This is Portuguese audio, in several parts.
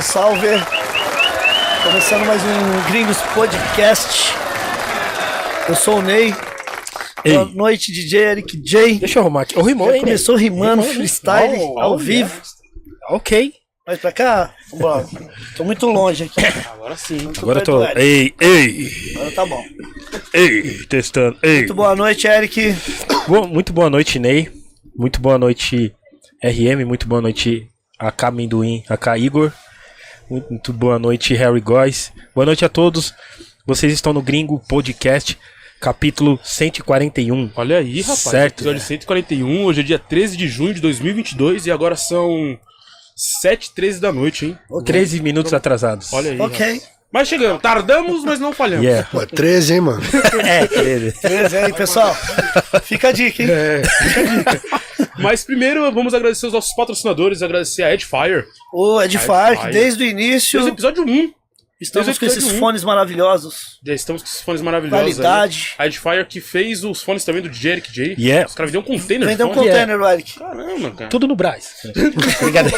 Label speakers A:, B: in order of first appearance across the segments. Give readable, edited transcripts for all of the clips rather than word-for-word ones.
A: salve! Começando mais um Gringos Podcast. Eu sou o Ney.
B: Ei.
A: Boa noite, DJ Eric J.
B: Deixa eu arrumar aqui. O rimou, hein?
A: Começou rimando, freestyle, ao vivo.
B: Ok.
A: Mas pra cá, vambora. Tô muito longe aqui.
B: Agora sim.
A: Muito
B: Agora eu tô.
A: perto do Eric.
B: Ei.
A: Agora tá bom.
B: Ei. Testando. Ei.
A: Muito boa noite, Eric.
B: Muito boa noite, Ney. Muito boa noite, RM. Muito boa noite, AK Amendoim, AK Igor. Muito boa noite, Harry Góes. Boa noite a todos. Vocês estão no Gringo Podcast, capítulo 141.
C: Olha aí, rapaz.
B: Certo.
C: Episódio 141. Hoje é dia 13 de junho de 2022 e agora são 7h13 da noite, hein?
B: 13 minutos atrasados.
C: Olha aí.
A: Ok.
C: Rapaz. Mas chegamos. Tardamos, mas não falhamos.
B: Yeah.
D: Pô, 13, hein, mano?
B: 13.
A: Beleza aí, pessoal. Fica a dica, hein?
C: Fica a dica. Mas primeiro vamos agradecer os nossos patrocinadores, agradecer a Edifier.
A: O Edifier, que desde o início
C: Desde o episódio 1.
A: estamos com esses
C: episódio 1.
A: fones maravilhosos.
C: Estamos com esses fones maravilhosos.
A: Qualidade.
C: Aí. A Edifier que fez os fones também do DJ Eric J.
B: Yeah.
C: Os caras vendeu um container
A: Vendeu um
C: de fone.
A: container, Eric.
C: Caramba, cara.
B: Tudo no Brás. Obrigado.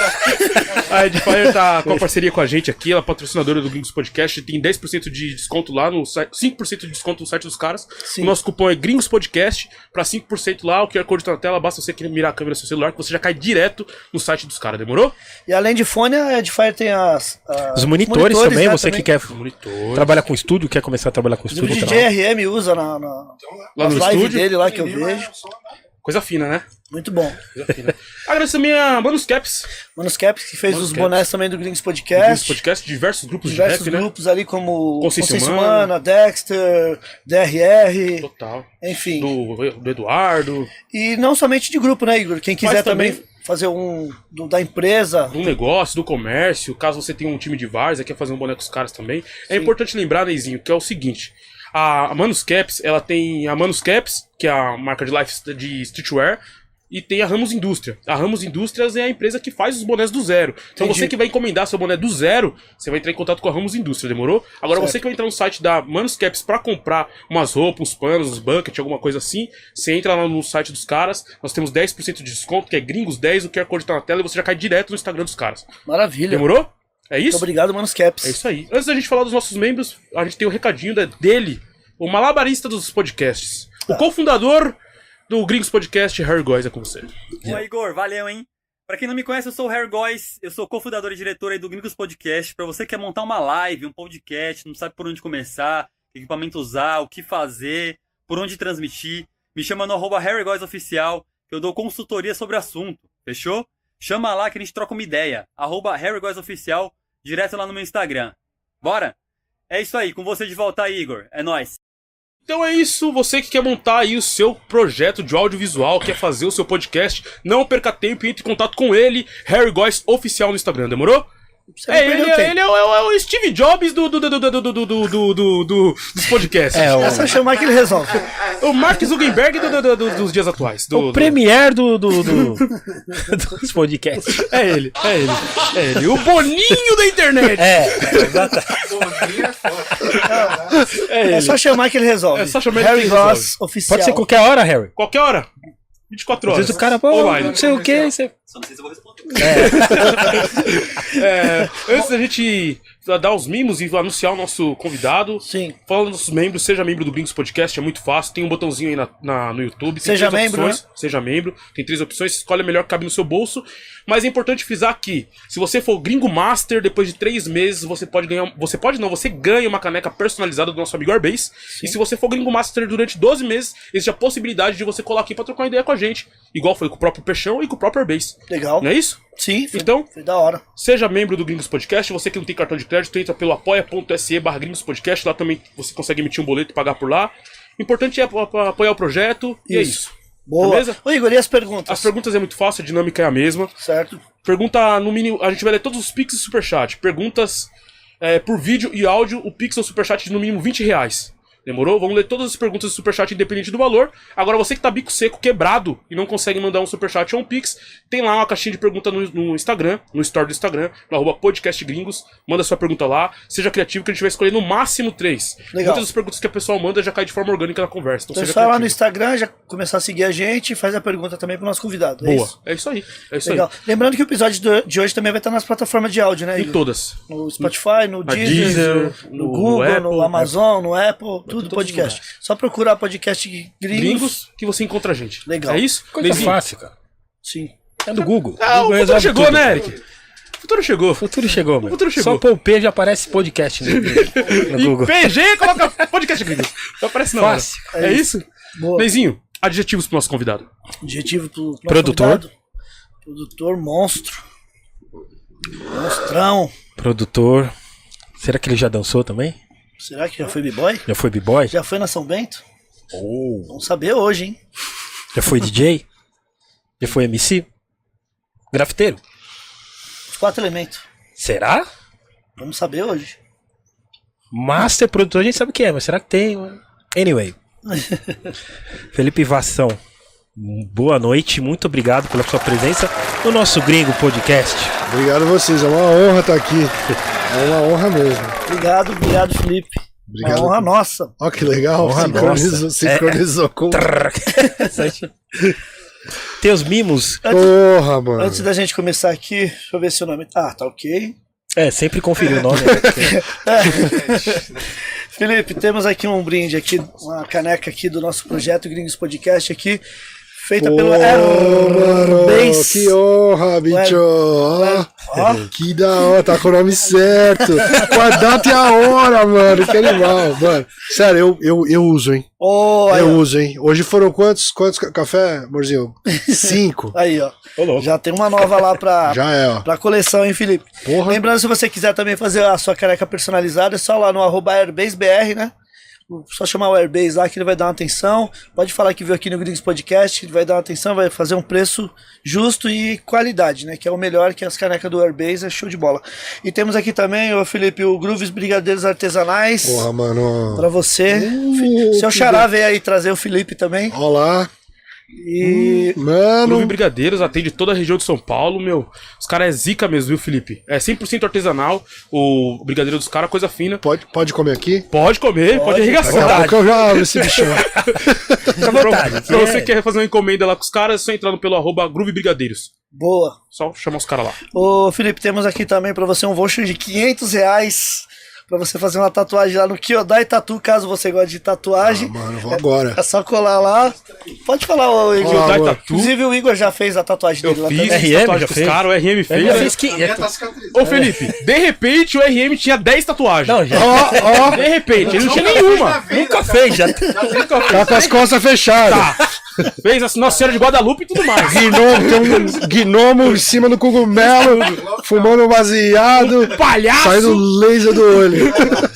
C: A Edifier tá com a parceria com a gente aqui, ela é patrocinadora do Gringos Podcast, tem 10% de desconto lá no site, 5% de desconto no site dos caras.
A: Sim.
C: O nosso cupom é Gringos Podcast, pra 5% lá, o QR Code tá na tela, basta você querer mirar a câmera do seu celular que você já cai direto no site dos caras, demorou?
A: E além de fone, a Edifier tem
B: Os monitores também,
A: né,
B: você que quer trabalhar com estúdio, quer começar a trabalhar com
A: O
B: estúdio.
A: DJ RM usa
C: Lá
A: nas
C: no
A: lives
C: estúdio.
A: dele lá que eu vejo.
C: Coisa fina, né?
A: Muito bom.
C: Coisa fina. Agradeço também a Manus Caps,
A: Manos Caps, que fez
C: Manos
A: os
C: Caps.
A: bonés também do Gringos
C: do Gringos
A: Podcast.
C: Podcast, diversos grupos
A: Diversos
C: de rap,
A: grupos ali como
C: Consciência
A: Humana, Dexter, DRR,
C: né? Total.
A: enfim.
C: Do Eduardo,
A: E não somente de grupo, né, Igor? Quem quiser
C: Mas
A: também
C: também
A: fazer da empresa.
C: do negócio, do comércio, caso você tenha um time de várzea, quer fazer um boneco com os caras também. É importante lembrar, Neizinho, que é o seguinte: a Manus Caps, ela tem a Manus Caps, que é a marca de life de streetwear, e tem a Ramos Indústria. A Ramos Indústrias é a empresa que faz os bonés do zero. Então
A: Entendi.
C: você que vai encomendar seu boné do zero, você vai entrar em contato com a Ramos Indústria, demorou? Agora
A: Certo.
C: você que vai entrar no site da Manus Caps pra comprar umas roupas, uns panos, uns bucket, alguma coisa assim, você entra lá no site dos caras, nós temos 10% de desconto, que é Gringos10, o QR Code tá na tela e você já cai direto no Instagram dos caras.
A: Maravilha.
C: Demorou? É
A: Muito
C: isso?
A: obrigado, Manos Caps.
C: É isso aí. Antes da gente falar dos nossos membros, a gente tem o recadinho dele, o malabarista dos podcasts. O cofundador do Gringos Podcast, Harry Góes, é com você.
E: Oi, Igor, valeu, hein? Pra quem não me conhece, eu sou o Harry Góes, eu sou cofundador e diretor aí do Gringos Podcast. Pra você que quer montar uma live, um podcast, não sabe por onde começar, que equipamento usar, o que fazer, por onde transmitir, me chama no @HarryGóesOficial, que eu dou consultoria sobre o assunto, fechou? Chama lá que a gente troca uma ideia, @HarryGóesOficial, direto lá no meu Instagram. Bora? É isso aí, com você de volta aí, Igor, é nóis.
C: Então é isso, você que quer montar aí o seu projeto de audiovisual, quer fazer o seu podcast, não perca tempo e entre em contato com ele, Harry Góes Oficial no Instagram, demorou?
A: Você não perdeu tempo.
C: Ele é o Steve Jobs dos podcasts.
A: É só chamar que ele resolve.
C: O Mark Zuckerberg dos dias atuais.
B: O premier dos podcasts.
C: É ele. O Boninho da internet.
B: Exato.
A: É só chamar que ele resolve.
C: É só chamar que
A: Harry
C: ele
A: Góes
C: resolve.
A: Oficial.
B: Pode ser qualquer hora, Harry.
C: Qualquer hora. 24
B: Às
C: horas.
B: vezes o cara, pô,
C: Online.
B: não sei o que. Você...
E: Só não sei se eu vou responder.
C: Antes da gente dar os mimos e anunciar o nosso convidado,
A: Sim.
C: falando dos nossos membros, seja membro do Gringos Podcast, é muito fácil. Tem um botãozinho aí no YouTube. Tem
A: Seja
C: 3
A: membro,
C: opções. Seja membro. Tem 3 opções. Escolhe a melhor que cabe no seu bolso. Mas é importante frisar que, se você for Gringo Master, depois de 3 meses, você pode ganhar. Você ganha uma caneca personalizada do nosso amigo Airbase. E se você for Gringo Master durante 12 meses, existe a possibilidade de você colar aqui pra trocar uma ideia com a gente. Igual foi com o próprio Peixão e com o próprio Airbase.
A: Legal.
C: Não é isso?
A: Sim,
C: Então,
A: foi da hora.
C: seja membro do Gringos Podcast. Você que não tem cartão de crédito, entra pelo apoia.se/Gringos Podcast. Lá também você consegue emitir um boleto e pagar por lá. Importante é apoiar o projeto. E é isso.
A: Boa.
C: Beleza?
A: Ô, Igor, e as perguntas?
C: As perguntas é muito fácil, a dinâmica é a mesma.
A: Certo.
C: Pergunta no mínimo. A gente vai ler todos os Pix e Superchat. Perguntas por vídeo e áudio. O Pix ou Superchat de no mínimo R$20. Demorou? Vamos ler todas as perguntas do Superchat independente do valor. Agora você que tá bico seco, quebrado e não consegue mandar um Superchat ou um Pix, tem lá uma caixinha de pergunta no Instagram, no story do Instagram, no @podcastgringos. Manda sua pergunta lá. Seja criativo que a gente vai escolher no máximo 3.
A: Legal.
C: Muitas das perguntas que a pessoa manda já cai de forma orgânica na conversa. Então
A: Então é
C: seja
A: só ir lá no
C: criativo.
A: Instagram, já começar a seguir a gente e faz a pergunta também pro nosso convidado. É
C: Boa.
A: isso?
C: É isso aí. É isso
A: Legal. Lembrando que o episódio de hoje também vai estar nas plataformas de áudio, né,
C: aí. Em
A: Igor?
C: todas.
A: No Spotify, no
C: Na
A: Deezer,
C: Deezer,
A: no Google,
C: Apple,
A: no Amazon, no Apple, tudo
C: todos
A: podcast.
C: os
A: Só procurar podcast Gringos.
C: Gringos que você encontra a gente.
A: Legal.
C: É isso?
B: Coisa
C: Leizinho?
B: fácil, cara.
A: Sim.
B: É do Google.
C: Ah, o
B: Google
C: futuro
B: resolve
C: chegou,
B: tudo,
C: né,
B: cara.
C: Eric? O futuro chegou.
B: O futuro chegou, meu.
C: futuro chegou.
B: Só pôr o P já aparece podcast no
C: Em
B: Google.
C: PG, coloca podcast Gringos. Não aparece não.
B: Fácil.
C: É isso?
A: Boa.
C: Leizinho, adjetivos pro nosso convidado.
A: Adjetivo pro nosso
B: Produtor.
A: convidado. Produtor, monstro. Monstrão.
B: Produtor. Será que ele já dançou também?
A: Será que já foi b-boy?
B: Já foi b-boy?
A: Já foi na São Bento?
B: Oh.
A: Vamos saber hoje, hein?
B: Já foi DJ? Já foi MC? Grafiteiro?
A: Os 4 elementos.
B: Será?
A: Vamos saber hoje.
B: Master produtor a gente sabe o que é, mas será que tem? Anyway. Felipe Vassão, boa noite, muito obrigado pela sua presença no nosso Gringo Podcast.
D: Obrigado a vocês, é uma honra estar aqui. É uma honra mesmo.
A: Obrigado, Felipe.
D: Obrigado.
A: Uma honra nossa.
D: Ó, que legal.
B: Honra nossa.
D: Sincronizou com.
B: Teus mimos.
D: Porra, mano.
A: Antes da gente começar aqui, deixa eu ver se o nome. Ah, tá ok.
B: É, sempre conferir o nome. Né?
A: Felipe, temos aqui um brinde aqui, uma caneca aqui do nosso projeto Gringos Podcast aqui, feita pelo
D: Mano,
A: Airbase.
D: que honra, bicho. Ó,
A: Ó.
D: que da hora, tá com o nome certo. Com a data e a hora, mano. Que animal, mano. Sério, eu uso, hein.
A: Oh, aí,
D: Eu
A: ó.
D: uso, hein. Hoje foram quantos café, amorzinho? 5.
A: Aí, ó.
B: Ô, louco.
A: Já tem uma nova lá pra,
D: Já é, ó.
A: pra coleção, hein, Felipe?
D: Porra.
A: Lembrando, se você quiser também fazer a sua caneca personalizada, é só lá no @AirbaseBR, né? Só chamar o Airbase lá que ele vai dar uma atenção. Pode falar que viu aqui no Gringos Podcast, ele vai dar uma atenção, vai fazer um preço justo e qualidade, né? Que é o melhor, que as canecas do Airbase, é show de bola. E temos aqui também, ô Felipe, o Grooves Brigadeiros Artesanais.
D: Porra, mano.
A: Pra você. Seu
D: que
A: xará veio aí trazer o Felipe também.
D: Olá.
A: E
C: Clube
D: Mano.
C: Brigadeiros atende toda a região de São Paulo, meu. Os caras é zica mesmo, viu, Felipe? É 100% artesanal. O brigadeiro dos caras, coisa fina.
D: Pode comer aqui?
C: Pode comer, pode arregaçar.
D: Daqui a pouco eu já abro esse bichão.
B: Fica à vontade.
C: Pra você que quer fazer uma encomenda lá com os caras, é só entrar pelo @Groove Brigadeiros.
A: boa.
C: Só chamar os caras lá.
A: Ô Felipe, temos aqui também pra você um voucher de R$500 pra você fazer uma tatuagem lá no Kyodai Tattoo, caso você goste de tatuagem.
D: Mano, eu vou agora.
A: É só colar lá. Pode falar, ô Igor.
D: Olá,
C: Kyodai
D: amor.
C: Tattoo.
A: Inclusive o Igor já fez a tatuagem
C: Eu
A: dele lá
C: fiz
A: também.
B: RM
C: tatuagem
B: já
C: com os
B: fez?
C: caras, o RM fez.
B: Ele fez que...
C: Ô, Felipe, de repente o RM tinha 10 tatuagens.
B: Não, já
D: Ó,
C: De repente, ele não tinha nenhuma.
B: nunca fez, já.
D: tá com as costas fechadas.
C: Tá. Fez a Nossa Senhora de Guadalupe e tudo mais.
D: Gnomo, tem um gnomo em cima do cogumelo, fumando um baseado,
C: Palhaço!
D: saindo laser do olho.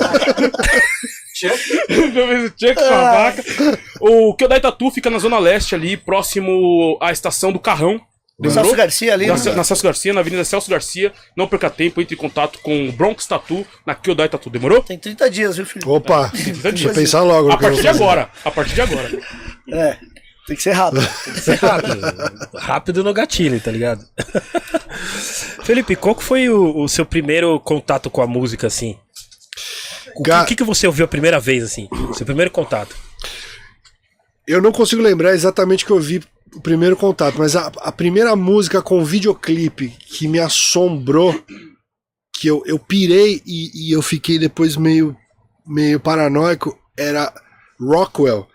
C: Eu fiz o check com a vaca. O Kyodai Tattoo fica na Zona Leste ali, próximo à estação do Carrão. Demorou?
A: Celso Garcia ali.
C: Na,
A: né?
C: na Celso Garcia, na Avenida Celso Garcia. Não perca tempo, entre em contato com o Bronx Tattoo na Kyodai Tattoo. Demorou?
A: Tem 30 dias, viu, Felipe?
D: Opa, deixa eu pensar logo. no
C: A
D: que eu vou
C: partir de
D: fazer.
C: agora. A partir de agora.
A: É. Tem que ser rápido.
B: Rápido. Rápido no gatilho, tá ligado? Felipe, qual que foi o seu primeiro contato com a música, assim? O que você ouviu a primeira vez, assim? Seu primeiro contato?
D: Eu não consigo lembrar exatamente que eu vi o primeiro contato, mas a primeira música com videoclipe que me assombrou, que eu pirei e eu fiquei depois meio paranoico, era Rockwell.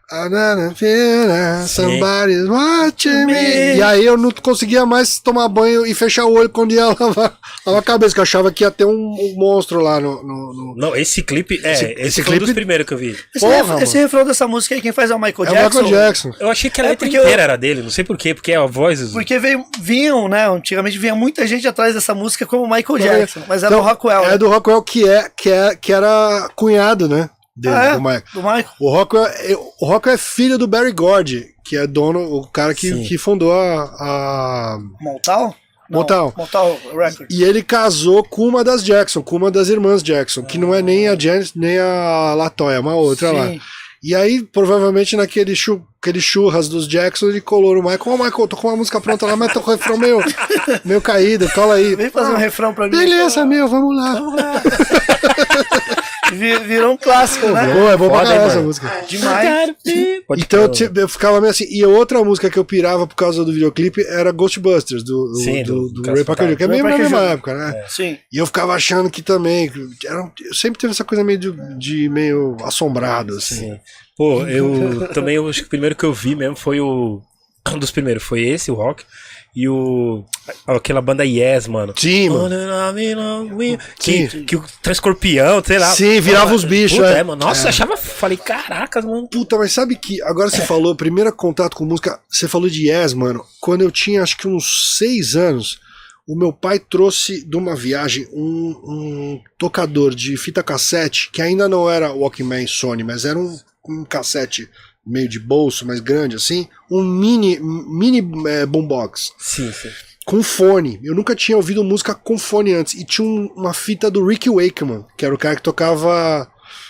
D: Somebody's watching me. E aí eu não conseguia mais tomar banho e fechar o olho quando ia lavar a cabeça, que eu achava que ia ter um monstro lá no...
B: Não, esse clipe... Esse foi um
D: clipe-
B: dos primeiros que eu vi.
A: Esse refrão dessa música aí, quem faz é o Michael
D: É o
A: Jackson.
D: Michael Jackson.
B: Eu achei que a letra
A: porque
B: inteira era dele, não sei porquê, porque é a voz...
A: Porque vinham, né? Antigamente vinha muita gente atrás dessa música como o Michael Jackson. Mas era
D: Então,
A: o Rockwell.
D: É
A: né?
D: do Rockwell que era cunhado, né? Dele,
A: Ah, é?
D: do Michael.
A: Do Michael.
D: O Rockwell é filho do Barry Gordy, que é o cara
B: Sim.
D: que fundou a
A: Montal?
D: Motown.
A: Motown Records.
D: E ele casou com uma das Jackson, com uma das irmãs Jackson, que não é nem a Janet, nem a Latoya, é uma outra lá.
A: Sim.
D: E aí, provavelmente, naquele aquele churras dos Jackson, ele colou no Michael. Ô, Michael, tô com uma música pronta lá, mas tô com o refrão meio caído, cola aí.
A: Vem fazer um refrão pra mim.
D: Beleza, vamos lá.
A: Virou um clássico, né?
D: Pô, é bom pra
B: Foda,
D: caralho
B: hein,
D: essa
B: mano?
D: música.
A: Demais.
D: Então eu ficava meio assim. E outra música que eu pirava por causa do videoclipe era Ghostbusters, do Ray Parker, que é meio na mesma época, né?
A: Sim.
D: E eu ficava achando que também. Eu sempre tive essa coisa meio de meio assombrado, assim.
B: Sim. Pô, eu também, eu acho que o primeiro que eu vi mesmo foi um dos primeiros, foi esse, o Rock. E aquela banda Yes, mano.
D: Sim, mano.
B: Que o Transcorpião, sei lá.
D: Sim, virava os bichos,
B: Puta,
D: é.
B: mano. Nossa, achava. Falei, caracas, mano.
D: Puta, mas sabe que agora você falou, primeiro contato com música, você falou de Yes, mano. Quando eu tinha acho que uns 6 anos, o meu pai trouxe de uma viagem um tocador de fita cassete, que ainda não era Walkman Sony, mas era um cassete meio de bolso, mais grande assim, um mini boombox.
B: Sim.
D: Com fone. Eu nunca tinha ouvido música com fone antes. E tinha uma fita do Rick Wakeman, que era o cara que tocava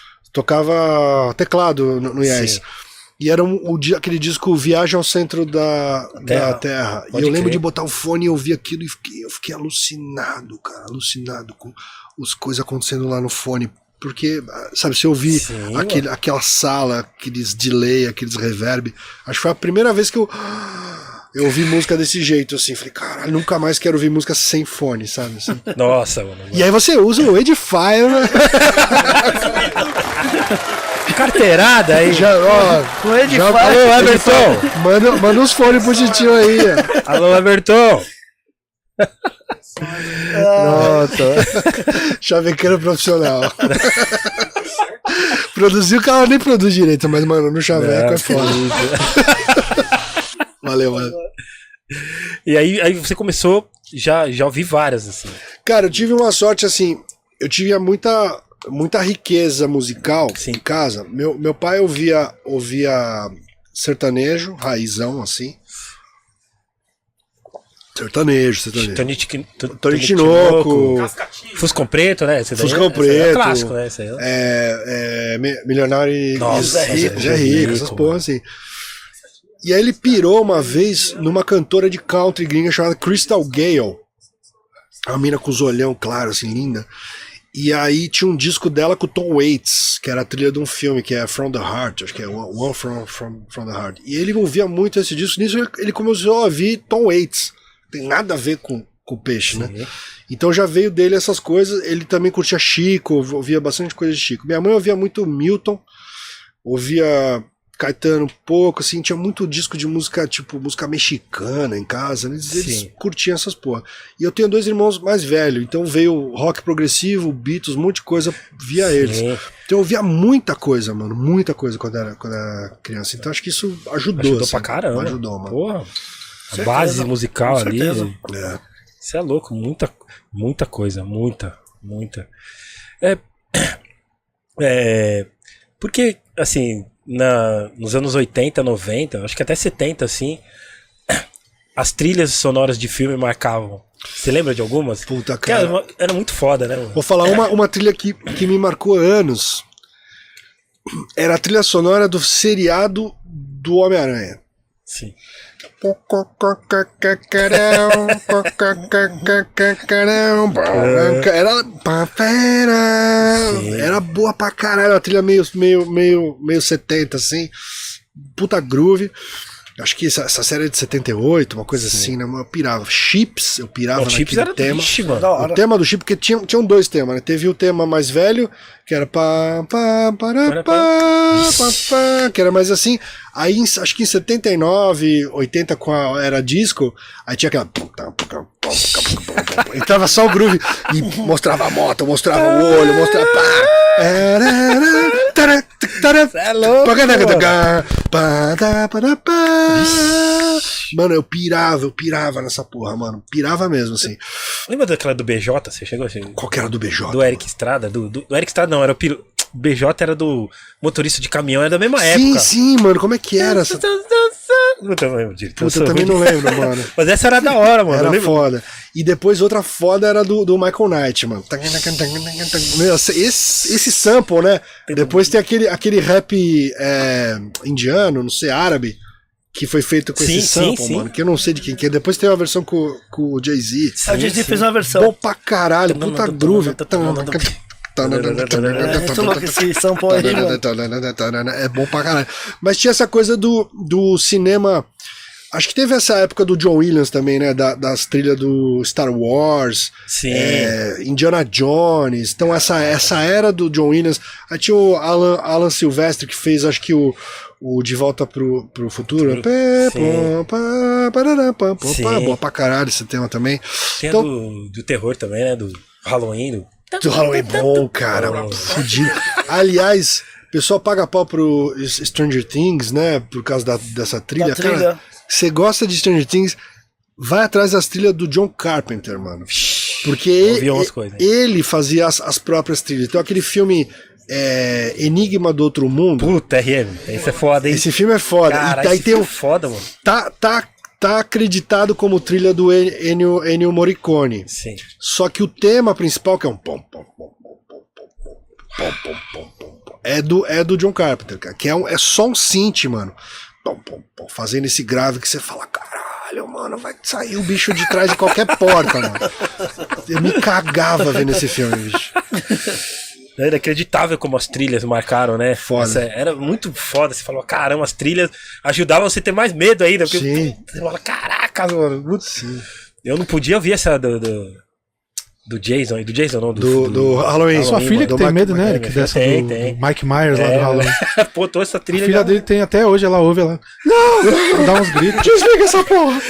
D: teclado no Yes.
B: Sim.
D: E era aquele disco Viagem ao Centro da Terra. E eu lembro de botar o fone e ouvir aquilo e eu fiquei alucinado, cara. Alucinado com as coisas acontecendo lá no fone. Porque, sabe, se eu ouvir aquela sala, aqueles delay, aqueles reverb, acho que foi a primeira vez que eu ouvi música desse jeito, assim. Falei, caralho, nunca mais quero ouvir música sem fone, sabe? Assim.
B: Nossa, mano.
D: E aí você usa o Edifier, né?
B: Carteirada aí.
A: Com ele de
B: Alô,
A: fora.
B: Everton.
D: Manda uns fones pro titio aí, ó.
B: Alô, Everton.
D: Nossa. Chavequeiro profissional. Produzir o cara nem produz direito, mas, mano, no chaveco é foda. Valeu, mano.
B: E aí você começou, já ouvi várias, assim.
D: Cara, eu tive uma sorte, assim, eu tive muita riqueza musical
B: Sim.
D: em casa. Meu pai ouvia sertanejo, raizão, assim. Sertanejo. Tony Tinoco,
B: Fuscão Preto, né?
D: Fuscão Preto.
B: É clássico, né? Esse aí,
D: Milionário e
B: Nossa,
D: Zé Rico, essas porras assim. E aí ele pirou uma vez numa cantora de country gringa chamada Crystal Gale. Uma mina com os olhão claro, assim, linda. E aí tinha um disco dela com o Tom Waits, que era a trilha de um filme, que é From the Heart, acho que é One from the Heart. E ele ouvia muito esse disco, nisso ele começou a ouvir Tom Waits. Tem nada a ver com o peixe,
B: sim,
D: né? Então já veio dele essas coisas. Ele também curtia Chico, ouvia bastante coisa de Chico. Minha mãe ouvia muito Milton, ouvia Caetano um pouco, assim, tinha muito disco de música, tipo, música mexicana em casa, eles curtiam essas porra. E eu tenho 2 irmãos mais velhos, então veio rock progressivo, Beatles, um monte de coisa via eles. Então eu ouvia muita coisa, mano, muita coisa quando era criança. Então acho que isso ajudou assim,
B: pra caramba.
D: Ajudou, mano.
B: Porra. A base musical ali. Isso é louco, muita coisa, muita. Porque, assim, nos anos 80, 90, acho que até 70, assim, as trilhas sonoras de filme marcavam. Você lembra de algumas?
D: Puta, cara.
B: Era muito foda, né?
D: Vou falar uma trilha que me marcou anos. Era a trilha sonora do seriado do Homem-Aranha.
B: Sim.
D: Era boa pra caralho, a trilha meio 70 assim, puta groove. Acho que essa série é de 78, uma coisa assim, né? Eu pirava. Chips, eu pirava naquele tema.
B: Triste, mano.
D: O tema do Chip, porque tinham 2 temas, né? Teve o tema mais velho, que era que era mais assim. Aí, acho que em 79, 80, com era disco, aí tinha aquela... Entrava só o groove e mostrava a moto, mostrava o olho, mostrava...
B: É louco,
D: mano, eu pirava nessa porra, mano. Pirava mesmo, assim.
B: Lembra daquela do BJ? Você chegou assim?
D: Qual que era do BJ?
B: Do Eric Estrada? Do Eric Estrada não, era o BJ era do motorista de caminhão, era da mesma
D: Sim,
B: época.
D: sim, mano, como é que era essa?
B: Puta,
D: Puta, eu também não lembro, mano.
B: Mas essa era da hora, mano.
D: Era
B: Eu lembro-
D: foda. E depois outra foda era do Michael Knight, mano. Meu, esse sample, né? Depois tem aquele rap indiano, não sei, árabe, que foi feito com
B: Sim,
D: esse sample,
B: sim, sim.
D: mano. Que eu não sei de quem que é. Depois tem uma versão com o Jay-Z.
A: A Jay-Z fez uma versão.
D: Bom pra caralho, puta groove.
A: É muito louco esse sample aí, mano.
D: É bom pra caralho. Mas tinha essa coisa do cinema. Acho que teve essa época do John Williams também, né? Das trilhas do Star Wars,
B: Sim.
D: Indiana Jones. Então, essa era do John Williams. Aí tinha o Alan Silvestre que fez, acho que o De Volta pro Futuro.
B: Sim.
D: Boa pra caralho esse tema também.
B: Tem
D: Então-
B: do terror também, né? Do Halloween.
D: Do Halloween bom, cara. Fudido. Aliás, o pessoal paga pau pro Stranger Things, né? Por causa dessa trilha.
A: Da trilha.
D: Cara, você gosta de Stranger Things, vai atrás das trilhas do John Carpenter, mano. Porque
B: ouvi umas coisas, hein?
D: ele fazia as próprias trilhas. Então aquele filme Enigma do Outro Mundo.
B: Puta, RM. Esse é foda, hein?
D: Esse filme é foda.
B: Cara,
D: e aí
B: esse
D: tem
B: filme
D: um,
B: é foda, mano.
D: tá acreditado como trilha do Ennio Morricone.
B: Sim.
D: Só que o tema principal, que é um pom, pom, pom, pom, pom, pom, pom, pom, pom, pom, pom, é do John Carpenter, cara, que é só um synth, mano. Pom, pom, pom, fazendo esse grave que você fala, caralho, mano, vai sair o bicho de trás de qualquer porta, mano. Eu me cagava vendo esse filme, bicho.
B: É inacreditável como as trilhas marcaram, né?
D: Foda.
B: Era muito foda. Você falou, caramba, as trilhas ajudavam você a ter mais medo ainda. Porque
D: Sim.
B: você fala, caraca, mano.
D: Sim.
B: Eu não podia ouvir essa do Jason. Do Jason não,
D: Do Halloween.
F: Sua filha que
D: do
F: tem
D: Mike-
F: medo, né,
B: Mike-
F: Eric? Dessa
B: tem,
F: do
B: tem.
F: Mike Myers lá do Halloween.
B: Pô, toda essa
F: A
B: trilha.
F: filha
B: já-
F: dele tem até hoje, ela ouve, ela. Não! Dá uns gritos.
D: Desliga essa porra!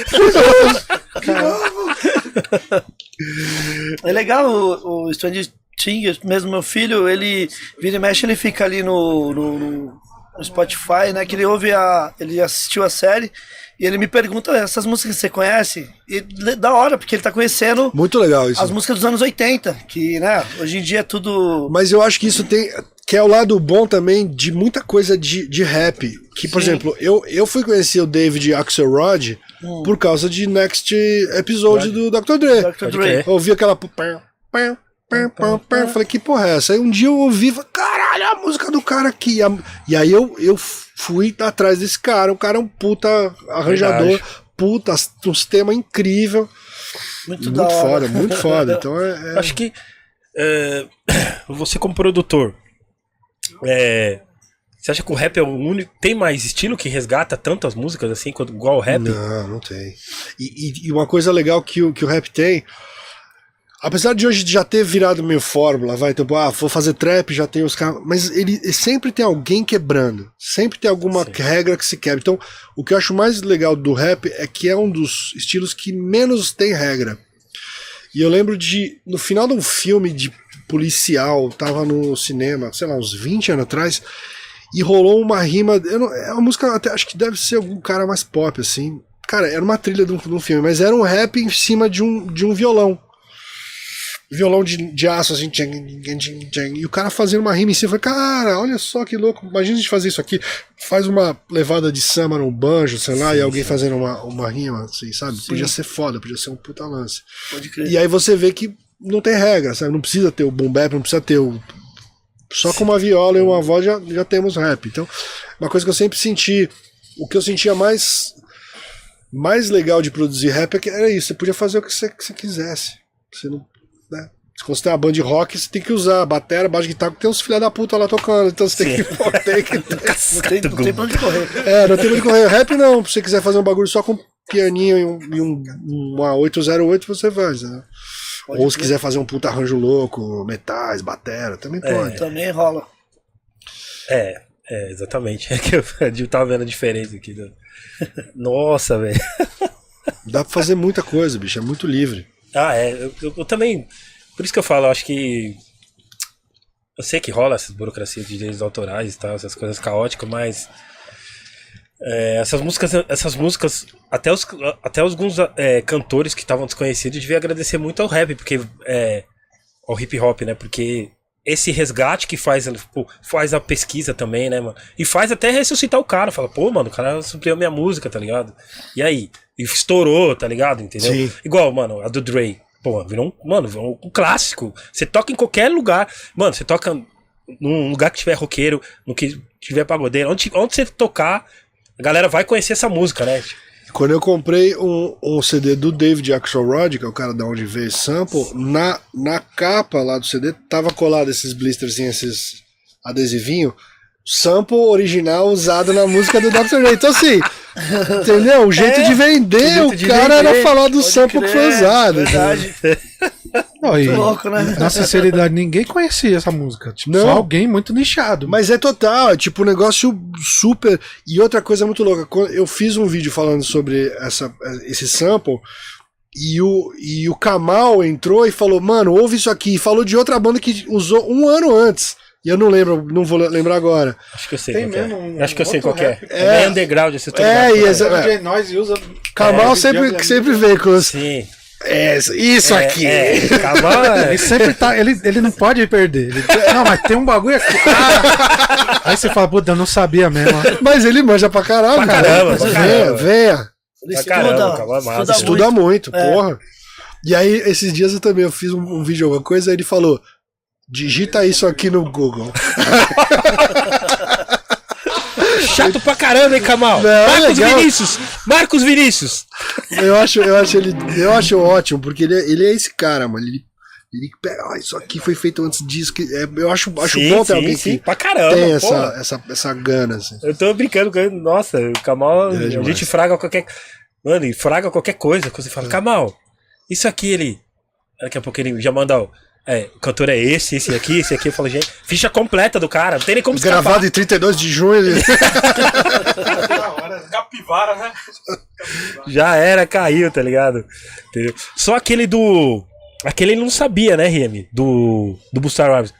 A: É legal o Stranger Things, mesmo meu filho, ele vira e mexe, ele fica ali no Spotify, né? Que ele ouve ele assistiu a série e ele me pergunta, essas músicas você conhece? E da hora, porque ele tá conhecendo
D: Muito legal isso.
A: as músicas dos anos 80, que, né, hoje em dia é tudo.
D: Mas eu acho que isso tem. Que é o lado bom também de muita coisa de rap. Que, por
A: Sim.
D: exemplo, eu fui conhecer o David Axelrod por causa de Next Episode do Dr. Dre.
A: Dr.
B: Pode
A: Dre.
B: crer.
D: Eu ouvi aquela. Falei, que porra é essa? Aí um dia eu ouvi, falei, caralho, a música do cara aqui. E aí eu fui atrás desse cara. O cara é um puta arranjador,
B: Verdade.
D: puta, uns temas incríveis.
A: Muito da
D: Muito
A: hora.
D: foda, muito foda. Então
B: Acho que você como produtor, você acha que o rap é o único. Tem mais estilo que resgata tanto as músicas assim, igual o rap?
D: Não tem. E uma coisa legal que o rap tem, apesar de hoje já ter virado meio fórmula, vai, então, vou fazer trap, já tem os caras, mas ele sempre tem alguém quebrando, sempre tem alguma regra que se quebra. Então, o que eu acho mais legal do rap é que é um dos estilos que menos tem regra. E eu lembro no final de um filme de policial, tava no cinema, sei lá, uns 20 anos atrás, e rolou uma rima. É uma música, até acho que deve ser algum cara mais pop, assim. Cara, era uma trilha de um filme, mas era um rap em cima de um violão. Violão de aço, assim, e o cara fazendo uma rima em cima. Eu falei, cara, olha só que louco. Imagina a gente fazer isso aqui. Faz uma levada de samba no banjo, sei lá, e alguém fazendo uma rima, assim, sabe? Podia ser foda, podia ser um puta lance.
A: Pode crer.
D: E aí você vê que não tem regra, sabe? Não precisa ter o boom bap, não precisa ter o. Só com uma viola e uma voz já temos rap. Então, uma coisa que eu sempre senti. O que eu sentia mais legal de produzir rap é que era isso. Você podia fazer o que você quisesse. Você não. Né? Se você tem uma banda de rock, você tem que usar bateria, baixo de guitarra, tem uns filha da puta lá tocando. Então você tem que.
A: Não tem pra onde correr.
D: Não tem onde correr. Rap não. Se você quiser fazer um bagulho só com pianinho e uma 808, você faz, né? Ou se quiser fazer um puta arranjo louco, metais, batera, também pode.
A: Também rola.
B: Exatamente. É que eu tava vendo a diferença aqui. Nossa, velho.
D: Dá pra fazer muita coisa, bicho. É muito livre.
B: Eu também. Por isso que eu falo, eu acho que. Eu sei que rola essas burocracias de direitos autorais e tal, essas coisas caóticas, mas. Essas músicas, até alguns cantores que estavam desconhecidos deviam agradecer muito ao rap, porque ao hip hop, né? Porque esse resgate que faz, pô, faz a pesquisa também, né, mano? E faz até ressuscitar o cara. Fala, pô, mano, o cara supriu a minha música, tá ligado? E aí? E estourou, tá ligado? Entendeu?
D: Sim.
B: Igual, mano, a do Dre. Pô, virou um clássico. Você toca em qualquer lugar. Mano, você toca num lugar que tiver roqueiro, no que tiver pagodeiro. Onde você tocar, a galera vai conhecer essa música, né?
D: Quando eu comprei um CD do David Axelrod, que é o cara da onde veio esse sample, na capa lá do CD tava colado esses blisterzinhos, esses adesivinhos, sample original usado na música do Dr. Dre. Então assim, entendeu? O jeito de vender, o cara era falar do sample que foi usado.
A: Verdade.
F: Não, e,
A: Muito louco, né?
F: na sinceridade, ninguém conhecia essa música. Tipo,
D: Não.
F: só alguém muito nichado.
D: Mas é total, é tipo um negócio super. E outra coisa muito louca, eu fiz um vídeo falando sobre esse sample. E o Kamal entrou e falou, mano, ouve isso aqui. E falou de outra banda que usou um ano antes. E eu não lembro, não vou lembrar agora.
B: Acho que eu sei
F: Tem
B: qual
F: mesmo
B: é. Acho que eu sei
F: outro
B: qual que é.
F: rap.
B: É underground, esse
F: DJ Noise usa.
D: Kamal sempre vem com os.
B: Sim.
D: Isso aqui.
B: Kamal
F: Ele sempre tá. Ele não pode perder. Não, mas tem um bagulho aqui. Ah! Aí você fala, puta, eu não sabia mesmo.
D: Mas ele manja pra caralho.
B: Pra caramba,
D: cara.
B: pra caramba.
D: Venha.
A: Ele
B: Pra caramba, Kamal é massa.
D: Estuda muito, porra. E aí, esses dias eu fiz um vídeo, alguma coisa, aí ele falou: digita isso aqui no Google.
B: Chato pra caramba, hein, Kamal?
D: Não,
B: Marcos
D: legal.
B: Vinícius! Marcos Vinícius!
D: Eu acho ótimo, porque ele é esse cara, mano. Ele pega, isso aqui foi feito antes disso. Eu acho
B: Sim,
D: bom ter
B: sim,
D: alguém
B: sim.
D: que
B: Pra caramba,
D: tem
B: porra.
D: essa gana, assim.
B: Eu tô brincando com ele. Nossa, o Kamal,
D: É
B: a
D: demais.
B: gente fraga qualquer. Mano, e fraga qualquer coisa. Quando você fala, Kamal, isso aqui ele. Daqui a pouco ele já manda. O cantor é esse aqui. Eu falo, gente, ficha completa do cara, não tem nem como escapar.
D: Gravado em 32 de junho.
C: Capivara, né?
B: Já era, caiu, tá ligado? Entendeu? Só aquele do. Aquele ele não sabia, né, RM? Do Busta Rhymes.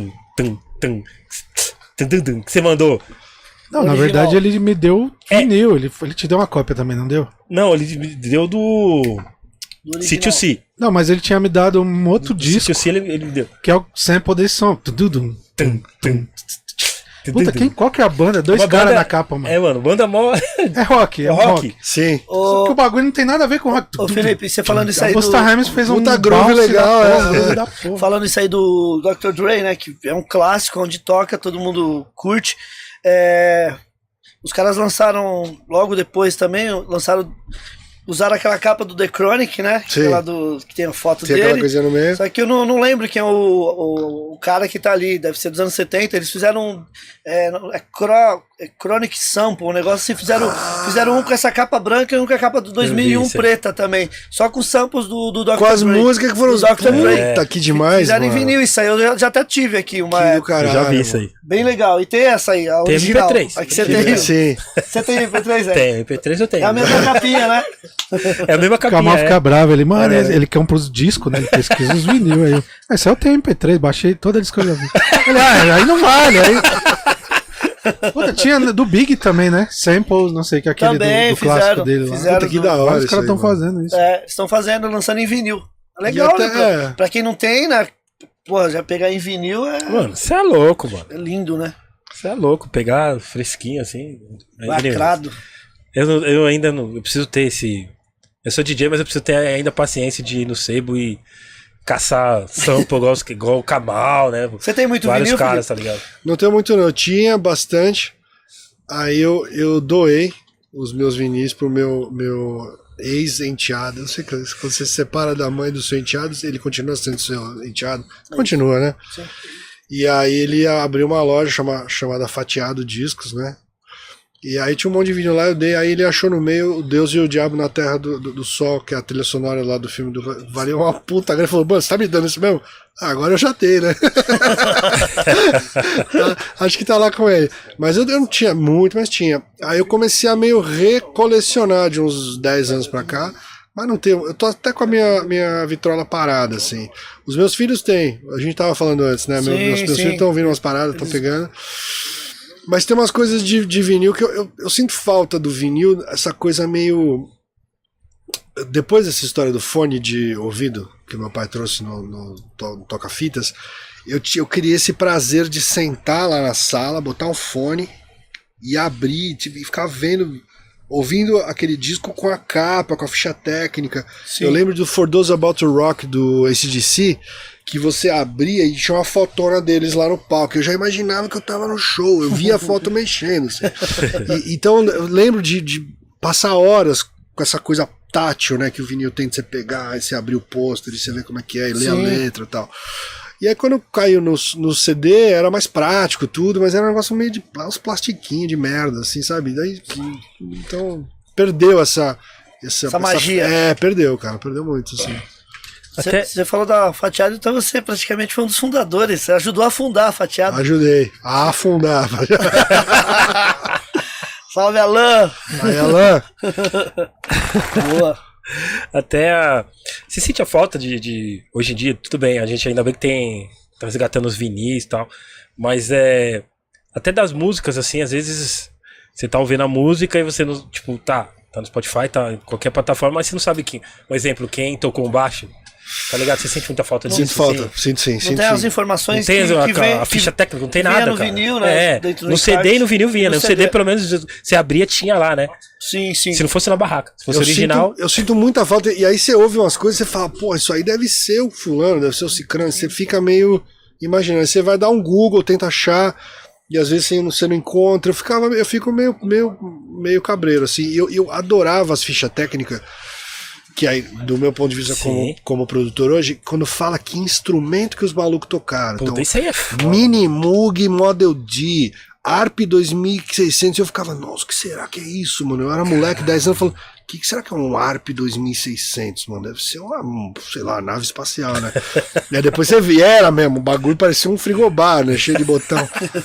B: Que você mandou.
F: Não, na
A: Original.
F: verdade ele me deu vinil. Ele te deu uma cópia também, não deu?
B: Não, ele me deu do.
A: Do original.
B: C2C.
F: Não, mas ele tinha me dado um outro disco,
B: C2C ele me deu.
F: que é o sample desse som. Tududum. Puta, qual que é a banda? Dois
B: Uma
F: caras
B: banda-
F: na capa, mano.
B: É, mano, banda mó.
F: É rock, é um
B: rock.
F: rock.
D: Sim.
F: Só que o bagulho não tem nada a ver com rock.
A: Ô, Felipe, você falando isso
F: A
A: aí
F: Busta
A: do...
F: Rhymes fez um
D: Puta groove
F: bounce
D: legal,
F: da porra,
D: é.
F: da porra.
A: Falando isso aí do Dr. Dre, né? Que é um clássico onde toca, todo mundo curte. Os caras lançaram, logo depois também, usaram aquela capa do The Chronic, né?
D: Sim.
A: Aquela que tem a foto
D: Tem aquela
A: dele.
D: coisinha no meio.
A: Só que eu não lembro quem é o cara que tá ali, deve ser dos anos 70. Eles fizeram Chronic Sample, um negócio assim. Fizeram um com essa capa branca e um com a capa do 2001
B: isso aí.
A: preta também. Só com samples do Dr.
D: Com as
A: Dre.
D: músicas que foram
A: Do Dr. Dre.
D: Puta, que demais,
A: Fizeram em
D: mano.
A: vinil isso aí. Eu já até tive aqui uma
D: Que do
A: época.
D: caralho,
B: Eu já vi isso aí.
A: Bem legal. E tem essa aí, a
B: Tem
A: original.
B: MP3.
A: A que você
D: mano.
A: tem.
D: Sim.
A: Você tem MP3, é?
B: Tem, MP3 eu tenho.
A: É a mesma capinha, né?
B: É a mesma
F: O
B: capinha.
F: Kamal fica bravo, ele, mano,
B: É.
F: ele quer um pros discos, né? Ele pesquisa os vinil aí. Esse eu tenho MP3, baixei toda a disco que eu já vi. Ele, aí não vale, aí. Puta, tinha do Big também, né? Samples, não sei, que é aquele
A: Também
F: do clássico
A: fizeram,
F: dele lá.
A: fizeram.
D: Puta, que da hora.
F: Agora os
D: isso
F: caras
D: aí,
F: estão
D: mano.
F: fazendo isso.
A: Estão fazendo, lançando em vinil. Legal,
D: E até-
A: né? Pra quem não tem, né? Pô, já pegar em vinil
B: Mano, você é louco, mano.
A: é lindo, né?
B: Você é louco. Pegar fresquinho assim.
A: Lacrado.
B: Eu ainda não. Eu preciso ter esse. Eu sou DJ, mas eu preciso ter ainda paciência de ir no sebo e caçar sample igual o Kamal, né?
A: Você tem muito
B: Vários
A: vinil,
B: caras, tá ligado?
D: Não tenho muito, não. Eu tinha bastante. Aí eu doei os meus vinis pro meu ex-enteado. Eu sei que quando você se separa da mãe do seu enteado, ele continua sendo seu enteado. Continua, né?
A: Sim.
D: E aí ele abriu uma loja chamada Fatiado Discos, né? E aí tinha um monte de vinil lá, eu dei, aí ele achou no meio o Deus e o Diabo na Terra do Sol, que é a trilha sonora lá do filme do... Valeu uma puta, agora ele falou, mano, você tá me dando isso mesmo? Ah, agora eu já tenho, né? Acho que tá lá com ele. Mas eu não tinha muito, mas tinha. Aí eu comecei a meio recolecionar de uns 10 anos pra cá, mas não tenho, eu tô até com a minha vitrola parada, assim. Os meus filhos têm, a gente tava falando antes, né?
A: Sim,
D: Meus
A: sim.
D: filhos estão ouvindo umas paradas, estão pegando. Mas tem umas coisas de vinil que eu sinto falta do vinil, essa coisa meio. Depois dessa história do fone de ouvido que meu pai trouxe no toca-fitas, eu queria esse prazer de sentar lá na sala, botar um fone e abrir e ficar vendo, ouvindo aquele disco com a capa, com a ficha técnica.
A: Sim.
D: Eu lembro do For Those About to Rock do AC/DC, que você abria e tinha uma fotona deles lá no palco. Eu já imaginava que eu tava no show, eu via a foto mexendo. Assim. Então eu lembro de passar horas com essa coisa tátil, né, que o vinil tem de você pegar, aí você abrir o pôster e você ver como é que é, e ler a letra e tal. E aí quando caiu no CD era mais prático tudo, mas era um negócio meio de uns plastiquinhos de merda, assim, sabe? Daí, então perdeu essa
A: magia.
D: Perdeu, cara, perdeu muito, assim.
A: Você falou da Fatiado, então você praticamente foi um dos fundadores. Você ajudou a fundar a Fatiado.
D: Ajudei a afundar.
A: Salve, Alan!
D: Aí, Alan!
A: Boa.
B: Você sente a falta de. Hoje em dia, tudo bem, a gente ainda bem que tá resgatando os vinis e tal. Mas até das músicas, assim, às vezes você tá ouvindo a música e você não. Tipo, tá no Spotify, tá em qualquer plataforma, mas você não sabe quem. Por exemplo, quem tocou o baixo. Tá ligado? Você sente muita falta disso?
D: Sinto falta, sinto sim.
A: Não tem as informações
B: não tem
A: que vem,
B: a ficha técnica, não tem
A: vinha
B: nada,
A: no
B: cara.
A: vinil, né?
B: No CD e no vinil vinha, né? No CD, pelo menos, você abria, tinha lá, né?
A: Sim.
B: Se não fosse na barraca. Se fosse original.
D: Eu sinto muita falta, e aí você ouve umas coisas e você fala, pô, isso aí deve ser o fulano, deve ser o cicrano, você fica meio imaginando, você vai dar um Google, tenta achar, e às vezes você não encontra, eu fico meio cabreiro, assim, eu adorava as fichas técnicas, que aí, do meu ponto de vista como produtor hoje, quando fala que instrumento que os malucos tocaram.
B: Puta,
D: então,
B: isso aí é foda.
D: Mini Moog Model D, ARP 2600, eu ficava, nossa, o que será que é isso, mano? Eu era moleque, 10 anos, falando, o que será que é um ARP 2600, mano? Deve ser uma, sei lá, nave espacial, né? E aí depois você via, era mesmo, o bagulho parecia um frigobar, né? Cheio de botão.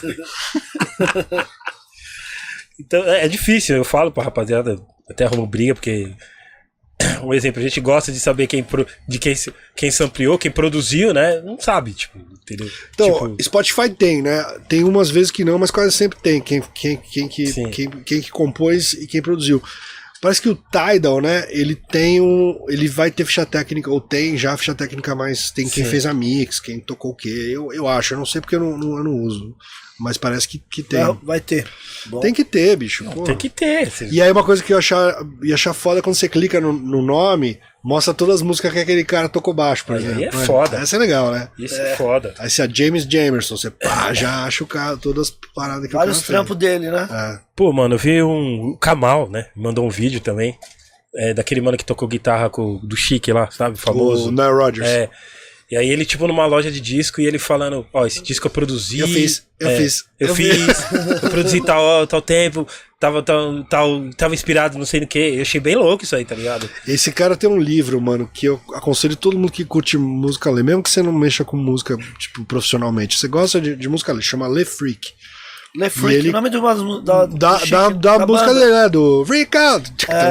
B: Então, é difícil, eu falo pra rapaziada, até arrumo briga, porque... Um exemplo, a gente gosta de saber quem sampleou, quem produziu, né? Não sabe, tipo, entendeu?
D: Então, Spotify tem, né? Tem umas vezes que não, mas quase sempre tem quem que compôs e quem produziu. Parece que o Tidal, né? Ele vai ter ficha técnica, ou tem já ficha técnica, mas tem quem fez a mix, quem tocou o quê. Eu acho, eu não sei porque eu não uso. Mas parece que tem.
A: Vai ter. Bom.
D: Tem que ter, bicho. Porra.
B: Tem que ter.
D: E aí uma coisa que eu ia achar foda quando você clica no nome, mostra todas as músicas que aquele cara tocou baixo, por exemplo.
B: Aí é foda.
D: Essa é legal, né?
B: Isso é foda.
D: Aí se a James Jamerson, você já acha o cara, todas as paradas que
A: vários
D: o cara
A: trampos dele, né?
B: Pô, mano, eu vi o Kamal, né? Mandou um vídeo também. Daquele mano que tocou guitarra do Chique lá, sabe? Famoso.
D: O Nile Rodgers.
B: E aí ele, tipo, numa loja de disco, e ele falando, esse disco eu produzi.
D: Eu fiz.
B: Eu produzi tal tempo, tava inspirado não sei no que. Eu achei bem louco isso aí, tá ligado?
D: Esse cara tem um livro, mano, que eu aconselho todo mundo que curte música a ler, mesmo que você não mexa com música, tipo, profissionalmente. Você gosta de música a ler, chama Le Freak.
A: Le Freak, o nome da
D: música dele, né? Do Freak Out.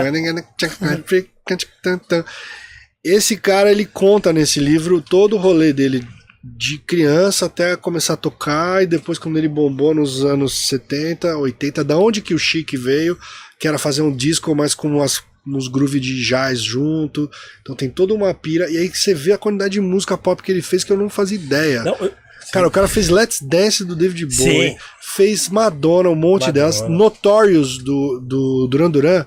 D: Esse cara, ele conta nesse livro todo o rolê dele de criança até começar a tocar, e depois quando ele bombou nos anos 70, 80, da onde que o Chic veio, que era fazer um disco mais com uns groove de jazz junto. Então tem toda uma pira, e aí você vê a quantidade de música pop que ele fez que eu não fazia ideia. Cara, o cara fez Let's Dance do David Bowie, fez Madonna, um monte delas, Notorious do Duran Duran.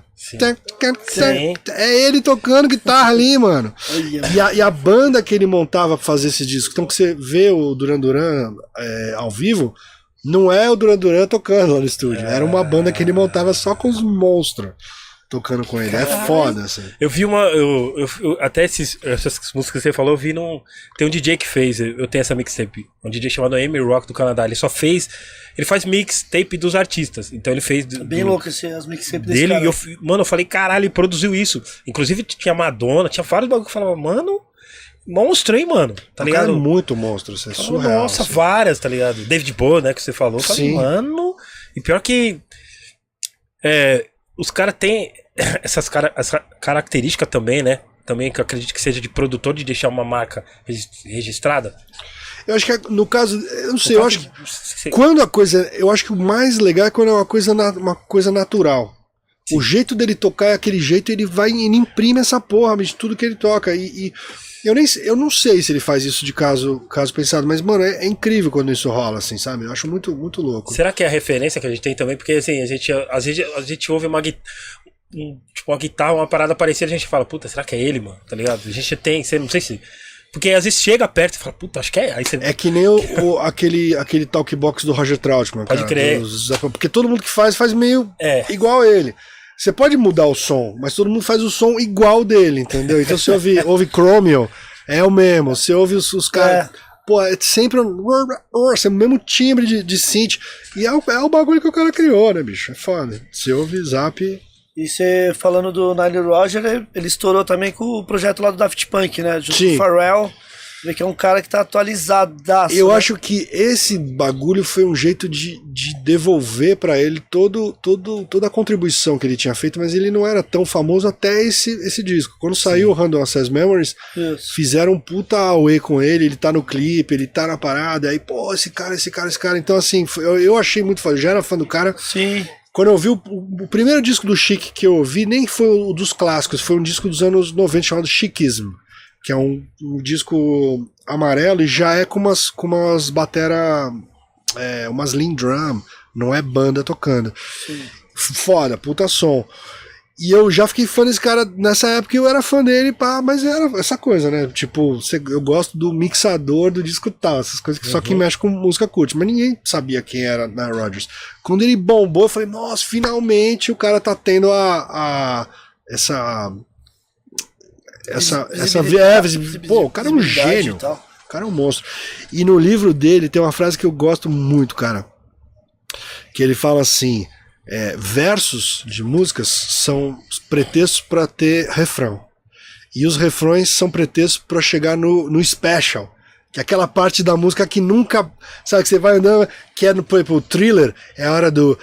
D: É ele tocando guitarra ali, mano. E a banda que ele montava pra fazer esse disco, então que você vê o Duran Duran ao vivo, não é o Duran Duran tocando lá no estúdio, era uma banda que ele montava só com os monstros tocando com ele.
B: Caralho.
D: É foda, assim.
B: Eu vi até essas músicas que você falou, eu vi tem um DJ que fez, eu tenho essa mixtape, um DJ chamado Amy Rock do Canadá, ele faz mixtape dos artistas, então ele fez...
A: Bem louco as mixtapes desse
B: dele,
A: cara.
B: Mano, eu falei, caralho, ele produziu isso. Inclusive tinha Madonna, tinha vários bagulho que eu falava, mano, monstro, hein, mano, tá ligado?
D: Cara é muito monstro, isso é surreal.
B: Nossa,
D: assim.
B: várias, tá ligado? David Bowie, né, que você falou, eu falei, mano, e pior que os caras têm essa característica também, né? Também que eu acredito que seja de produtor, de deixar uma marca registrada.
D: Eu acho que no caso, eu não sei, eu acho que quando a coisa, eu acho que o mais legal é quando é uma coisa natural. Sim. O jeito dele tocar é aquele jeito, ele imprime essa porra de tudo que ele toca. E Eu não sei se ele faz isso de caso pensado, mas, mano, é incrível quando isso rola, assim, sabe? Eu acho muito, muito louco.
B: Será que é a referência que a gente tem também? Porque, assim, às vezes a gente ouve uma guitarra, uma parada parecida, a gente fala, puta, será que é ele, mano? Tá ligado? A gente tem, não sei se... Porque às vezes chega perto e fala, puta, acho que é. Aí você...
D: É que nem aquele talkbox do Roger Troutman.
B: Pode crer.
D: Porque todo mundo que faz meio igual a ele. Você pode mudar o som, mas todo mundo faz o som igual dele, entendeu? Então você ouve Chromio, é o mesmo. Você ouve os caras... Pô, é sempre o mesmo timbre de synth. E é o bagulho que o cara criou, né, bicho? É foda. Você ouve Zap...
A: E você falando do Nile Rodgers, ele estourou também com o projeto lá do Daft Punk, né? Junto
D: Sim.
A: com o Pharrell, que é um cara que tá atualizadaço.
D: Eu
A: né?
D: acho que esse bagulho foi um jeito de devolver pra ele toda a contribuição que ele tinha feito, mas ele não era tão famoso até esse disco. Quando saiu o Random Access Memories, fizeram um puta away com ele tá no clipe, ele tá na parada, aí, pô, esse cara. Então, assim, eu achei muito foda. Eu já era fã do cara.
A: Sim.
D: Quando eu vi o primeiro disco do Chic que eu ouvi, nem foi o dos clássicos, foi um disco dos anos 90 chamado Chicism, que é um disco amarelo e já é com umas batera, umas lean drum, não é banda tocando.
A: Sim.
D: Foda, puta som. E eu já fiquei fã desse cara, nessa época eu era fã dele, pá, mas era essa coisa, né? Tipo, eu gosto do mixador do disco tal, essas coisas que só quem mexe com música curte, mas ninguém sabia quem era Nile Rodgers. Quando ele bombou, eu falei, nossa, finalmente o cara tá tendo essa visibilidade. Pô, o cara é um gênio, o cara é um monstro. E no livro dele tem uma frase que eu gosto muito, cara, que ele fala assim... versos de músicas são pretextos para ter refrão. E os refrões são pretextos para chegar no special. Que é aquela parte da música que nunca... Sabe, que você vai andando, que é por exemplo, o Thriller, é a hora do...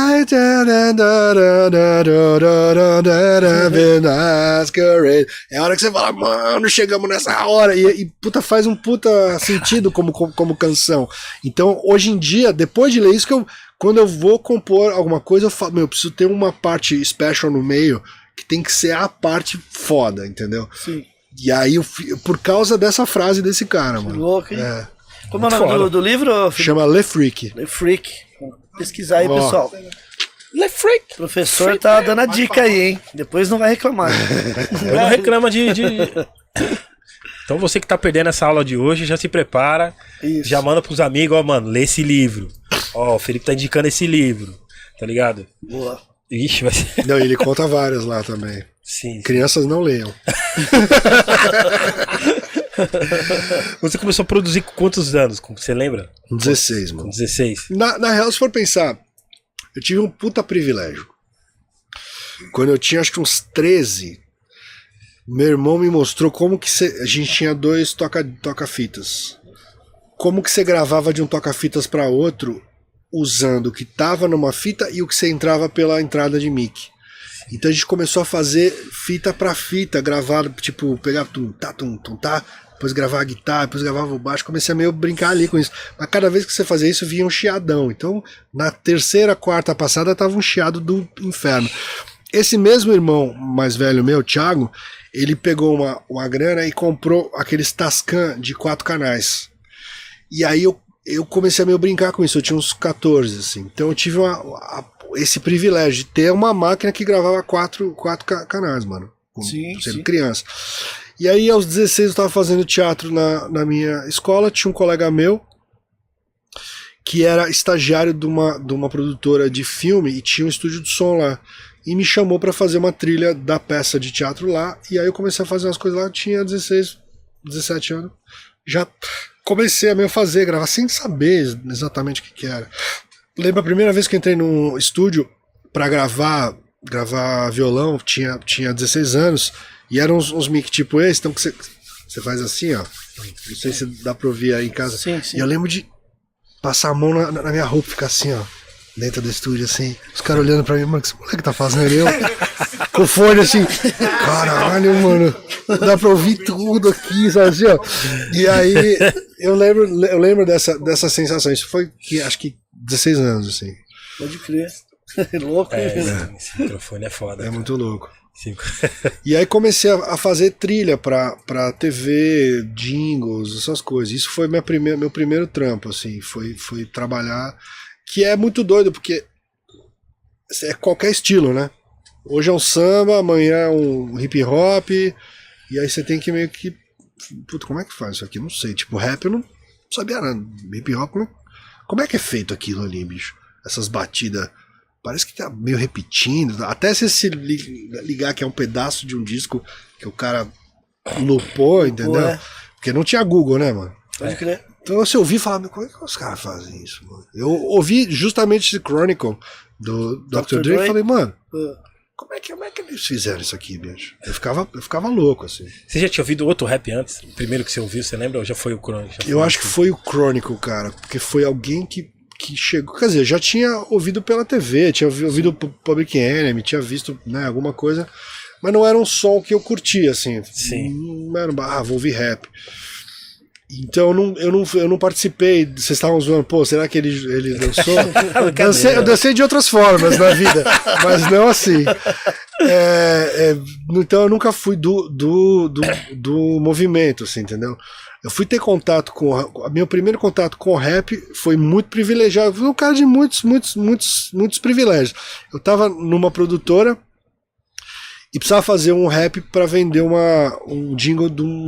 D: É a hora que você fala, mano, chegamos nessa hora. E puta, faz um puta sentido como canção. Então, hoje em dia, depois de ler isso, quando eu vou compor alguma coisa, eu falo, eu preciso ter uma parte special no meio, que tem que ser a parte foda, entendeu?
A: Sim.
D: E aí, por causa dessa frase desse cara, mano.
A: Louco, hein? Como é o nome do livro?
D: Chama Le Freak.
A: Le Freak. Vou pesquisar aí, pessoal.
B: Le Freak.
A: O professor tá dando a dica aí, hein? Depois não vai reclamar.
B: Não reclama de... Então você que tá perdendo essa aula de hoje, já se prepara.
A: Isso.
B: Já manda pros amigos, ó, mano, lê esse livro. Ó, o Felipe tá indicando esse livro. Tá ligado?
A: Boa.
B: Ixi, vai ser...
D: Não, ele conta várias lá também.
B: Sim.
D: Crianças não leiam.
B: Você começou a produzir com quantos anos? Você lembra?
D: 16, mano.
B: Com 16.
D: Na real, se for pensar, eu tive um puta privilégio. Quando eu tinha acho que uns 13, meu irmão me mostrou como que a gente tinha 2 toca-fitas. Como que você gravava de um toca-fitas para outro usando o que tava numa fita e o que você entrava pela entrada de mic. Então a gente começou a fazer fita pra fita, gravar, tipo, pegar tum, tá, depois gravar a guitarra, depois gravava o baixo, comecei a meio brincar ali com isso. Mas cada vez que você fazia isso, vinha um chiadão. Então, na terceira, quarta passada, tava um chiado do inferno. Esse mesmo irmão mais velho meu, Thiago, ele pegou uma grana e comprou aqueles Tascam de 4 canais. E aí eu comecei a meio brincar com isso, eu tinha uns 14, assim. Então eu tive esse privilégio de ter uma máquina que gravava 4 canais, mano. Sendo criança. E aí, aos 16, eu tava fazendo teatro na minha escola. Tinha um colega meu que era estagiário de uma produtora de filme e tinha um estúdio de som lá. E me chamou pra fazer uma trilha da peça de teatro lá. E aí eu comecei a fazer umas coisas lá. Eu tinha 16, 17 anos. Já comecei a meio fazer, gravar sem saber exatamente o que era. Lembro a primeira vez que entrei num estúdio pra gravar violão, tinha 16 anos, e eram uns mic tipo esse, então que você faz assim, ó. Não sei se dá pra ouvir aí em casa.
A: Sim.
D: E eu lembro de passar a mão na minha roupa, ficar assim, ó, dentro do estúdio, assim. Os caras olhando pra mim, mano, o que esse moleque tá fazendo? Eu com o fone assim, caralho, mano, dá pra ouvir tudo aqui, sabe assim, ó. E aí eu lembro dessa sensação. Isso foi, acho que 16 anos, assim.
A: Pode crer. Louco, hein?
B: Esse microfone é foda.
D: É muito louco.
B: 5.
D: E aí comecei a fazer trilha pra TV, jingles, essas coisas. Isso foi meu primeiro trampo, assim, foi trabalhar, que é muito doido, porque é qualquer estilo, né? Hoje é um samba, amanhã é um hip hop, e aí você tem que meio que... Puta, como é que faz isso aqui? Não sei. Tipo, rap eu não sabia nada. Hip hop, como é que é feito aquilo ali, bicho? Essas batidas... Parece que tá meio repetindo. Até se ligar que é um pedaço de um disco que o cara lupou, entendeu?
A: É.
D: Porque não tinha Google, né, mano?
A: Pode crer.
D: Então você ouvir e falar, como é que os caras fazem isso, mano? Eu ouvi justamente esse Chronicle do Dr. Dre e falei, mano, como é que eles fizeram isso aqui, bicho? Eu ficava louco, assim.
B: Você já tinha ouvido outro rap antes? O primeiro que você ouviu, você lembra? Ou já foi o Chronicle?
D: Eu acho que foi o Chronicle, cara, porque foi alguém que chegou, quer dizer, já tinha ouvido pela TV, tinha ouvido o Public Enemy, tinha visto, né, alguma coisa, mas não era um som que eu curtia, assim.
B: Sim.
D: Não era, vou ouvir rap. Então eu não participei. Vocês estavam zoando, pô, será que ele dançou? Eu dancei de outras formas na vida, mas não assim. Então eu nunca fui do movimento, assim, entendeu? Eu fui ter contato meu primeiro contato com o rap foi muito privilegiado. Fui um cara de muitos privilégios. Eu tava numa produtora e precisava fazer um rap para vender um jingle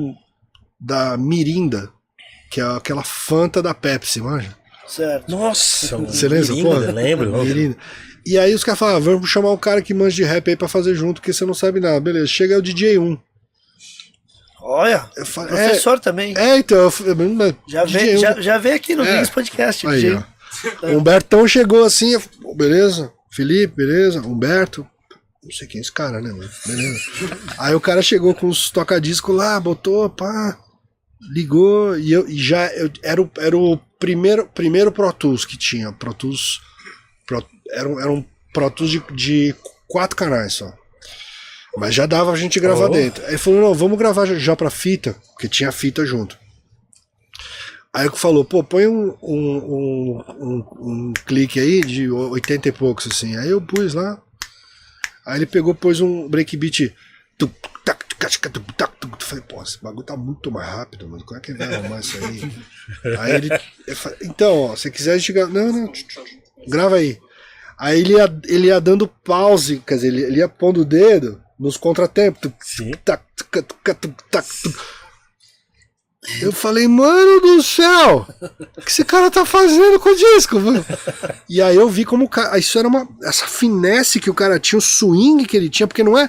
D: da Mirinda, que é aquela Fanta da Pepsi, manja?
A: Certo.
B: Nossa,
D: Você lembra?
B: Mirinda,
D: Pô,
B: lembro.
D: Mirinda. E aí os caras falaram, vamos chamar um cara que manja de rap aí pra fazer junto, porque você não sabe nada. Beleza, chega o DJ 1.
A: Olha,
D: Eu falei,
A: professor também.
D: Então,
A: Já veio aqui no Gringos Podcast.
D: Aí,
A: DJ.
D: ó. O Humbertão chegou assim, beleza, Felipe, beleza, Humberto, não sei quem é esse cara, né, mano? Beleza. Aí o cara chegou com os toca-discos lá, botou, pá, ligou, e era o primeiro Pro Tools que tinha. Pro Tools, era um Pro Tools de 4 canais só. Mas já dava a gente gravar dentro. Aí ele falou, não, vamos gravar já pra fita, porque tinha fita junto. Aí ele falou, pô, põe um clique aí de 80 e poucos, assim. Aí eu pus lá. Aí ele pegou, pôs um breakbeat. Falei, pô, esse bagulho tá muito mais rápido, mano. Como é que ele vai arrumar isso aí? Aí eu falei, então, ó, se quiser a gente grava. Não, grava aí. Aí ele ia dando pause, quer dizer, ele ia pondo o dedo nos contratempos.
B: Sim.
D: Eu falei, mano do céu, o que esse cara tá fazendo com o disco, mano? E aí eu vi como isso era essa finesse que o cara tinha, o swing que ele tinha, porque não é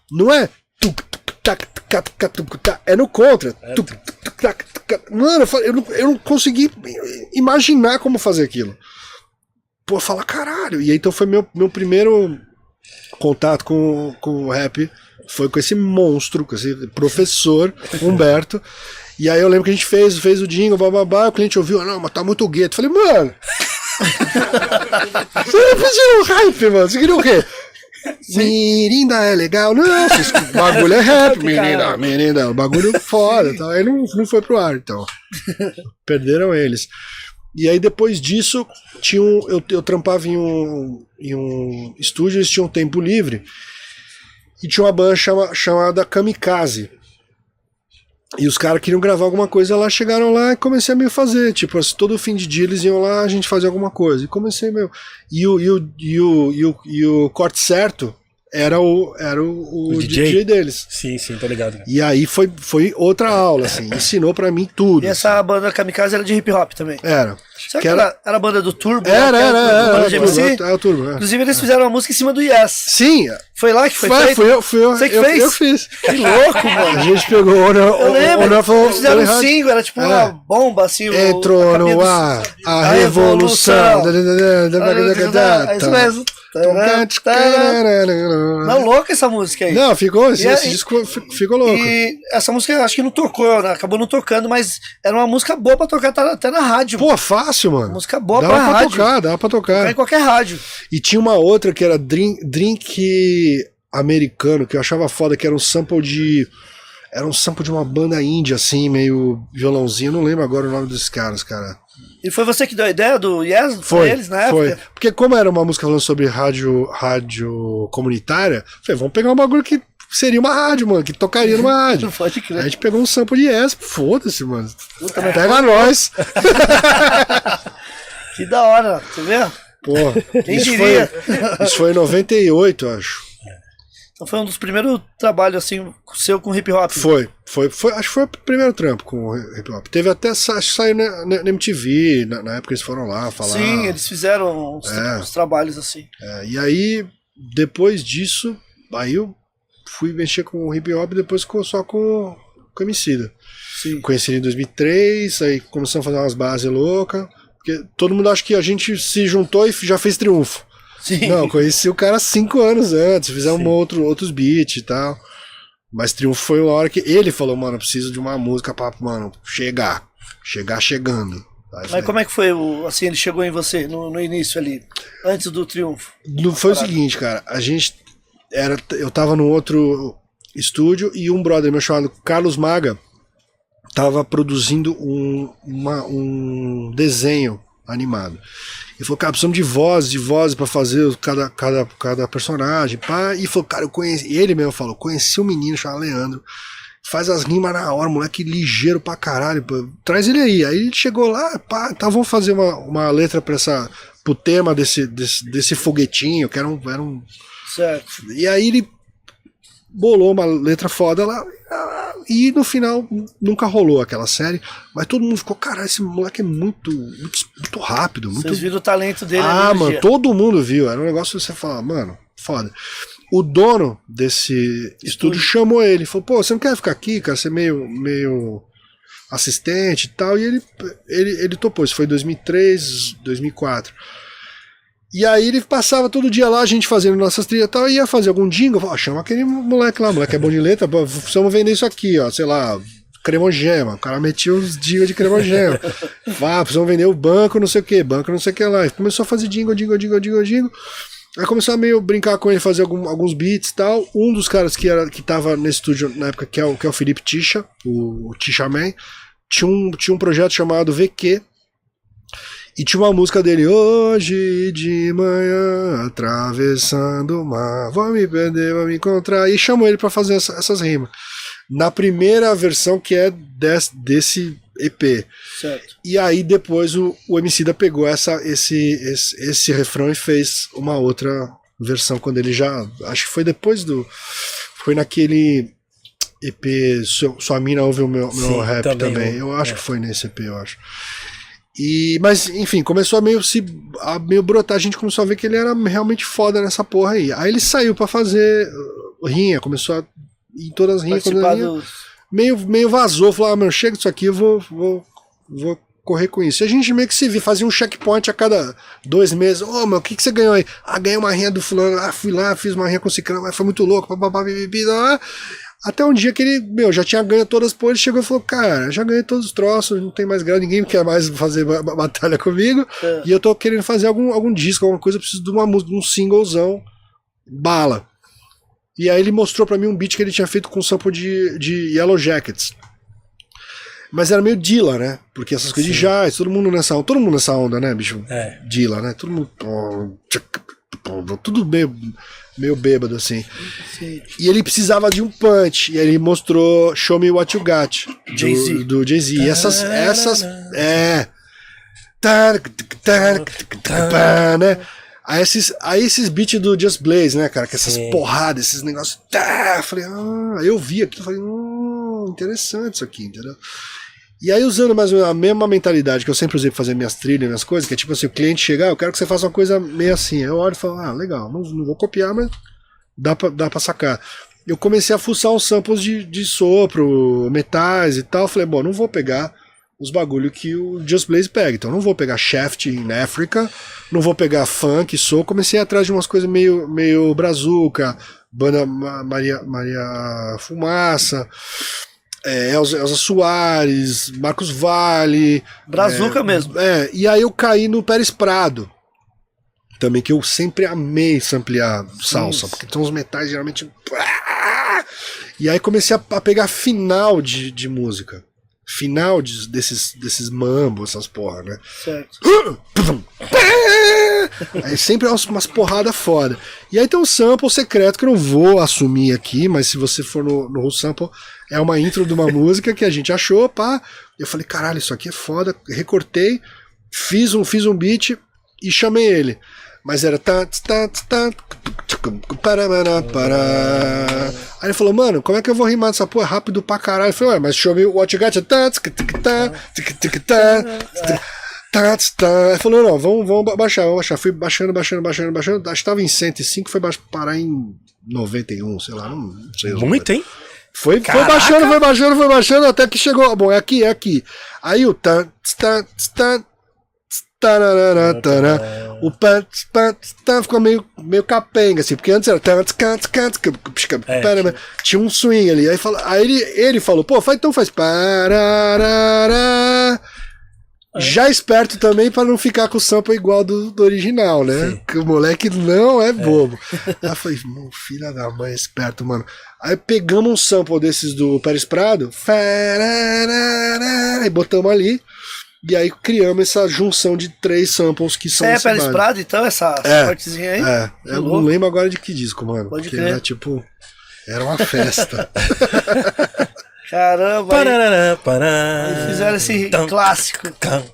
D: é no contra. Mano, eu não consegui imaginar como fazer aquilo. Pô, fala caralho. E aí então foi meu primeiro contato com o rap, foi com esse monstro, com esse professor Humberto. E aí eu lembro que a gente fez o jingle, bababá, o cliente ouviu, não, mas tá muito gueto. Falei, mano, você não pediu um hype, mano, você queria o quê? Mirinda é legal, não, o bagulho é rap, Mirinda, o bagulho foda, tá? Aí não foi pro ar, então. Perderam eles. E aí depois disso, eu trampava em um estúdio, eles tinham tempo livre, e tinha uma banda chamada Kamikaze. E os caras queriam gravar alguma coisa lá, chegaram lá e comecei a meio fazer. Tipo, assim, todo fim de dia eles iam lá, a gente fazia alguma coisa. E comecei meio. E o corte certo era o DJ deles.
B: Sim, tô ligado.
D: E aí foi outra aula, assim, ensinou pra mim tudo.
A: E essa banda Kamikaze era de hip hop também?
D: Era.
A: Será que era a banda do Turbo?
D: Era,
A: o
D: Turbo.
A: Inclusive eles fizeram uma música em cima do Yes.
D: Sim.
A: Foi lá que foi feito?
D: Fui eu.
A: Você que fez?
D: Eu fiz.
A: Que louco, mano.
D: A gente pegou
A: Eu lembro, eles fizeram um single, era tipo uma bomba, assim.
D: Entrou no ar a revolução.
A: É isso mesmo. Não, louca essa música aí.
D: Não, ficou, esse disco ficou louco.
A: E essa música acho que não tocou, né? Acabou não tocando, mas era uma música boa pra tocar até na rádio.
D: Pô, fácil, mano.
A: Música boa pra rádio.
D: Dava pra tocar.
A: Em qualquer rádio.
D: E tinha uma outra que era Drink americano, que eu achava foda, que era um sample de uma banda índia, assim, meio violãozinho. Eu não lembro agora o nome desses caras, cara.
A: E foi você que deu a ideia do Yes pra
D: Foi,
A: eles na
D: foi.
A: época?
D: Porque como era uma música falando sobre rádio comunitária, falei, vamos pegar um bagulho que seria uma rádio, mano, que tocaria numa rádio.
A: Não pode
D: Aí a
A: crer.
D: gente pegou um sample de Yes, foda-se, mano.
A: Puta, mas
D: Pega nós.
A: que da hora, você vê?
D: Pô,
A: Quem
D: isso
A: diria?
D: isso foi em 98, eu acho.
A: Então foi um dos primeiros trabalhos, assim, seu com hip hop.
D: Foi, acho que foi o primeiro trampo com o hip hop. Teve até, acho que saiu na MTV, na época eles foram lá falar.
A: Sim, eles fizeram uns trabalhos assim.
D: E aí, depois disso, aí eu fui mexer com o hip hop e depois só com o Emicida.
A: Sim.
D: Conheci ele em 2003, aí começamos a fazer umas bases loucas, porque todo mundo acha que a gente se juntou e já fez triunfo.
A: Sim.
D: Não, conheci o cara 5 anos antes, fizemos outros beats e tal. Mas triunfo foi uma hora que ele falou, mano, eu preciso de uma música pra, mano, chegar chegando. Aí
A: Mas
D: falei,
A: como é que foi, assim, ele chegou em você no início ali, antes do triunfo?
D: Foi o seguinte, cara, eu tava no outro estúdio e um brother meu chamado Carlos Maga tava produzindo um desenho animado. Ele falou, cara, precisamos de vozes pra fazer cada personagem, pá. E falou, cara, ele mesmo falou, conheci um menino chamado Leandro, faz as rimas na hora, moleque ligeiro pra caralho, pô, traz ele aí. Aí ele chegou lá, pá, então vamos fazer uma letra pro tema desse foguetinho, que era um...
A: Certo.
D: E aí ele bolou uma letra foda lá, e no final nunca rolou aquela série, mas todo mundo ficou, caralho, esse moleque é muito rápido, muito...
A: Vocês viram o talento dele
D: Ah,
A: ali no
D: mano,
A: dia.
D: todo mundo viu, era um negócio que você fala, mano, foda. O dono desse estúdio chamou ele, falou, pô, você não quer ficar aqui, cara, ser meio assistente e tal, e ele topou, isso foi em 2003, 2004. E aí ele passava todo dia lá, a gente fazendo nossas trilhas e tal, ia fazer algum jingle, falava, chama aquele moleque lá, moleque é bom de letra, pô, precisamos vender isso aqui, ó, sei lá, cremogema, o cara metia uns jingles de cremogema, precisamos vender o banco, não sei o que lá, e começou a fazer jingle, aí começou a meio brincar com ele, fazer alguns beats e tal, um dos caras que tava nesse estúdio na época, que é o Felipe Tisha, o Tisha Man, tinha um projeto chamado VQ, e tinha uma música dele, hoje de manhã, atravessando o mar, vou me perder, vou me encontrar, e chamou ele pra fazer essas rimas. Na primeira versão que é desse EP.
A: Certo.
D: E aí depois o Emicida pegou esse refrão e fez uma outra versão, quando ele já, acho que foi depois foi naquele EP, Sua Mina Ouve o meu Rap também. Eu acho que foi nesse EP, eu acho. Mas, enfim, começou a meio brotar, a gente começou a ver que ele era realmente foda nessa porra aí. Aí ele saiu pra fazer rinha, começou a ir em todas as rinhas, meio vazou, falou, mano, chega disso aqui, eu vou correr com isso. E a gente meio que se via, fazia um checkpoint a cada 2 meses. Mano, o que você ganhou aí? Ganhei uma rinha do fulano, fui lá, fiz uma rinha com o ciclano, foi muito louco, até um dia que ele, já tinha ganho todas as porras, ele chegou e falou, cara, já ganhei todos os troços, não tem mais grana, ninguém quer mais fazer batalha comigo, e eu tô querendo fazer algum disco, alguma coisa, eu preciso de uma música, de um singlezão, bala. E aí ele mostrou pra mim um beat que ele tinha feito com sample de Yellow Jackets. Mas era meio Dilla, né? Porque essas coisas de jazz, todo mundo nessa onda, né, bicho? Dilla, né? Todo mundo... Tudo meio bêbado, assim.
A: Sim.
D: E ele precisava de um punch. E aí ele mostrou Show Me What You Got, do Jay-Z. E essas... né? Aí esses beats do Just Blaze, né, cara? Que essas porradas, esses negócios... Falei, eu vi aqui, falei, interessante isso aqui, entendeu? E aí, usando mais ou menos a mesma mentalidade que eu sempre usei pra fazer minhas trilhas, minhas coisas, que é tipo assim, o cliente chegar, eu quero que você faça uma coisa meio assim. Aí eu olho e falo, legal, não vou copiar, mas dá pra sacar. Eu comecei a fuçar uns samples de sopro, metais e tal. Falei, bom, não vou pegar os bagulho que o Just Blaze pega. Então não vou pegar Shaft in Africa, não vou pegar funk, soul. Comecei atrás de umas coisas meio brazuca, banda Maria Fumaça, Elza Soares, Marcos Valle.
A: Brazuca mesmo.
D: E aí eu caí no Pérez Prado. Também, que eu sempre amei samplear salsa, porque tem uns metais geralmente... E aí comecei a pegar final de música. final desses mambos, essas porra, né?
A: Certo.
D: Aí sempre umas porradas foda. E aí tem um sample secreto que eu não vou assumir aqui, mas se você for no Sample, é uma intro de uma música que a gente achou, pá. Eu falei, caralho, isso aqui é foda. Recortei, fiz um beat e chamei ele. Mas era Aí ele falou, mano, como é que eu vou rimar dessa porra? É rápido pra caralho. Eu falei, ué, mas show me what you got. Ele falou, não, vamos baixar. Fui baixando. Acho que tava em 105, foi parar em 91, sei lá, não sei.
B: Muito, hein?
D: Foi baixando, até que chegou. Bom, é aqui. Aí o o ficou meio capenga, assim, porque antes era. Tinha um swing ali. Aí ele falou, pô, então faz. Já esperto também pra não ficar com o sample igual do original, né? Porque o moleque não é bobo. Aí eu falei, filha da mãe, esperto, mano. Aí pegamos um sample desses do Pérez Prado, e botamos ali. E aí criamos essa junção de 3 samples que são
A: Pérez Prado, então, essa partezinha aí?
D: Eu não lembro agora de que disco, mano.
A: Pode
D: crer.
A: Era
D: tipo, era uma festa.
A: Caramba, aí fizeram esse clássico.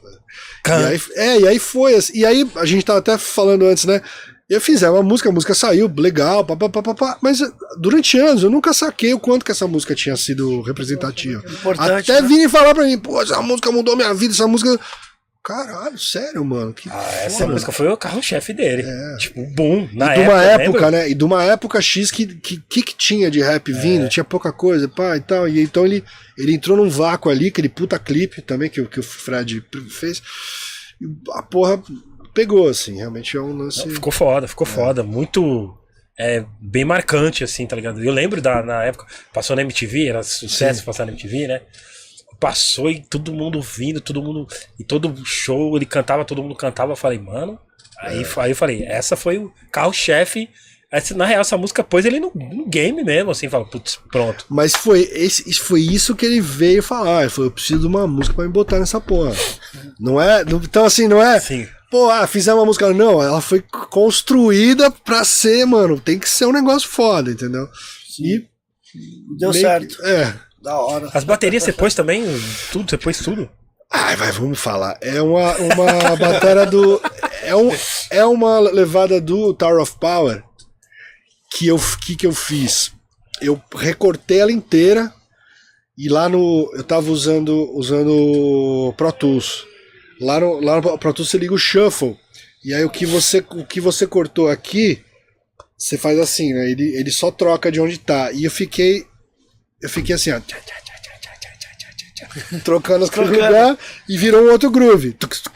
D: E aí foi assim, e aí a gente tava até falando antes, né? Eu fiz uma música, a música saiu, legal, mas durante anos eu nunca saquei o quanto que essa música tinha sido representativa.
A: Importante,
D: até
A: né?
D: virem falar pra mim, pô, essa música mudou minha vida, essa música... Caralho, sério, mano.
B: Essa música foi o carro-chefe dele. Tipo, boom, na
D: época. De uma época,
B: lembra?
D: né? E de uma época X que tinha de rap vindo, tinha pouca coisa, pá, e tal. E então ele entrou num vácuo ali, aquele puta clipe também que o Fred fez. E a porra pegou, assim, realmente é um lance.
B: Ficou foda. Muito. Bem marcante, assim, tá ligado? Eu lembro na época, passou na MTV, era sucesso passar na MTV, né? Passou e todo mundo vindo, e todo show ele cantava, todo mundo cantava. Eu falei, mano. Aí eu falei, essa foi o carro-chefe. Na real, essa música pôs ele no game mesmo, assim, fala, putz, pronto.
D: Mas foi isso que ele veio falar. Ele falou, eu preciso de uma música pra me botar nessa porra. Não é? Então, assim, não é?
B: Sim.
D: Pô, fizemos uma música. Não, ela foi construída pra ser, mano. Tem que ser um negócio foda, entendeu? E
A: deu certo. Da hora.
B: As baterias você pôs também? Tudo? Você pôs tudo?
D: Vamos falar. É uma bateria do. É uma levada do Tower of Power que eu fiz. Eu recortei ela inteira e lá eu tava usando Pro Tools. Lá no Pro Tools você liga o Shuffle. E aí o que você cortou aqui, você faz assim, né? Ele só troca de onde tá. E eu fiquei assim, ó. Trocando as lugar e virou um outro groove.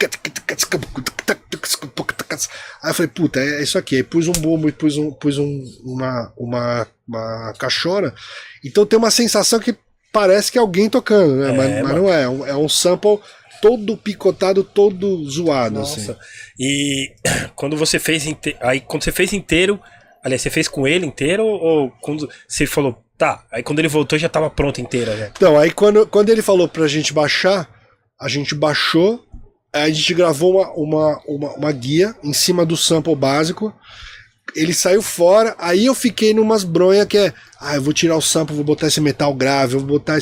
D: Aí eu falei, puta, é isso aqui. Aí pus um bumbo e pus uma caixona. Então tem uma sensação que parece que é alguém tocando, né? Mas não é. É um sample todo picotado, todo zoado.
B: Nossa.
D: Assim.
B: E quando você fez inteiro, aliás, você fez com ele inteiro ou quando você falou, tá, aí quando ele voltou já tava pronto inteira, né?
D: Então, aí quando ele falou pra gente baixar, a gente baixou, aí a gente gravou uma guia em cima do sample básico, ele saiu fora, aí eu fiquei numas bronhas que eu vou tirar o sample, vou botar esse metal grave, vou botar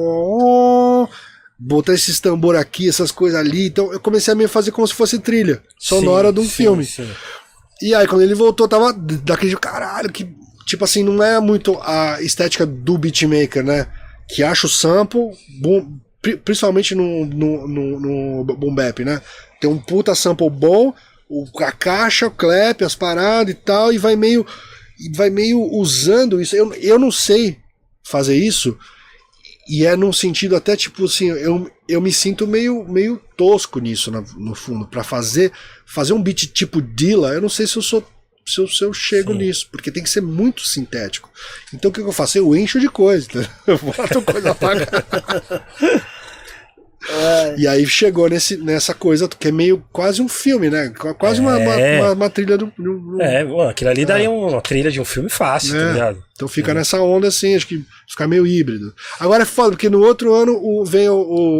D: esses tambor aqui, essas coisas ali, então eu comecei a me fazer como se fosse trilha sonora de um filme. Sim. E aí quando ele voltou, tava daquele caralho, que tipo assim, não é muito a estética do beatmaker, né? Que acha o sample, principalmente no boom bap, né? Tem um puta sample bom, a caixa, o clap, as paradas e tal, e vai meio usando isso. Eu não sei fazer isso, e é num sentido até tipo assim, eu me sinto meio tosco nisso, no fundo, pra fazer um beat tipo Dilla, eu não sei se eu chego nisso, porque tem que ser muito sintético. Então o que eu faço? Eu encho de coisa, eu boto coisa pra cá. E aí chegou nessa coisa que é meio quase um filme, né? Quase uma trilha do.
B: Mano, aquilo ali daria uma trilha de um filme fácil, tá ligado?
D: Então fica nessa onda assim, acho que fica meio híbrido. Agora é foda, porque no outro ano vem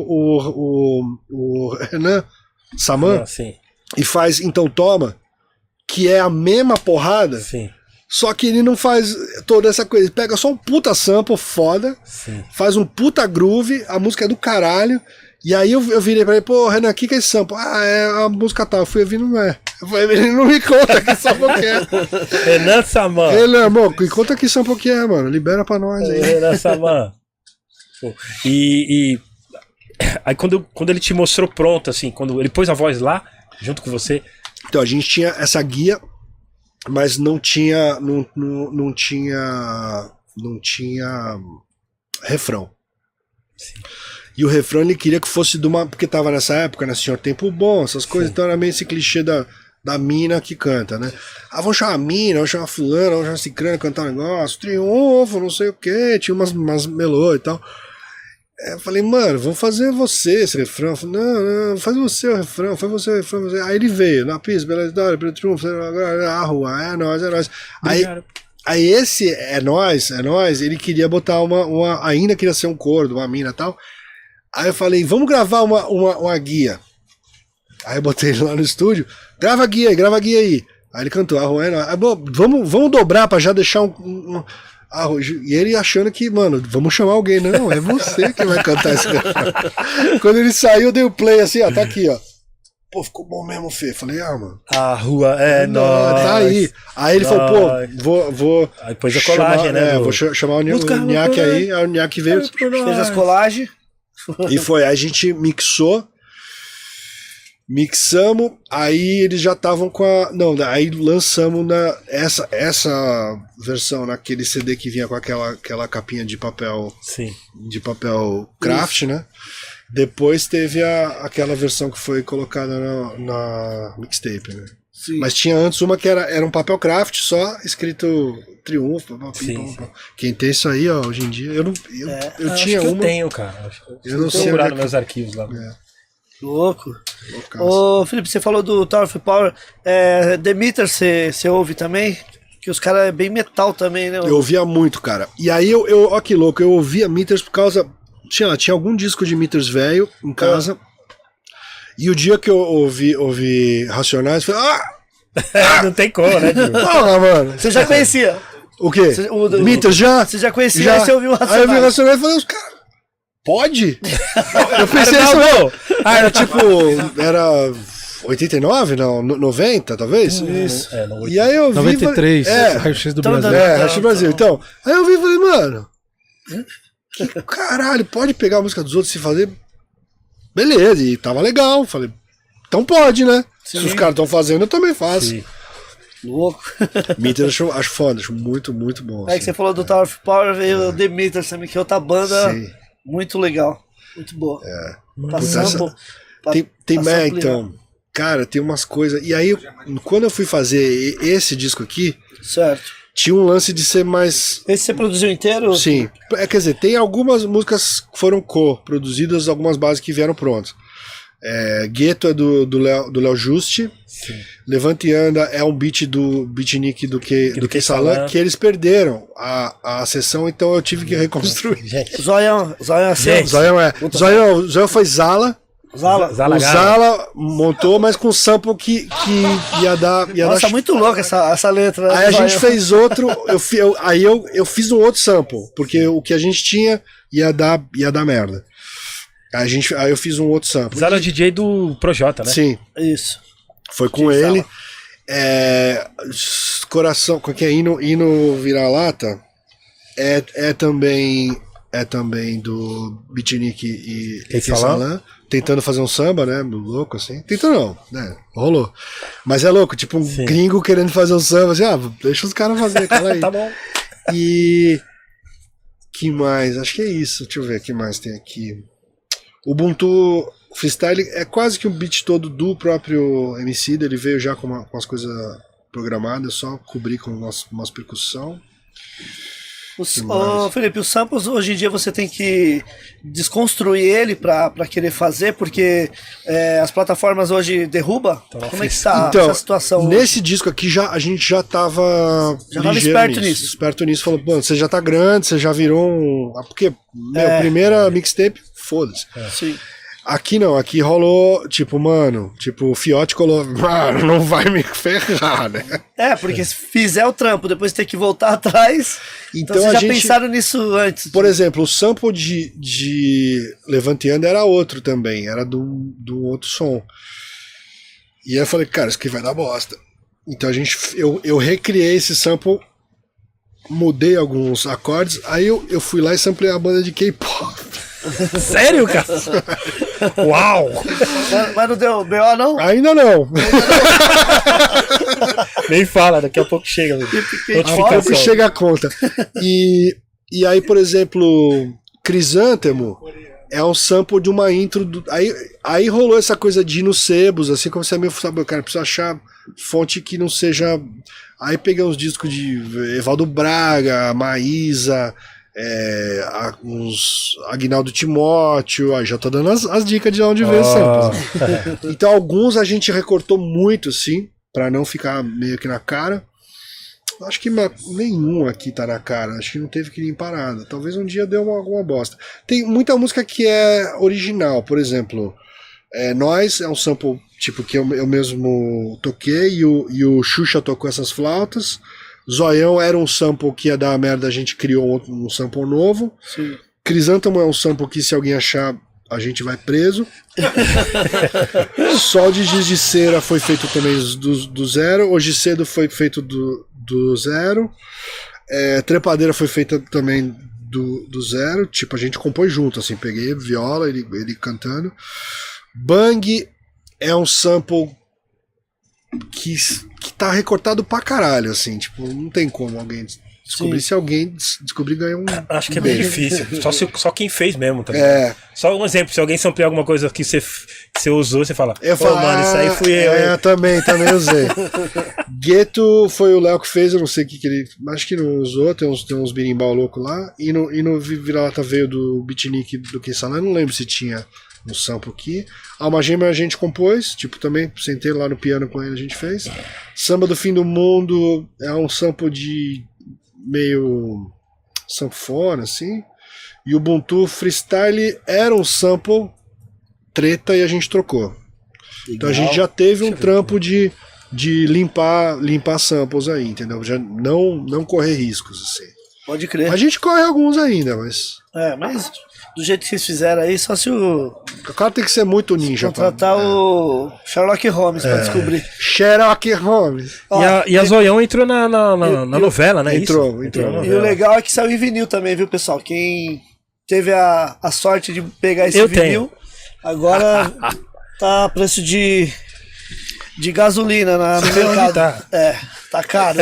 D: o Renan Saman
B: Sim,
D: e faz Então Toma, que é a mesma porrada,
B: sim,
D: só que ele não faz toda essa coisa. Ele pega só um puta sample foda,
B: sim.
D: faz um puta groove, a música é do caralho. E aí eu virei pra ele, pô, Renan, o que é esse sample? Ah, é a música tal. Eu fui ouvir, não é. Eu falei, ele não me conta que sample que é.
B: Renan Saman.
D: Renan, amor, me conta que sample que é, mano. Libera pra nós aí.
B: Renan Saman. Pô, e aí quando ele te mostrou pronto, assim, quando ele pôs a voz lá, junto com você.
D: Então, a gente tinha essa guia, mas não tinha não tinha refrão.
B: Sim.
D: E o refrão ele queria que fosse de uma. Porque tava nessa época, né? Senhor Tempo Bom, essas coisas, então era meio esse clichê da mina que canta, né? Ah, vamos chamar a mina, vamos chamar a fulana, vamos chamar a cicrana, cantar um negócio, triunfo, não sei o que, tinha umas melô e tal. Eu falei, mano, vamos fazer você esse refrão. Eu falei, não, faz você o refrão, faz você o refrão. Você. Aí ele veio, na pista, pela história, pelo triunfo, a rua, é nóis, é nóis. Aí esse é nóis, ele queria botar ainda queria ser um coro de uma mina e tal. Aí eu falei, vamos gravar uma guia. Aí eu botei ele lá no estúdio, grava a guia aí. Aí ele cantou, a rua é nóis. Aí, bom, vamos dobrar pra já deixar e ele achando que, mano, vamos chamar alguém. Não, é você que vai cantar esse refrão. Quando ele saiu, eu dei o play assim, ó, tá aqui, ó. Pô, ficou bom mesmo, Fê. Falei, mano.
B: A rua é nóis.
D: Tá aí. Aí ele falou, pô, vou.
B: Aí depois a colagem, né?
D: Vou chamar o Nhaque aí. Aí o Nhaque veio.
A: Fez as colagens.
D: E foi. Aí a gente mixamos, aí eles já estavam com a. Não, aí lançamos essa versão naquele CD que vinha com aquela capinha de papel.
B: Sim.
D: De papel craft, né? Depois teve aquela versão que foi colocada na mixtape, né?
A: Sim.
D: Mas tinha antes uma que era um papel craft só escrito Triunfo.
B: Sim.
D: Quem tem isso aí, ó, hoje em dia. Eu tinha
B: acho que
D: uma.
B: eu tenho, cara.
D: Eu não sei
B: procurar
D: onde
B: nos meus arquivos lá.
A: Louco.
D: Loucaço.
A: Ô, Felipe, você falou do Tower of Power. The Meter você ouve também? Que os caras é bem metal também, né?
D: Eu ouvia muito, cara. E aí ó que louco, eu ouvia Meters por causa. Tinha algum disco de Meters velho em casa. E o dia que eu ouvi Racionais, eu falei,
B: Não tem como, né, tio?
D: porra, mano.
A: Você já conhecia?
D: O quê? Meters já?
A: Você já conhecia?
D: Já.
A: Aí você ouviu o
D: Aí eu vi
A: Racionais.
D: Racionais e falei, os caras, pode? Eu pensei assim, era tipo, era 89, não, 90, talvez?
A: Isso.
D: E aí eu vi...
F: 93, Raio-X do Brasil.
D: Raio-X do Brasil. Então, aí eu vi e falei, mano, que caralho, pode pegar a música dos outros e fazer? Beleza, e tava legal. Falei, então pode, né?
A: Sim.
D: Se os caras estão fazendo, eu também faço.
B: Sim.
A: Louco.
D: Meters acho foda, acho muito, muito bom.
A: Aí que você falou do Tower of Power, veio o The Meter também, que é outra banda
D: Sim.
A: muito legal. Muito boa. Pra
D: Puta,
A: sample, pra-
D: Tem,
A: pra samplear.
D: então, cara, tem umas coisas. E aí, quando eu fui fazer esse disco aqui,
A: Certo.
D: tinha um lance de ser mais.
A: Esse você produziu inteiro?
D: Sim. Quer dizer, tem algumas músicas que foram co-produzidas, algumas bases que vieram prontas. Gueto é do Léo Juste.
B: Sim.
D: Levante e Anda é um beat do Beatnik do que
B: Salan.
D: Salan, que eles perderam a sessão, então eu tive que reconstruir.
B: Gente,
A: Zoião assim.
B: Gente.
D: Zoião foi Zala.
A: Zala.
D: O Zala montou, mas com sample que ia dar.
A: Nossa, muito louca essa letra. né,
D: Aí a
A: Zoião.
D: gente fez outro. Eu fiz um outro sample, porque o que a gente tinha ia dar merda. Aí eu fiz um outro sample.
B: Zara DJ do Projota, né?
D: Sim,
A: Isso.
D: foi com
A: Sim,
D: ele. Coração, que é Hino Vira-Lata, é também do Beatnik e
B: Quem
D: Salan, tentando fazer um samba, né? Louco assim. Tentando não, né? Rolou. Mas é louco, tipo um
B: Sim.
D: gringo querendo fazer um samba, assim, deixa os caras fazer, cala aí.
B: Tá bom.
D: E que mais? Acho que é isso. Deixa eu ver o que mais tem aqui. Ubuntu Freestyle é quase que um beat todo do próprio MC, ele veio já com as coisas programadas, só cobrir com umas percussão.
A: Ô, Felipe, os samples hoje em dia você tem que desconstruir ele pra querer fazer, porque as plataformas hoje derrubam. Como é que tá
D: Então,
A: essa situação?
D: nesse disco aqui a gente já tava
A: esperto nisso.
D: Esperto nisso, falou, mano, você já tá grande, você já virou um... Porque, primeira mixtape, foda-se.
A: Sim.
D: Aqui não, aqui rolou, tipo, mano, tipo, o Fiote colou, mano, não vai me ferrar, né?
A: Porque se fizer o trampo, depois ter que voltar atrás. Então vocês já pensaram nisso antes.
D: Por exemplo, o sample de Levanteando era outro também, era do outro som. E aí eu falei, cara, isso aqui vai dar bosta. Então eu recriei esse sample, mudei alguns acordes, aí eu fui lá e samplei a banda de K-pop.
B: Sério, cara? Uau!
A: Mas não deu BO, não?
D: Ainda não.
B: Nem fala, daqui a pouco chega.
D: Notificação. Chega a conta. E aí, por exemplo, Crisântemo é um sample de uma intro. Aí rolou essa coisa de ir nos sebos, assim como você é meio, sabe, cara, precisa achar fonte que não seja. Aí peguei uns discos de Evaldo Braga, Maísa. Uns Aguinaldo Timóteo, aí já tô dando as dicas de onde ver samples. Então alguns a gente recortou muito, assim, pra não ficar meio que na cara. Acho que nenhum aqui tá na cara, acho que não teve que limpar nada. Talvez um dia deu alguma bosta. Tem muita música que é original, por exemplo, Nós é um sample tipo que eu mesmo toquei e o Xuxa tocou essas flautas. Zoião era um sample que ia dar merda, a gente criou um sample novo.
A: Sim.
D: Crisântemo é um sample que se alguém achar, a gente vai preso. Sol de Giz de Cera foi feito também do zero. Hoje Cedo foi feito do zero. Trepadeira foi feita também do zero. Tipo, a gente compôs junto, assim, peguei viola, ele cantando. Bang é um sample que tá recortado pra caralho, assim, tipo, não tem como alguém descobrir. Se alguém descobrir, ganha um.
B: Acho que é bem difícil. Só quem fez mesmo, tá
D: ligado?
B: Só um exemplo, se alguém samplear alguma coisa que você usou, você fala,
D: eu falo,
B: mano, isso aí fui eu.
D: Também usei. Gueto foi o Léo que fez, eu não sei o que ele. Acho que não usou, tem uns birimbau louco lá. E no Vira-Lata veio do Beatnik do Quem Salé, não lembro se tinha um sample aqui. Alma Gêmea a gente compôs, tipo, também sentei lá no piano com ele, a gente fez. Samba do Fim do Mundo é um sample de meio sanfona, assim. E o Ubuntu Freestyle era um sample treta e a gente trocou. Legal. Então a gente já teve um trampo de limpar samples aí, entendeu? Já não correr riscos, assim.
A: Pode crer.
D: A gente corre alguns ainda, mas...
A: mas do jeito que vocês fizeram aí, só se o
D: cara tem que ser muito ninja.
A: Contratar o Sherlock Holmes pra descobrir.
D: Sherlock Holmes.
B: E a Zoião entrou na novela, né?
D: Entrou.
A: E o legal é que saiu em vinil também, viu, pessoal? Quem teve a sorte de pegar esse vinil, agora tá a preço de gasolina no mercado. Tá caro.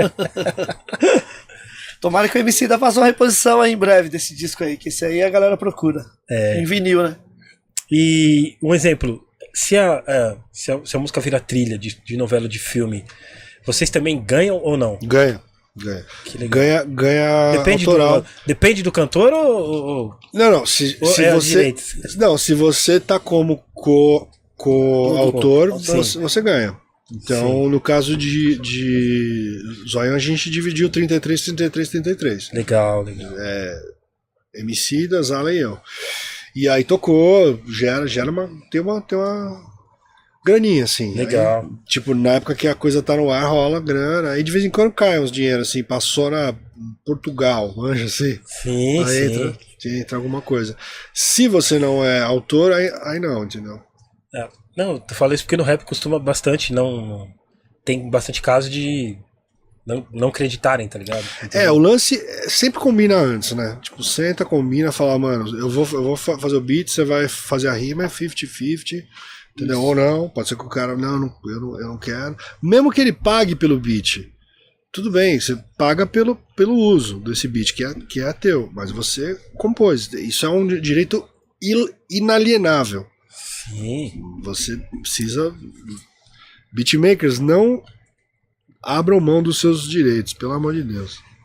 A: Tomara que o Emicida faça uma reposição aí em breve desse disco aí, que esse aí a galera procura. Em vinil, né?
B: E um exemplo, se a música vira trilha de novela, de filme, vocês também ganham ou não?
D: Ganha.
B: Que legal.
D: Ganha
B: depende
D: autoral.
B: Depende do cantor ou...
D: Não, se você... Não, se você tá como co-autor, você ganha. Então, no caso de Zoião, a gente dividiu 33.
B: Legal.
D: Emicida, Zala e eu. E aí tocou, tem uma graninha, assim.
B: Legal.
D: Aí, tipo, na época que a coisa tá no ar, rola grana. Aí de vez em quando cai uns dinheiro, assim, passou na Portugal, manja, assim.
B: Sim,
D: aí entra alguma coisa. Se você não é autor, aí não, entendeu?
B: Não, tu falei isso porque no rap costuma bastante, não tem bastante caso de não acreditarem, tá ligado?
D: O lance sempre combina antes, né? Tipo, senta, combina, fala, mano, eu vou fazer o beat, você vai fazer a rima, é 50-50, entendeu? Ou não, pode ser que o cara, eu não quero. Mesmo que ele pague pelo beat, tudo bem, você paga pelo uso desse beat, que é teu, mas você compôs. Isso é um direito inalienável.
B: Sim.
D: Você precisa. Beatmakers, não abram mão dos seus direitos, pelo amor de Deus.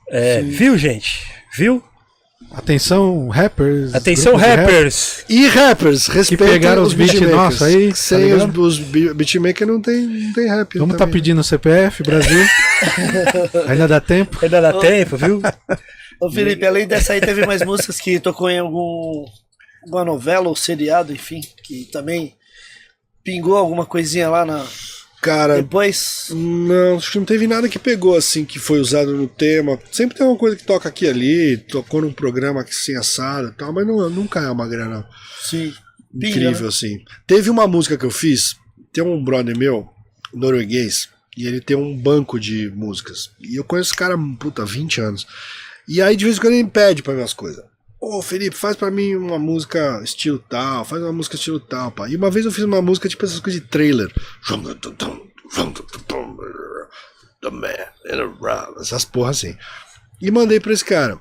B: Viu, gente? Viu?
F: Atenção, rappers.
B: Atenção,
F: grupos de rap
B: rappers.
D: E rappers, respeitem
F: pegaram os beat
D: beatmakers.
F: nossos aí, tá
D: Sem
F: ligado?
D: os beatmakers não tem rap.
F: Vamos
D: também.
F: tá pedindo o CPF, Brasil. Ainda dá tempo.
B: Ainda dá tempo, viu?
A: Ô Felipe, além dessa aí, teve mais músicas que tocou em alguma novela ou seriado, enfim, que também pingou alguma coisinha lá
D: Cara,
A: depois.
D: não, acho que não teve nada que pegou assim, que foi usado no tema. Sempre tem uma coisa que toca aqui e ali, tocou num programa que assim, assado e tal, mas nunca é uma grana
A: Sim. Pinga,
D: incrível,
A: né?
D: assim. Teve uma música que eu fiz, tem um brother meu, norueguês, e ele tem um banco de músicas. E eu conheço esse cara, puta, há 20 anos. E aí de vez em quando ele me pede pra minhas coisas. Ô Felipe, faz pra mim uma música estilo tal, faz uma música estilo tal, pá. E uma vez eu fiz uma música tipo essas coisas de trailer. Essas porra assim. E mandei pra esse cara.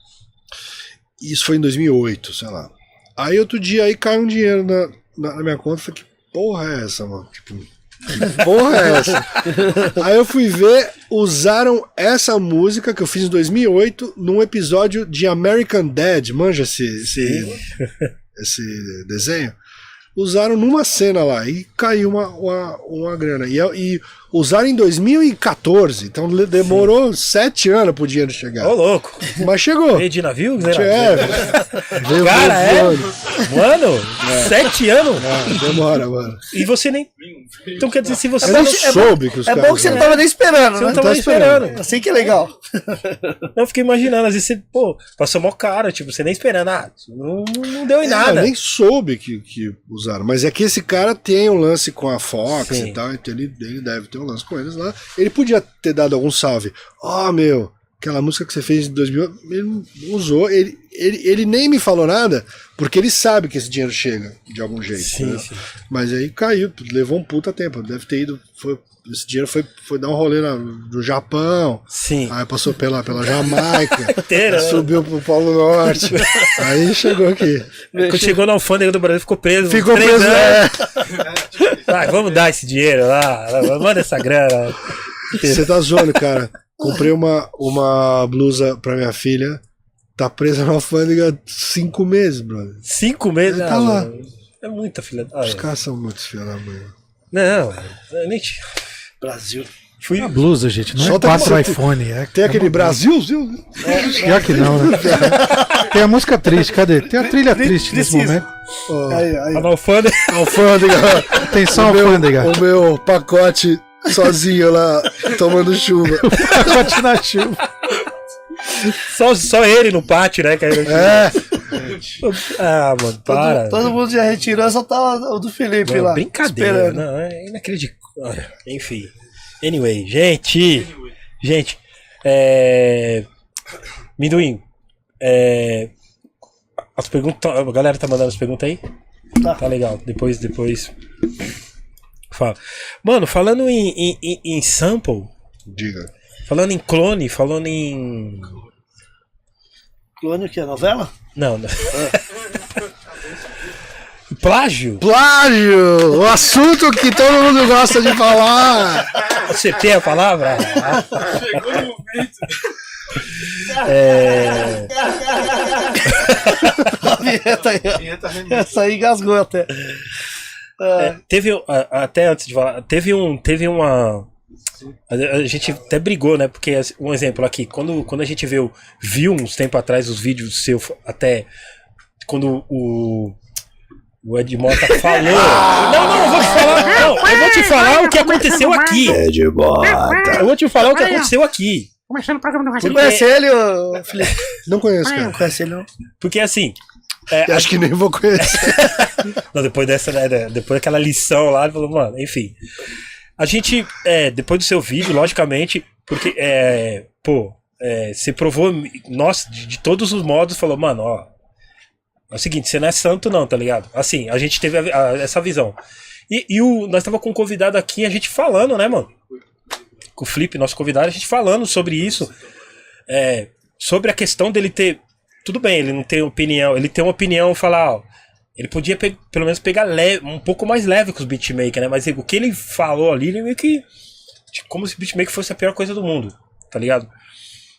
D: Isso foi em 2008, sei lá. Aí outro dia aí caiu um dinheiro na minha conta. Falei, que porra é essa, mano? Tipo, que porra é essa? Aí eu fui ver, usaram essa música que eu fiz em 2008 num episódio de American Dad. Manja esse desenho? Usaram numa cena lá e caiu uma grana. E usaram em 2014, então demorou 7 anos pro dinheiro chegar.
B: Ô, louco.
D: Mas chegou.
B: Veio de navio?
D: Veio
B: Cara,
D: voando.
B: Mano, 7 anos?
D: Demora, mano.
B: E você nem... Então quer dizer, se você...
D: Eu nem soube que os
A: É
D: caras...
A: bom que você não tava nem esperando,
B: Você
A: né?
B: não tava nem esperando.
A: Assim que é legal.
B: Eu fiquei imaginando, às vezes você, passou mó cara, tipo, você nem esperando, não deu em nada.
D: Eu nem soube que usaram. Mas é que esse cara tem um lance com a Fox
B: Sim.
D: e tal, então ele deve ter um lance com eles lá. Ele podia ter dado algum salve. Meu, aquela música que você fez em 2000, ele não usou, ele nem me falou nada, porque ele sabe que esse dinheiro chega de algum jeito.
B: Sim,
D: né?
B: sim.
D: Mas aí caiu, levou um puta tempo. Deve ter ido, esse dinheiro foi dar um rolê no Japão.
B: Sim.
D: Aí passou pela Jamaica,
B: Inteira, né?
D: subiu pro Polo Norte. Aí chegou aqui.
B: Quando chegou na alfândega do Brasil, ficou preso.
D: Ficou
B: 3
D: preso,
B: anos. Vai, vamos dar esse dinheiro lá, manda essa grana.
D: Você tá zoando, cara. Comprei uma blusa pra minha filha. Tá presa na alfândega 5 meses, brother.
B: 5 meses?
D: Tá lá.
B: Mano, é muita filha.
D: Os caras são muito filha da mãe.
B: Não, eu nem...
A: Brasil.
B: Fui...
F: É uma blusa, gente. Não
D: Só
F: é
D: tem
F: 4
D: uma-
F: iPhone.
D: Tem aquele Brasil, viu?
F: Pior que não, né? Tem a música triste. Cadê? Tem a trilha triste nesse
A: precisa.
F: momento.
D: Ó,
B: Tá na alfândega.
D: alfândega.
F: Atenção,
D: O meu-
F: alfândega.
D: O meu pacote sozinho lá, tomando chuva.
F: Pacote na chuva.
B: Só ele no pátio, né?
D: É,
B: Ah, mano, para.
A: Todo mundo já retirou, só tá o do Felipe
B: Não,
A: lá.
B: brincadeira,
A: esperando.
B: não, é inacreditável. Olha, enfim. Anyway, gente, Minduim, as perguntas, a galera tá mandando as perguntas aí? Tá legal, depois fala. Mano, falando em sample,
D: diga.
B: falando em clone, falando em...
A: Clone o que? Novela?
B: Não. Plágio?
D: Plágio! O assunto que todo mundo gosta de falar!
B: Você tem a palavra?
C: Chegou no momento.
A: A vinheta aí, ó. Essa aí engasgou até.
B: Teve, até antes de falar, teve uma... A gente até brigou, né? Porque, um exemplo aqui, quando a gente viu uns tempo atrás os vídeos seu, até quando o Ed Mota falou. Não, eu vou te falar. Não, eu vou te falar o que aconteceu aqui.
D: Ed Mota.
B: Eu vou te falar o que aconteceu aqui.
G: Começando o programa do
A: Você
G: Ratinho.
A: conhece ele, ô, Felipe?
D: Não conheço,
A: Não
D: cara.
A: conhece ele, não?
B: Porque assim.
D: Eu acho que nem vou conhecer.
B: Não, depois dessa, né, depois daquela lição lá, ele falou, mano, enfim. A gente, depois do seu vídeo, logicamente, porque, você provou, nossa, de todos os modos, falou, mano, ó, é o seguinte, você não é santo não, tá ligado? Assim, a gente teve essa visão. E nós tava com um convidado aqui, a gente falando, né, mano? Com o Flip, nosso convidado, a gente falando sobre isso, sobre a questão dele ter, tudo bem, ele não tem opinião, ele tem uma opinião, falar, ó, ele podia pelo menos pegar um pouco mais leve com os beatmakers, né? Mas o que ele falou ali, ele meio que... Tipo, como se o beatmaker fosse a pior coisa do mundo, tá ligado?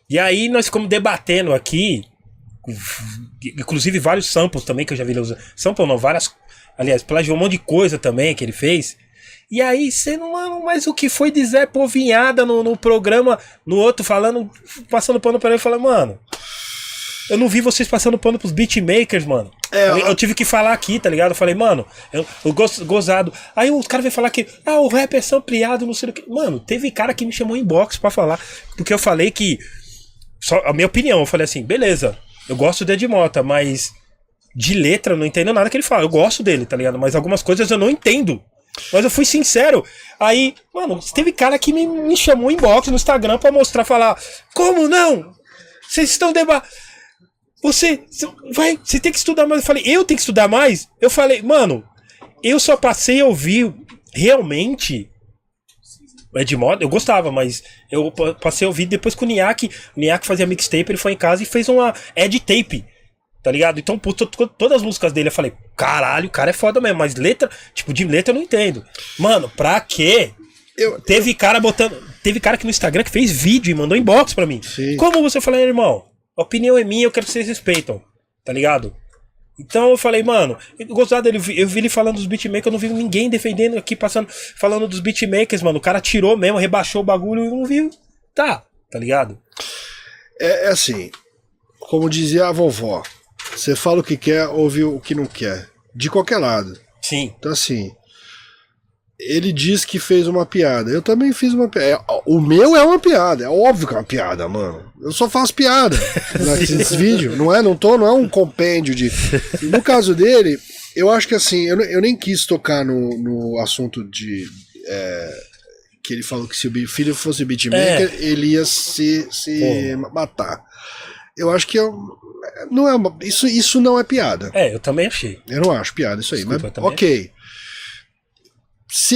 B: E aí nós ficamos debatendo aqui, inclusive vários samples também que eu já vi ele usando. Sample não, várias. Aliás, plagiou um monte de coisa também que ele fez. E aí, você não. Mas o que foi de Zé Povinhada no programa, no outro, falando, passando pano pra ele, falando, mano. Eu não vi vocês passando pano pros beatmakers, mano. Eu tive que falar aqui, tá ligado? Eu falei, mano, eu gozado. Aí os caras vêm falar que, o rap é sampleado, não sei o que. Mano, teve cara que me chamou em inbox pra falar. Porque eu falei que. Só a minha opinião, eu falei assim, beleza, eu gosto do Ed Mota, mas de letra eu não entendo nada que ele fala. Eu gosto dele, tá ligado? Mas algumas coisas eu não entendo. Mas eu fui sincero. Aí, mano, teve cara que me chamou em inbox no Instagram pra mostrar, falar, como não? Vocês estão debatendo. Você tem que estudar mais. Eu falei, eu tenho que estudar mais? Eu falei, mano, eu só passei a ouvir realmente o Ed Mota, eu gostava, mas eu passei a ouvir depois que o Niak fazia mixtape, ele foi em casa e fez uma Ed Tape, tá ligado? Então, todas as músicas dele eu falei, caralho, o cara é foda mesmo, mas letra, tipo, de letra eu não entendo. Mano, pra quê? Teve cara que no Instagram que fez vídeo e mandou inbox pra mim. Sim. Como você falou, irmão? A opinião é minha, eu quero que vocês respeitam, tá ligado? Então eu falei, mano, eu gostava dele, eu vi ele falando dos beatmakers, eu não vi ninguém defendendo aqui, falando dos beatmakers, mano. O cara tirou mesmo, rebaixou o bagulho e não viu. Tá ligado?
D: É assim, como dizia a vovó, você fala o que quer, ouve o que não quer. De qualquer lado.
B: Sim.
D: Então assim, ele diz que fez uma piada. Eu também fiz uma piada. O meu é uma piada. É óbvio que é uma piada, mano. Eu só faço piada nesses vídeos. Não é um compêndio de... No caso dele, eu acho que assim, eu nem quis tocar no assunto de... que ele falou que se o filho fosse beatmaker, ele ia se matar. Eu acho que não é isso não é piada.
B: Eu também achei.
D: Eu não acho piada isso aí.
B: Desculpa,
D: mas ok. Se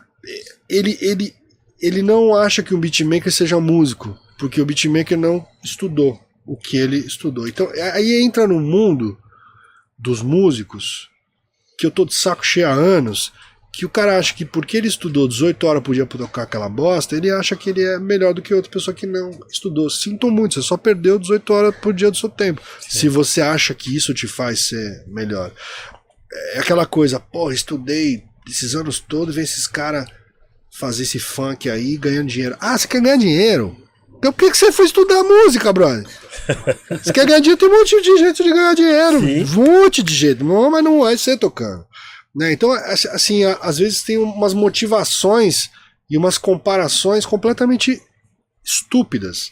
D: ele não acha que um beatmaker seja músico, porque o beatmaker não estudou o que ele estudou. Então aí entra no mundo dos músicos, que eu tô de saco cheio há anos, que o cara acha que porque ele estudou 18 horas por dia pra tocar aquela bosta, ele acha que ele é melhor do que outra pessoa que não estudou. Sinto muito, você só perdeu 18 horas por dia do seu tempo. Sim. Se você acha que isso te faz ser melhor. É aquela coisa, estudei esses anos todos, vem esses caras fazer esse funk aí ganhando dinheiro. Você quer ganhar dinheiro? Então por que você foi estudar música, brother? Você quer ganhar dinheiro? Tem um monte de jeito de ganhar dinheiro. Sim. Um monte de jeito. Mas não vai ser tocando. Né? Então, assim, às vezes tem umas motivações e umas comparações completamente estúpidas.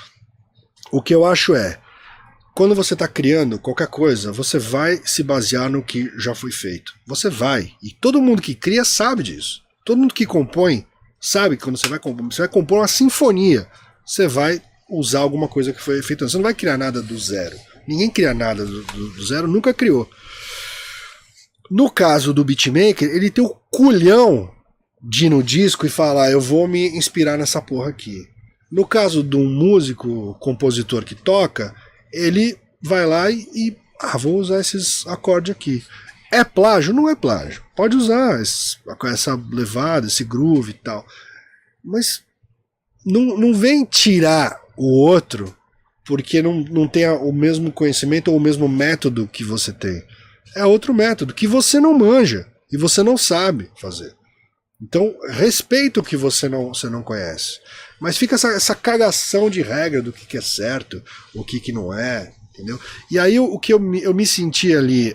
D: O que eu acho quando você está criando qualquer coisa, você vai se basear no que já foi feito. Você vai. E todo mundo que cria sabe disso. Todo mundo que compõe sabe que quando você vai compor uma sinfonia, você vai usar alguma coisa que foi feita. Você não vai criar nada do zero. Ninguém cria nada do zero, nunca criou. No caso do beatmaker, ele tem o culhão de ir no disco e falar, eu vou me inspirar nessa porra aqui. No caso de um músico, compositor que toca, ele vai lá e vou usar esses acordes aqui. É plágio? Não é plágio. Pode usar essa levada, esse groove e tal. Mas não vem tirar o outro porque não tem o mesmo conhecimento ou o mesmo método que você tem. É outro método que você não manja e você não sabe fazer. Então, respeita o que você não conhece. Mas fica essa cagação de regra do que é certo, o que não é, entendeu? E aí o que eu me senti ali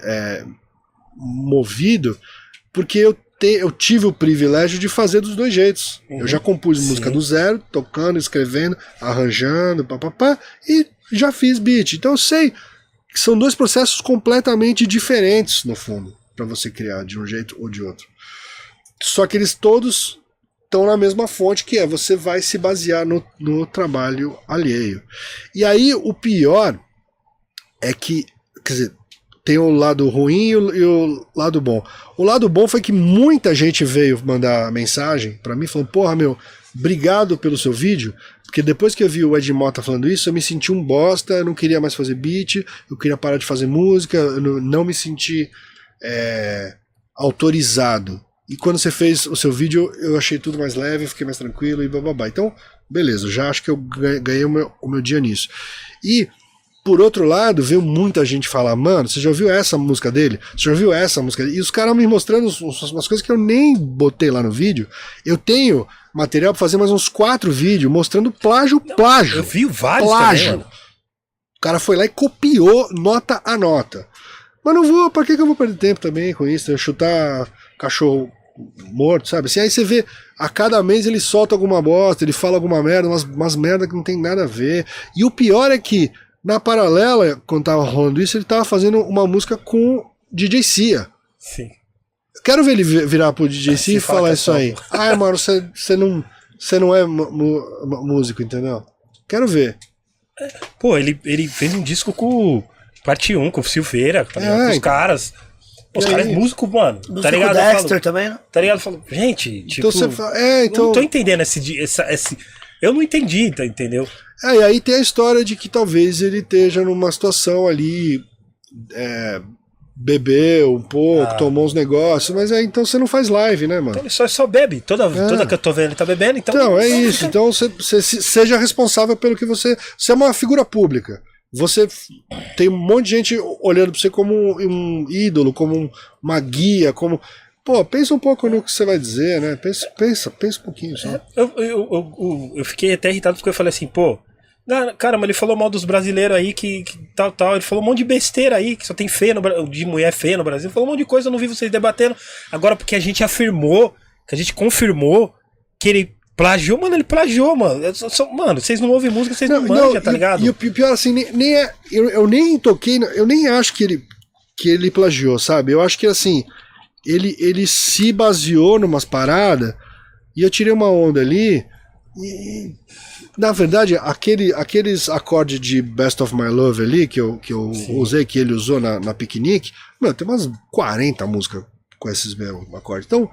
D: movido, porque eu tive o privilégio de fazer dos dois jeitos. Eu já compus música do zero, tocando, escrevendo, arranjando, e já fiz beat. Então eu sei que são dois processos completamente diferentes, no fundo, para você criar de um jeito ou de outro. Só que eles todos estão na mesma fonte, que você vai se basear no trabalho alheio. E aí o pior é que, quer dizer, tem o lado ruim e o lado bom. O lado bom foi que muita gente veio mandar mensagem pra mim, falando, porra, obrigado pelo seu vídeo, porque depois que eu vi o Ed Mota falando isso, eu me senti um bosta, eu não queria mais fazer beat, eu queria parar de fazer música, eu não me senti autorizado. E quando você fez o seu vídeo, eu achei tudo mais leve, fiquei mais tranquilo e bababá. Então, beleza, já acho que eu ganhei o meu dia nisso. E, por outro lado, veio muita gente falar, mano, você já ouviu essa música dele? Você já ouviu essa música dele? E os caras me mostrando umas coisas que eu nem botei lá no vídeo. Eu tenho material pra fazer mais uns 4 vídeos mostrando plágio.
B: Eu vi vários
D: plágio.
B: também, mano.
D: O cara foi lá e copiou nota a nota. Mas não vou, pra que eu vou perder tempo também com isso? Chutar cachorro morto, sabe? Assim, aí você vê, a cada mês ele solta alguma bosta, ele fala alguma merda, umas merda que não tem nada a ver. E o pior é que, na paralela, quando tava rolando isso, ele tava fazendo uma música com DJ Cia.
B: Sim.
D: Quero ver ele virar pro DJ Cia e falar isso aí. Ah, mano, você não é músico, entendeu? Quero ver.
B: Pô, ele fez um disco com parte 1, com o Silveira, tá ligado? Com os caras. Os caras músicos, mano.
A: Músico
B: Tá ligado?
A: Dexter também, né?
B: Tá ligado? Eu falo, gente, tipo.
D: Então você fala, então...
B: Não tô entendendo esse. Eu não entendi, tá, entendeu?
D: E aí tem a história de que talvez ele esteja numa situação ali. Bebeu um pouco, tomou uns negócios, mas então você não faz live, né, mano?
B: Então ele só bebe. Toda que eu tô vendo ele tá bebendo, então.
D: Então, é isso. Então você seja responsável pelo que você. Você é uma figura pública. Você tem um monte de gente olhando pra você como um ídolo, como uma guia, como. Pô, pensa um pouco no que você vai dizer, né? Pensa um pouquinho só.
B: Eu fiquei até irritado porque eu falei assim, pô. Caramba, ele falou mal dos brasileiros aí, que tal. Ele falou um monte de besteira aí, que só tem feia de mulher feia no Brasil. Ele falou um monte de coisa, eu não vi vocês debatendo. Agora, porque a gente afirmou, que a gente confirmou que ele plagiou, mano, ele plagiou, mano. Mano, vocês não ouvem música, vocês não manjam, tá ligado?
D: E o pior, assim, nem é. Eu nem toquei, eu nem acho que ele plagiou, sabe? Eu acho que, assim, ele se baseou numas paradas e eu tirei uma onda ali e. Na verdade, aqueles acordes de Best of My Love ali, que eu usei, que ele usou na Piquenique, mano, tem umas 40 músicas com esses mesmos acordes. Então,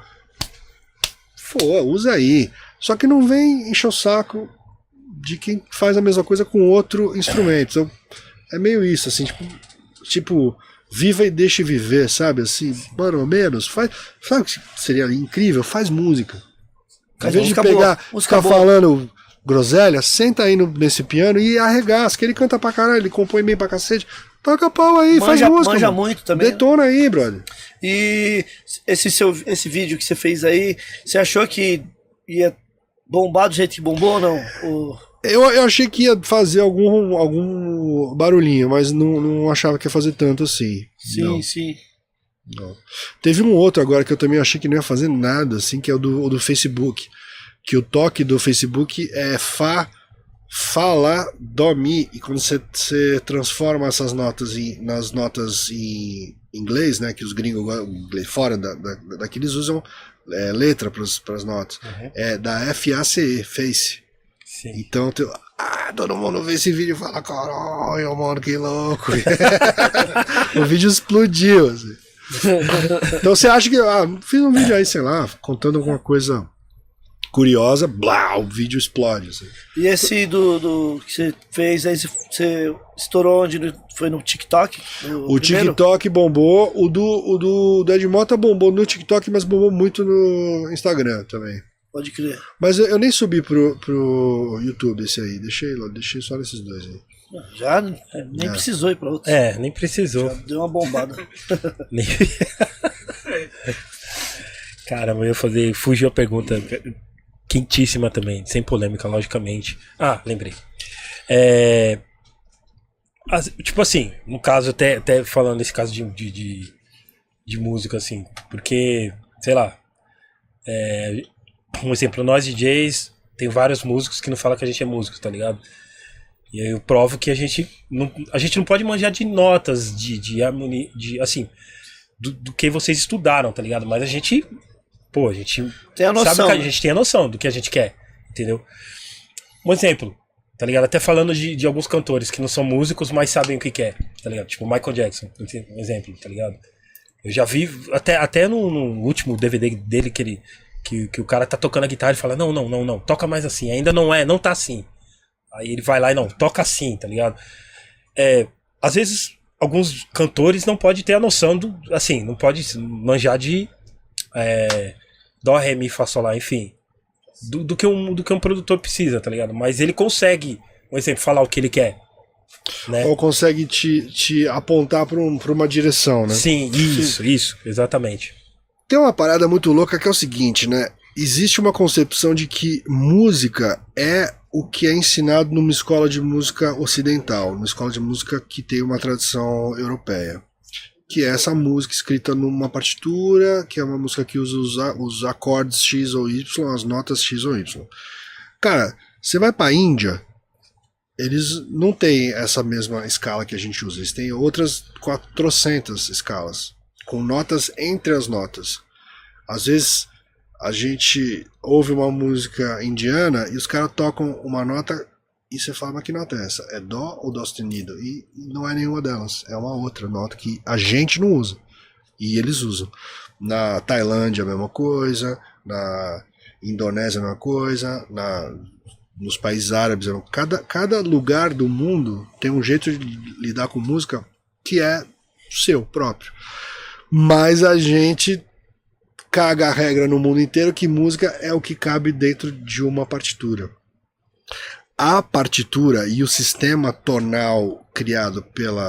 D: usa aí. Só que não vem encher o saco de quem faz a mesma coisa com outro instrumento. Então, é meio isso, assim, tipo, viva e deixe viver, sabe? Assim, mano, menos, sabe o que seria incrível? Faz música. Em vez de ficar falando groselha, senta aí nesse piano e arregaça, que ele canta pra caralho, ele compõe bem pra cacete. Toca pau aí, faz música.
A: Manja muito também.
D: Detona aí, brother.
A: E esse vídeo que você fez aí, você achou que ia bombar do jeito que bombou ou não?
D: Eu achei que ia fazer algum barulhinho, mas não achava que ia fazer tanto assim.
A: Sim.
D: Não. Teve um outro agora que eu também achei que não ia fazer nada, assim, que é o do Facebook. Que o toque do Facebook é Fá, Lá, Dó, Mi. E quando você transforma essas notas nas notas em inglês, né, que os gringos fora daqui eles usam letra para as notas. Uhum. É da FACE, Face.
B: Sim.
D: Então todo mundo vê esse vídeo e fala, caralho, mano, que louco. O vídeo explodiu. Assim. Então você acha que fiz um vídeo aí, sei lá, contando alguma coisa curiosa, blá, o vídeo explode. Assim.
A: E esse do que você fez aí, você estourou onde? Foi no TikTok?
D: O TikTok bombou, o do Ed Mota bombou no TikTok, mas bombou muito no Instagram também.
A: Pode crer.
D: Mas eu nem subi pro YouTube esse aí, deixei só nesses dois aí.
A: Já nem precisou ir pra outro.
B: Nem precisou.
A: Já deu uma bombada.
B: Caramba, eu ia fugiu a pergunta quentíssima também, sem polêmica, logicamente. Lembrei. Tipo assim, no caso, até falando nesse caso de música, assim, porque, sei lá, um exemplo, nós DJs, tem vários músicos que não falam que a gente é músico, tá ligado? E aí eu provo que a gente não pode manjar de notas, de harmonia, assim, do que vocês estudaram, tá ligado? Mas a gente
A: tem a noção,
B: sabe que a gente tem a noção do que a gente quer, entendeu? Um exemplo, tá ligado? Até falando de alguns cantores que não são músicos, mas sabem o que quer, tá ligado? Tipo Michael Jackson, um exemplo, tá ligado? Eu já vi, até no último DVD dele que o cara tá tocando a guitarra e fala, não, toca mais assim, ainda não tá assim. Aí ele vai lá e toca assim, tá ligado? Às vezes, alguns cantores não podem ter a noção assim, não pode manjar dó, ré, mi, fá, sol, lá, enfim. Do que um produtor precisa, tá ligado? Mas ele consegue, por exemplo, falar o que ele quer. Né?
D: Ou consegue te apontar pra uma direção, né?
B: Sim, isso, exatamente.
D: Tem uma parada muito louca que é o seguinte, né? Existe uma concepção de que música é o que é ensinado numa escola de música ocidental, numa escola de música que tem uma tradição europeia. Que é essa música escrita numa partitura, que é uma música que usa os acordes X ou Y, as notas X ou Y. Cara, você vai pra Índia, eles não têm essa mesma escala que a gente usa, eles têm outras 400 escalas, com notas entre as notas. Às vezes a gente ouve uma música indiana e os caras tocam uma nota e você fala, mas que nota é essa? É dó ou dó sustenido? E não é nenhuma delas, é uma outra nota que a gente não usa e eles usam. Na Tailândia a mesma coisa, na Indonésia a mesma coisa, nos países árabes, cada lugar do mundo tem um jeito de lidar com música que é seu próprio. Mas a gente caga a regra no mundo inteiro que música é o que cabe dentro de uma partitura. A partitura e o sistema tonal criado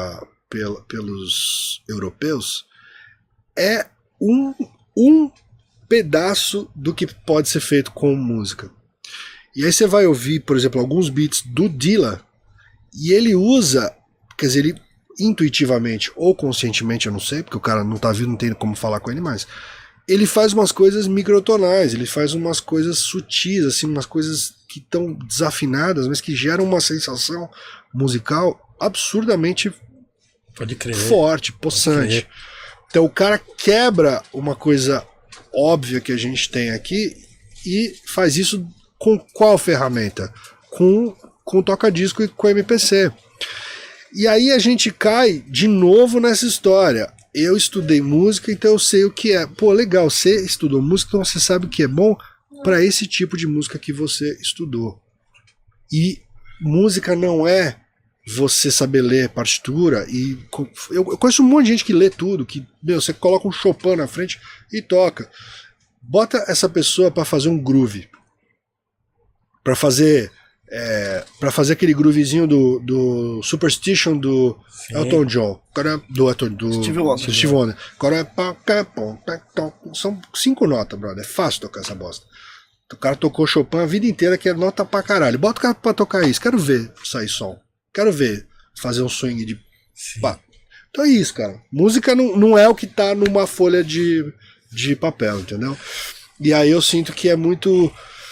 D: pelos europeus é um pedaço do que pode ser feito com música. E aí você vai ouvir, por exemplo, alguns beats do Dilla e ele usa, quer dizer, ele intuitivamente ou conscientemente, eu não sei, porque o cara não tá vivo, não tem como falar com ele mais. Ele faz umas coisas microtonais, ele faz umas coisas sutis, assim, umas coisas que estão desafinadas, mas que geram uma sensação musical absurdamente
B: Pode crer.
D: forte, possante. Então o cara quebra uma coisa óbvia que a gente tem aqui e faz isso com qual ferramenta? Com toca-disco e com MPC. E aí a gente cai de novo nessa história. Eu estudei música, então eu sei o que é. Pô, legal, você estudou música, então você sabe o que é bom para esse tipo de música que você estudou. E música não é você saber ler partitura. E eu conheço um monte de gente que lê tudo, que você coloca um Chopin na frente e toca. Bota essa pessoa para fazer um groove. Para fazer aquele groovezinho do Superstition do
B: Sim.
D: Elton John, do Steve Wonder. São 5 notas, brother. É fácil tocar essa bosta. O cara tocou Chopin a vida inteira, que é nota pra caralho. Bota o cara pra tocar isso. Quero ver sair som. Quero ver fazer um swing de pá. Então é isso, cara. Música não é o que tá numa folha de papel, entendeu? E aí eu sinto que é muito...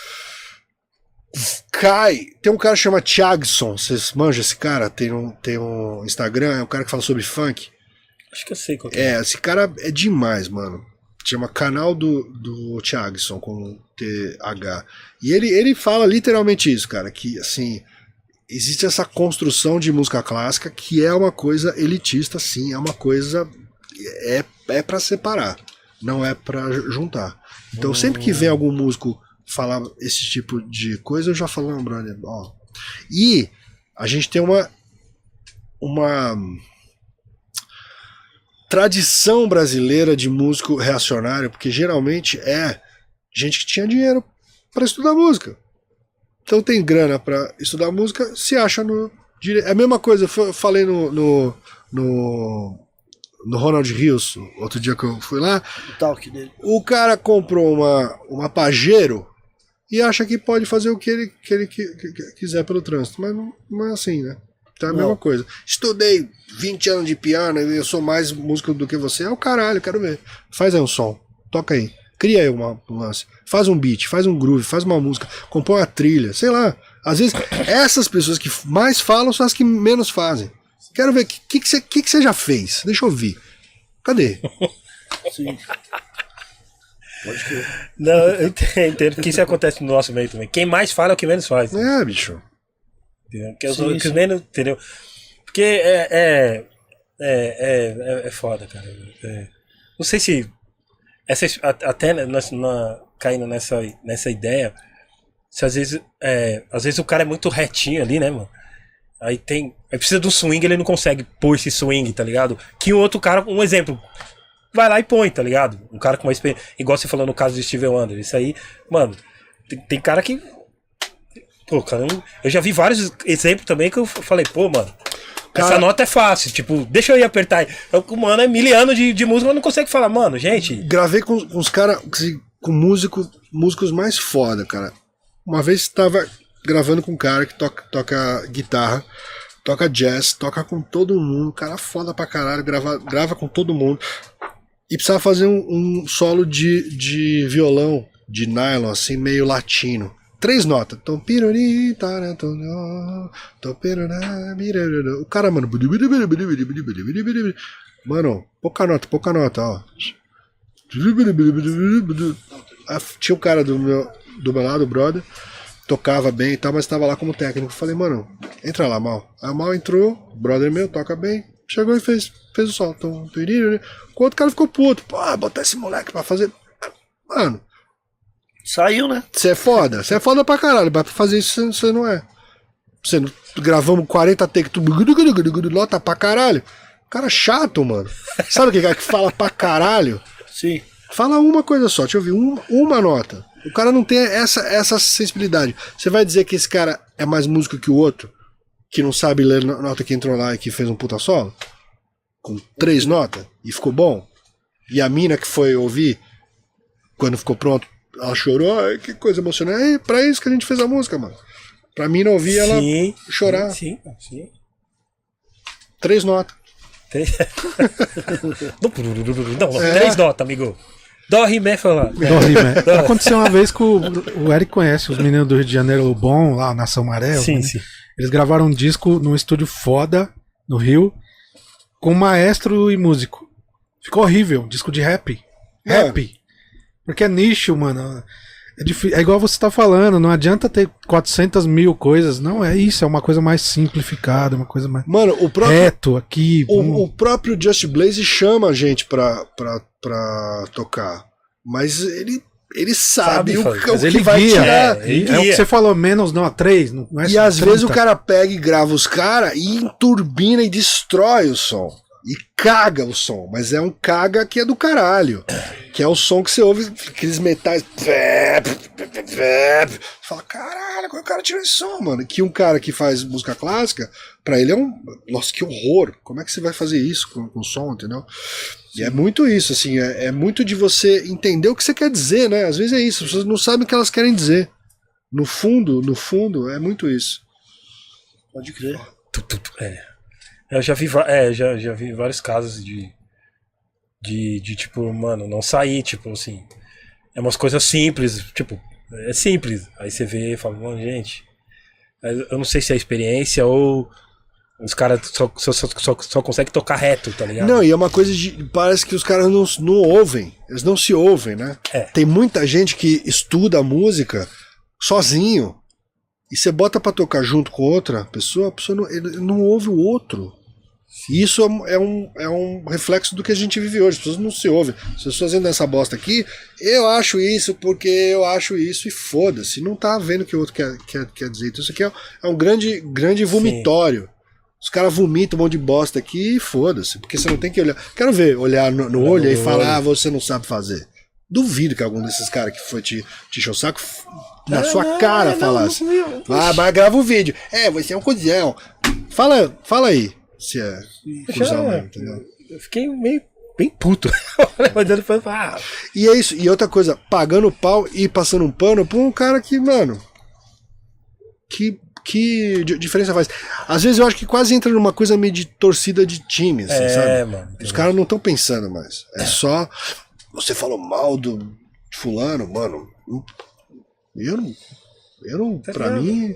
D: Tem um cara que chama Thiagson, vocês manjam esse cara? Tem um Instagram, é um cara que fala sobre funk.
B: Acho que eu sei qual que é.
D: Esse cara é demais, mano. Chama Canal do Thiagson, com TH. E ele fala literalmente isso, cara, que assim, existe essa construção de música clássica que é uma coisa elitista, sim, é uma coisa... É pra separar, não é pra juntar. Então sempre que vem algum músico falar esse tipo de coisa, eu já falo, não, brother, ó. E a gente tem uma tradição brasileira de músico reacionário, porque geralmente é gente que tinha dinheiro para estudar música. Então tem grana para estudar música, se acha no direito. É a mesma coisa, eu falei no Ronald Rios, outro dia que eu fui lá,
A: O talk dele.
D: o cara comprou uma Pajero e acha que pode fazer o que ele quiser pelo trânsito, mas não é assim, né? Então é a mesma coisa. Estudei 20 anos de piano e eu sou mais músico do que você. É o caralho, quero ver. Faz aí um som, toca aí. Cria aí um lance. Faz um beat, faz um groove, faz uma música, compõe uma trilha, sei lá. Às vezes, essas pessoas que mais falam são as que menos fazem. Quero ver o que você já fez. Deixa eu ouvir. Cadê?
A: Sim. Pode crer.
B: Não, eu entendo que isso acontece no nosso meio também. Quem mais fala é o que menos faz.
D: É, bicho.
B: Entendeu? Que
A: Sim,
B: os
A: sim.
B: menos, entendeu? Porque é foda, cara. Não sei se até caindo nessa ideia, se às vezes o cara é muito retinho ali, né, mano? Aí precisa do swing, ele não consegue pôr esse swing, tá ligado? Que o outro cara, um exemplo, vai lá e põe, tá ligado? Um cara com uma experiência. Igual você falou no caso do Steven Wonder. Isso aí, mano, tem cara que. Pô, cara, eu já vi vários exemplos também que eu falei, pô, mano. Essa
D: Cara,
B: nota é fácil, tipo, deixa eu ir apertar. O mano é miliano de música, mas não consegue falar, mano, gente.
D: gravei com os caras, com músicos mais foda, cara. Uma vez tava gravando com um cara que toca guitarra, toca jazz, toca com todo mundo, cara foda pra caralho, grava com todo mundo. E precisava fazer um solo de violão, de nylon, assim, meio latino. 3 notas. O cara, mano. Mano, pouca nota, ó. Tinha um cara do meu lado, o brother, tocava bem e tal, mas tava lá como técnico. Falei, mano, entra lá, Mal. Aí o Mal entrou, o brother meu, toca bem. Chegou e fez o sol. O outro cara ficou puto. Pô, botar esse moleque pra fazer. Mano.
A: Saiu, né?
D: Você é foda pra caralho, mas pra fazer isso você não é. Você não, gravamos 40 takes, nota pra caralho. Cara chato, mano. Sabe aquele cara que fala pra caralho?
A: Sim.
D: Fala uma coisa só, deixa eu ouvir uma nota. O cara não tem essa sensibilidade. Você vai dizer que esse cara é mais músico que o outro, que não sabe ler nota que entrou lá e que fez um puta solo? Com 3 notas e ficou bom? E a mina que foi ouvir, quando ficou pronto, ela chorou, ai, que coisa emocionante. É pra isso que a gente fez a música, mano. Pra mim não ouvir ela chorar.
B: Sim.
D: 3 notas.
B: Não, 3 notas, amigo. Dó, ri, mé, fala.
F: Dó, ri, mé. Aconteceu uma vez que o Eric conhece os meninos do Rio de Janeiro, o Bom, lá, Nação Maré.
B: Sim.
F: Eles gravaram um disco num estúdio foda, no Rio, com maestro e músico. Ficou horrível, disco de rap. Rap. Porque é nicho, mano. É igual você tá falando, não adianta ter 400 mil coisas. Não é isso, é uma coisa mais simplificada, uma coisa mais.
D: Mano, o próprio.
F: Reto aqui.
D: O próprio Just Blaze chama a gente pra tocar. Mas ele sabe o que vai
F: guia,
D: tirar.
F: É o que você falou, menos não, 3. Não é
D: E às
F: 30.
D: vezes o cara pega e grava os caras e enturbina e destrói o som. E caga o som, mas é um caga que é do caralho. Que é o som que você ouve, aqueles metais. Você fala, caralho, como é que o cara tirou esse som, mano? Que um cara que faz música clássica, pra ele é um. Nossa, que horror! Como é que você vai fazer isso com o som, entendeu? E é muito isso, assim, é muito de você entender o que você quer dizer, né? Às vezes é isso, as pessoas não sabem o que elas querem dizer. No fundo, é muito isso.
A: Pode crer.
B: Eu já vi, já vi vários casos de tipo, mano, não sair, tipo assim. É umas coisas simples, tipo, é simples. Aí você vê e fala, mano, gente, eu não sei se é experiência ou os caras só conseguem tocar reto, tá ligado?
D: Não, e é uma coisa de. Parece que os caras não ouvem. Eles não se ouvem, né? Tem muita gente que estuda a música sozinho. E você bota pra tocar junto com outra pessoa, a pessoa ele não ouve o outro. E isso é um reflexo do que a gente vive hoje. As pessoas não se ouvem. As pessoas fazendo essa bosta aqui, eu acho isso porque eu acho isso, e foda-se. Não tá vendo o que o outro quer dizer. Então isso aqui é um grande vomitório. Sim. Os caras vomitam um monte de bosta aqui e foda-se. Porque você não tem que olhar. Quero ver, olhar no olho e falar, você não sabe fazer. Duvido que algum desses caras que foi te encher o saco na sua cara falasse. Mas grava o vídeo. Você é um cuzão. Fala aí se é cuzão mesmo, entendeu?
B: Eu fiquei meio bem puto.
D: E é isso. E outra coisa, pagando pau e passando um pano pra um cara que, mano. Que diferença faz? Às vezes eu acho que quase entra numa coisa meio de torcida de time, assim, sabe?
B: Mano.
D: Os caras não estão pensando mais. É só. Você falou mal do fulano, mano. Eu não, pra mim.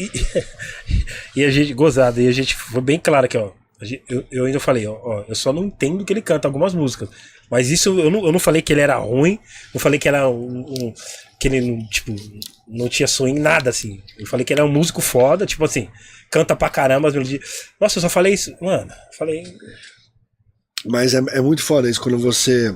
B: E a gente, gozado, e a gente foi bem claro aqui, ó. Eu ainda falei, ó, eu só não entendo que ele canta algumas músicas. Mas isso eu não falei que ele era ruim, não falei que era que ele, tipo, não tinha swing, nada assim. Eu falei que ele era um músico foda, tipo assim, canta pra caramba as melodias. Nossa, eu só falei isso, mano. Falei.
D: Mas é muito foda isso quando você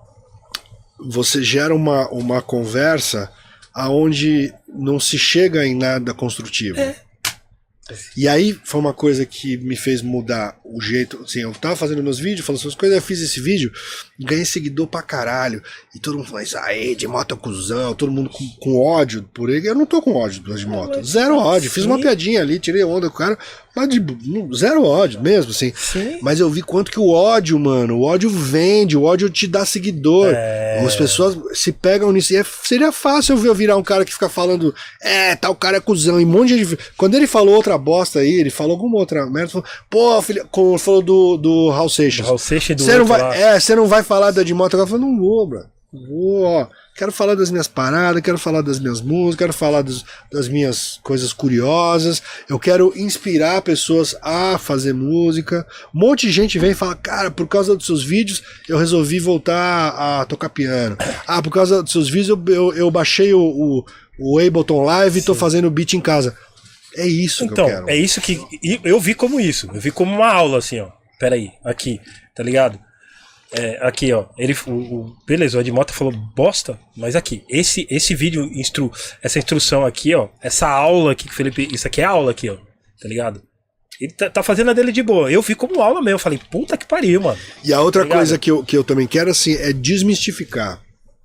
D: gera uma conversa aonde não se chega em nada construtivo. E aí foi uma coisa que me fez mudar o jeito. Assim, eu tava fazendo meus vídeos, falando essas coisas, eu fiz esse vídeo, ganhei seguidor pra caralho. E todo mundo falou, isso aí, de moto é cuzão, todo mundo com ódio por ele. Eu não tô com ódio de moto. Zero ódio. Fiz uma piadinha ali, tirei onda com o cara, mas zero ódio mesmo, assim.
B: Sim.
D: Mas eu vi quanto que o ódio, mano, o ódio vende, o ódio te dá seguidor. As pessoas se pegam nisso. E seria fácil eu virar um cara que fica falando, tal cara é cuzão. E um monte de gente. Quando ele falou outra bosta aí, ele falou alguma outra merda, falou, pô, filho, falou do Raul Seixas.
B: Raul Seixas do
D: Você não
B: outro lá.
D: você não vai falar da de moto agora? Eu falei, não vou, bro. Vou, ó. Quero falar das minhas paradas, quero falar das minhas músicas, quero falar das minhas coisas curiosas. Eu quero inspirar pessoas a fazer música. Um monte de gente vem e fala, cara, por causa dos seus vídeos eu resolvi voltar a tocar piano. Por causa dos seus vídeos eu baixei o Ableton Live e tô fazendo beat em casa. É isso que eu quero.
B: É isso que eu vi como isso. Eu vi como uma aula, assim, ó. Peraí, aqui, tá ligado? Aqui, ó. Beleza, o Edmota falou bosta, mas aqui, esse vídeo, essa instrução aqui, ó. Essa aula aqui que o Felipe. Isso aqui é aula aqui, ó. Tá ligado? Ele tá fazendo a dele de boa. Eu vi como aula mesmo. Eu falei, puta que pariu, mano.
D: E a outra
B: Tá
D: coisa que eu também quero, assim, é desmistificar.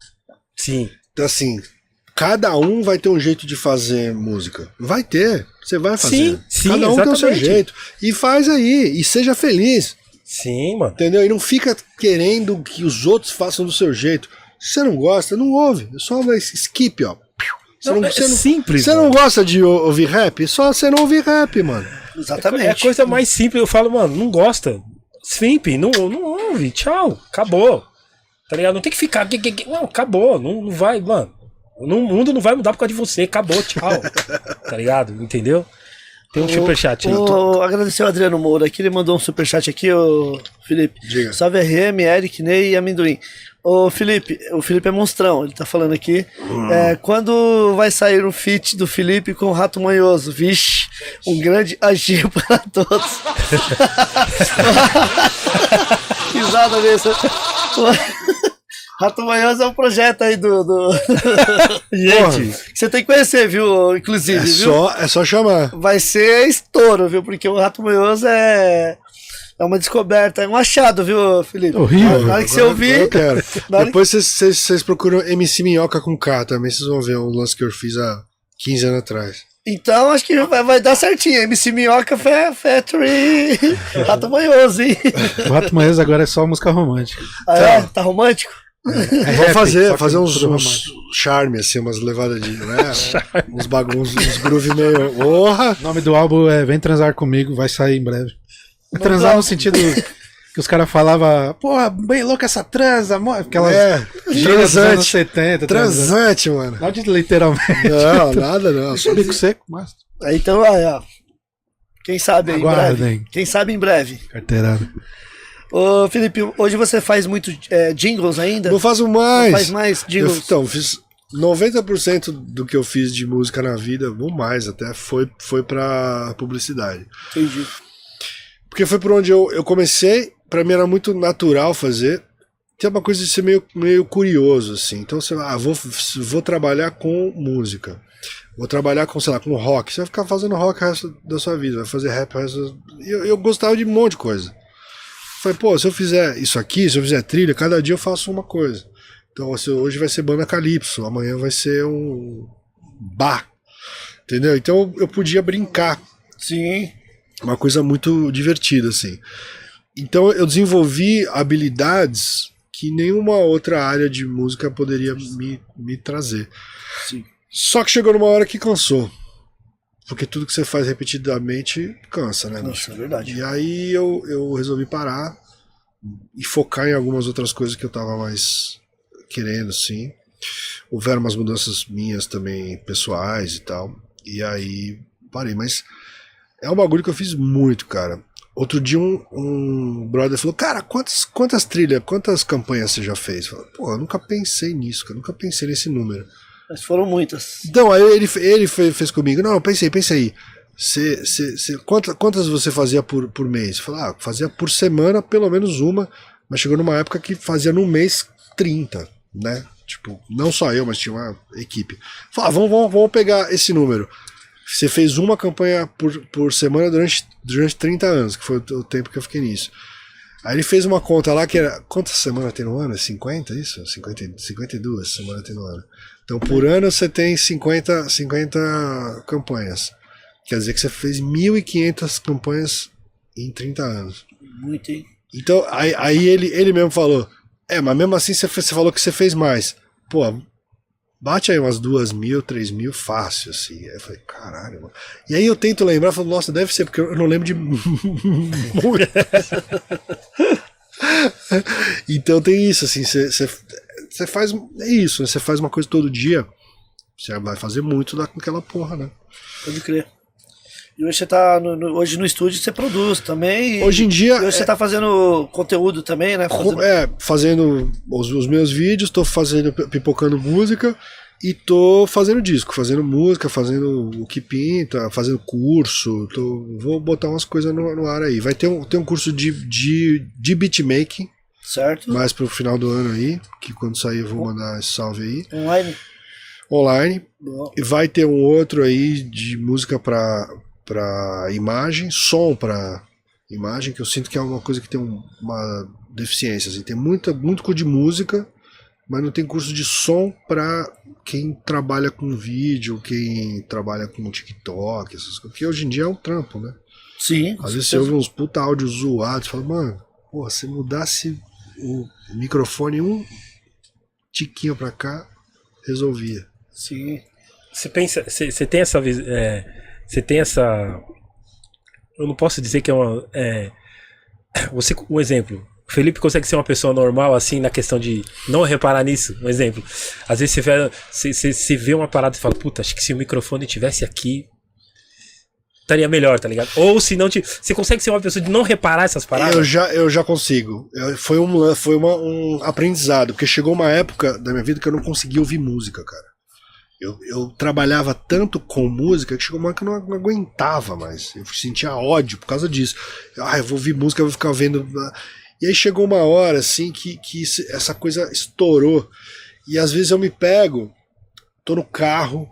B: Sim.
D: Então, assim, cada um vai ter um jeito de fazer música. Vai ter. Você vai fazer.
B: Sim,
D: cada um tem o seu
B: exatamente.
D: jeito. E faz aí. E seja feliz.
B: Sim, mano.
D: Entendeu? E não fica querendo que os outros façam do seu jeito. Se você não gosta, não ouve. Só vai skip, ó.
B: Simples.
D: Você não gosta de ouvir rap? Só você não ouvir rap, mano.
A: Exatamente.
B: É a coisa mais simples. Eu falo, mano, não gosta. Simples, não ouve. Tchau. Acabou. Tá ligado? Não tem que ficar. Não, acabou. Não vai, mano. O mundo não vai mudar por causa de você. Acabou, tchau. Tá ligado? Entendeu? Tem um superchat aí.
A: Agradecer ao Adriano Moura aqui, ele mandou um superchat aqui, ô Felipe.
D: Diga.
A: Salve RM, Eric, Ney e Amendoim. Ô Felipe, o Felipe é monstrão, ele tá falando aqui. Quando vai sair um feat do Felipe com o Rato Manhoso? Vixe, um grande agir para todos. Risada mesmo. Rato Manhoso é um projeto aí do... Gente, você tem que conhecer, viu? Inclusive, viu?
D: É só chamar.
A: Vai ser estouro, viu? Porque o Rato Manhoso é uma descoberta, é um achado, viu, Felipe?
F: Horrível.
A: Na hora que você ouvir...
D: Eu quero.
A: Na hora
D: Depois vocês procuram MC Minhoca com K também, vocês vão ver um lance que eu fiz há 15 anos atrás.
A: Então acho que vai dar certinho. MC Minhoca Factory. Rato Manhoso, hein?
F: O Rato Manhoso agora é só música romântica.
A: Tá romântico?
D: Vamos
F: só que
D: fazer uns
F: tudo romântico.
D: charme, assim, umas levadas de. Né? Uns bagunços, uns groove meio. Porra!
F: O nome do álbum é Vem Transar Comigo, vai sair em breve. Transar no sentido que os caras falavam, porra, bem louca essa transa, aquelas gírias dos anos 70.
D: Transante, mano.
F: Não de literalmente.
D: Não, nada não.
F: Só bico seco, mas.
A: Então, ó. Quem sabe aí em breve.
F: Aguardem.
A: Quem sabe em breve.
F: Carteirada.
A: Ô, Felipe, hoje você faz muito jingles ainda?
D: Não faço mais.
A: Não faz mais jingles?
D: Então, fiz 90% do que eu fiz de música na vida, ou mais até, foi pra publicidade.
A: Entendi.
D: Porque foi por onde eu comecei, pra mim era muito natural fazer. Tem uma coisa de ser meio curioso, assim. Então você vou trabalhar com música. Vou trabalhar com, sei lá, com rock. Você vai ficar fazendo rock o resto da sua vida, vai fazer rap o resto da... Eu gostava de um monte de coisa. Falei, pô, se eu fizer isso aqui, se eu fizer trilha, cada dia eu faço uma coisa. Então hoje vai ser banda calypso, amanhã vai ser um bar. Entendeu? Então eu podia brincar.
A: Sim.
D: Uma coisa muito divertida, assim. Então eu desenvolvi habilidades que nenhuma outra área de música poderia me trazer.
A: Sim.
D: Só que chegou numa hora que cansou. Porque tudo que você faz repetidamente cansa, né?
A: Nossa, é verdade.
D: E aí eu resolvi parar e focar em algumas outras coisas que eu tava mais querendo, assim. Houveram umas mudanças minhas também, pessoais e tal. E aí parei, mas é um bagulho que eu fiz muito, cara. Outro dia um brother falou, cara, quantas trilhas, quantas campanhas você já fez? Eu falei, pô, eu nunca pensei nisso, cara, nunca pensei nesse número.
A: Mas foram muitas.
D: Então, aí ele fez comigo, não, pensei aí. Quantas você fazia por mês? Eu falei, fazia por semana pelo menos uma, mas chegou numa época que fazia no mês 30, né? Tipo, não só eu, mas tinha uma equipe. Falei, vamos pegar esse número. Você fez uma campanha por semana durante 30 anos, que foi o tempo que eu fiquei nisso. Aí ele fez uma conta lá que era... Quantas semanas tem no ano? 50, isso? 52 semanas tem no ano. Então, por ano você tem 50 campanhas. Quer dizer que você fez 1.500 campanhas em 30 anos.
A: Muito, hein?
D: Então, aí ele mesmo falou, mas mesmo assim você falou que você fez mais. Pô, bate aí umas 2.000, 3.000 fácil, assim. Aí eu falei, caralho, mano. E aí eu tento lembrar, falo, nossa, deve ser, porque eu não lembro de muito. Então tem isso, assim, você faz, é isso, né? Você faz uma coisa todo dia, você vai fazer muito daquela porra, né?
A: Pode crer. E hoje você tá hoje no estúdio você produz também.
D: Hoje em dia.
A: E hoje você tá fazendo conteúdo também, né?
D: Fazendo os meus vídeos, tô pipocando música e tô fazendo disco, fazendo música, fazendo o que pinta, fazendo curso. Vou botar umas coisas no ar aí. Vai ter um curso de beatmaking.
A: Certo.
D: Mais pro final do ano aí, que quando sair eu vou mandar esse salve aí.
A: Online.
D: Bom. E vai ter um outro aí de música pra imagem, som pra imagem, que eu sinto que é uma coisa que tem uma deficiência, assim. Tem muito curso de música, mas não tem curso de som pra quem trabalha com vídeo, quem trabalha com TikTok, essas coisas, porque hoje em dia é um trampo, né?
A: Sim.
D: Às vezes você ouve uns puta áudios zoados, fala, mano, porra, se mudasse o microfone um tiquinho pra cá, resolvia.
A: Sim.
B: Você pensa, você tem essa visão, você tem essa, eu não posso dizer que é uma, um exemplo, o Felipe consegue ser uma pessoa normal assim na questão de não reparar nisso, um exemplo, às vezes você vê uma parada e fala, puta, acho que se o microfone tivesse aqui estaria melhor, tá ligado? Ou se não, você consegue ser uma pessoa de não reparar essas paradas?
D: Eu já consigo. Foi um aprendizado, porque chegou uma época da minha vida que eu não conseguia ouvir música, cara. Eu trabalhava tanto com música que chegou uma hora que eu não aguentava mais. Eu sentia ódio por causa disso. Eu vou ouvir música, eu vou ficar vendo. E aí chegou uma hora assim que essa coisa estourou. E às vezes eu me pego, tô no carro,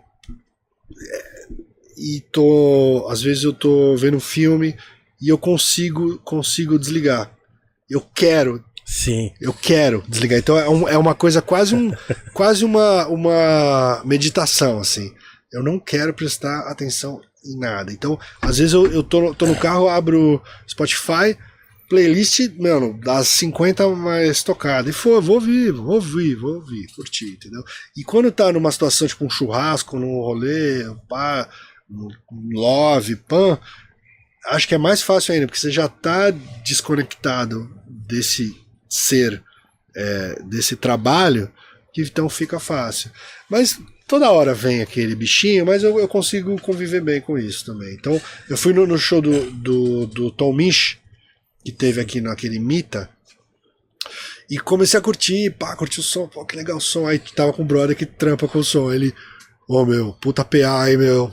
D: e às vezes eu tô vendo um filme e eu consigo desligar. Eu quero desligar. Então é uma coisa quase uma meditação, assim. Eu não quero prestar atenção em nada. Então, às vezes eu tô no carro, abro Spotify, playlist, mano, das 50 mais tocadas. E vou ouvir, curtir, entendeu? E quando tá numa situação tipo um churrasco, num rolê, love, acho que é mais fácil ainda, porque você já tá desconectado desse ser, desse trabalho, que então fica fácil. Mas toda hora vem aquele bichinho, mas eu consigo conviver bem com isso também. Então eu fui no show do Tom Misch, que teve aqui naquele Mita, e comecei a curtir o som, pô, que legal o som. Aí tava com um brother que trampa com o som, ele... meu, puta PA aí, meu.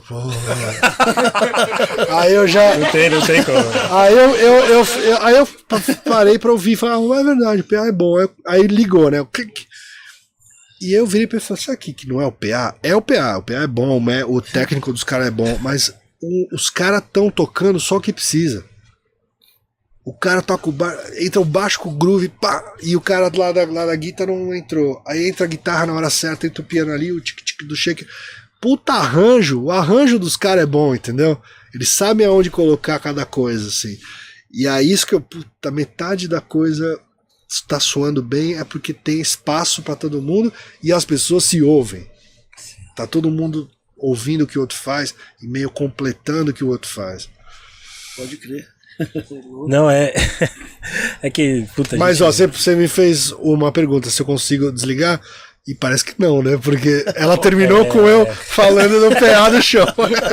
D: Aí eu já...
B: Não tem como.
D: Aí eu parei pra ouvir e falei, é verdade, o PA é bom. Aí ligou, né? E eu virei pra ele e falei, sabe que não é o PA? É o PA é bom, o técnico dos caras é bom, mas os caras tão tocando só o que precisa. O cara toca entra o baixo com o groove, pá, e o cara lá da guitarra não entrou. Aí entra a guitarra na hora certa, entra o piano ali, o tic-tic do shake. Puta arranjo, o arranjo dos caras é bom, entendeu? Eles sabem aonde colocar cada coisa, assim. E é isso que metade da coisa está soando bem é porque tem espaço para todo mundo e as pessoas se ouvem. Tá todo mundo ouvindo o que o outro faz e meio completando o que o outro faz.
A: Pode crer.
B: Não, é que, puta.
D: Mas você me fez uma pergunta, se eu consigo desligar, e parece que não, né? Porque ela terminou com eu falando do PA do show.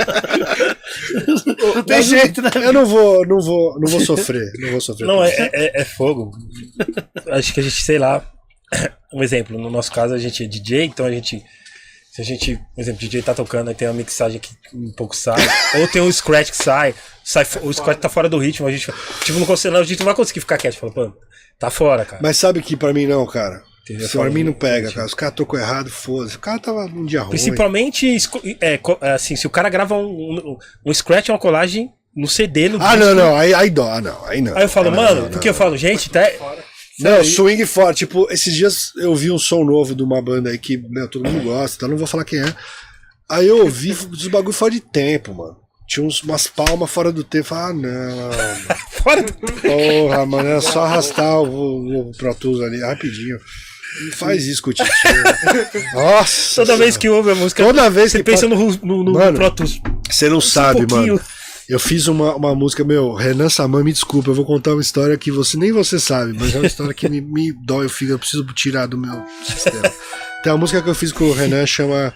A: Não tem jeito, né?
D: Eu não vou sofrer.
B: Não, é fogo. Acho que a gente, sei lá, um exemplo, no nosso caso a gente é DJ, então se a gente, por exemplo, o DJ tá tocando, aí tem uma mixagem que um pouco sai, ou tem um scratch que sai, o scratch tá fora do ritmo, a gente, tipo, a gente não vai conseguir ficar quieto, fala, pô, tá fora, cara.
D: Mas sabe que pra mim não, cara.
B: Entendeu?
D: Se o Armin não pega, cara, os caras tocou errado, foda-se. O cara tava num dia ruim.
B: Principalmente, assim, se o cara grava um scratch, uma colagem no CD, no
D: Ah,
B: disco.
D: não, aí dó, não, aí não.
B: Aí eu falo,
D: Não,
B: mano,
D: não,
B: porque
D: não.
B: eu falo, gente, tá...
D: Não, swing forte. Tipo, esses dias eu vi um som novo de uma banda aí que, meu, todo mundo gosta, então não vou falar quem é. Aí eu ouvi os bagulho fora de tempo, mano. Tinha umas palmas fora do tempo. Ah, não.
B: Fora do...
D: Porra, mano, é só arrastar o Pro Tools ali rapidinho. Não faz isso com o Titio. Nossa.
B: Toda vez que ouve a música,
D: Toda vez
B: você
D: que
B: pensa no
D: Mano,
B: Pro Tools.
D: Você não sabe,
B: pouquinho.
D: mano. Eu fiz uma música, meu, Renan Saman, me desculpa, eu vou contar uma história que nem você sabe, mas é uma história que me dói o fígado, eu preciso tirar do meu sistema. Tem uma música que eu fiz com o Renan, chama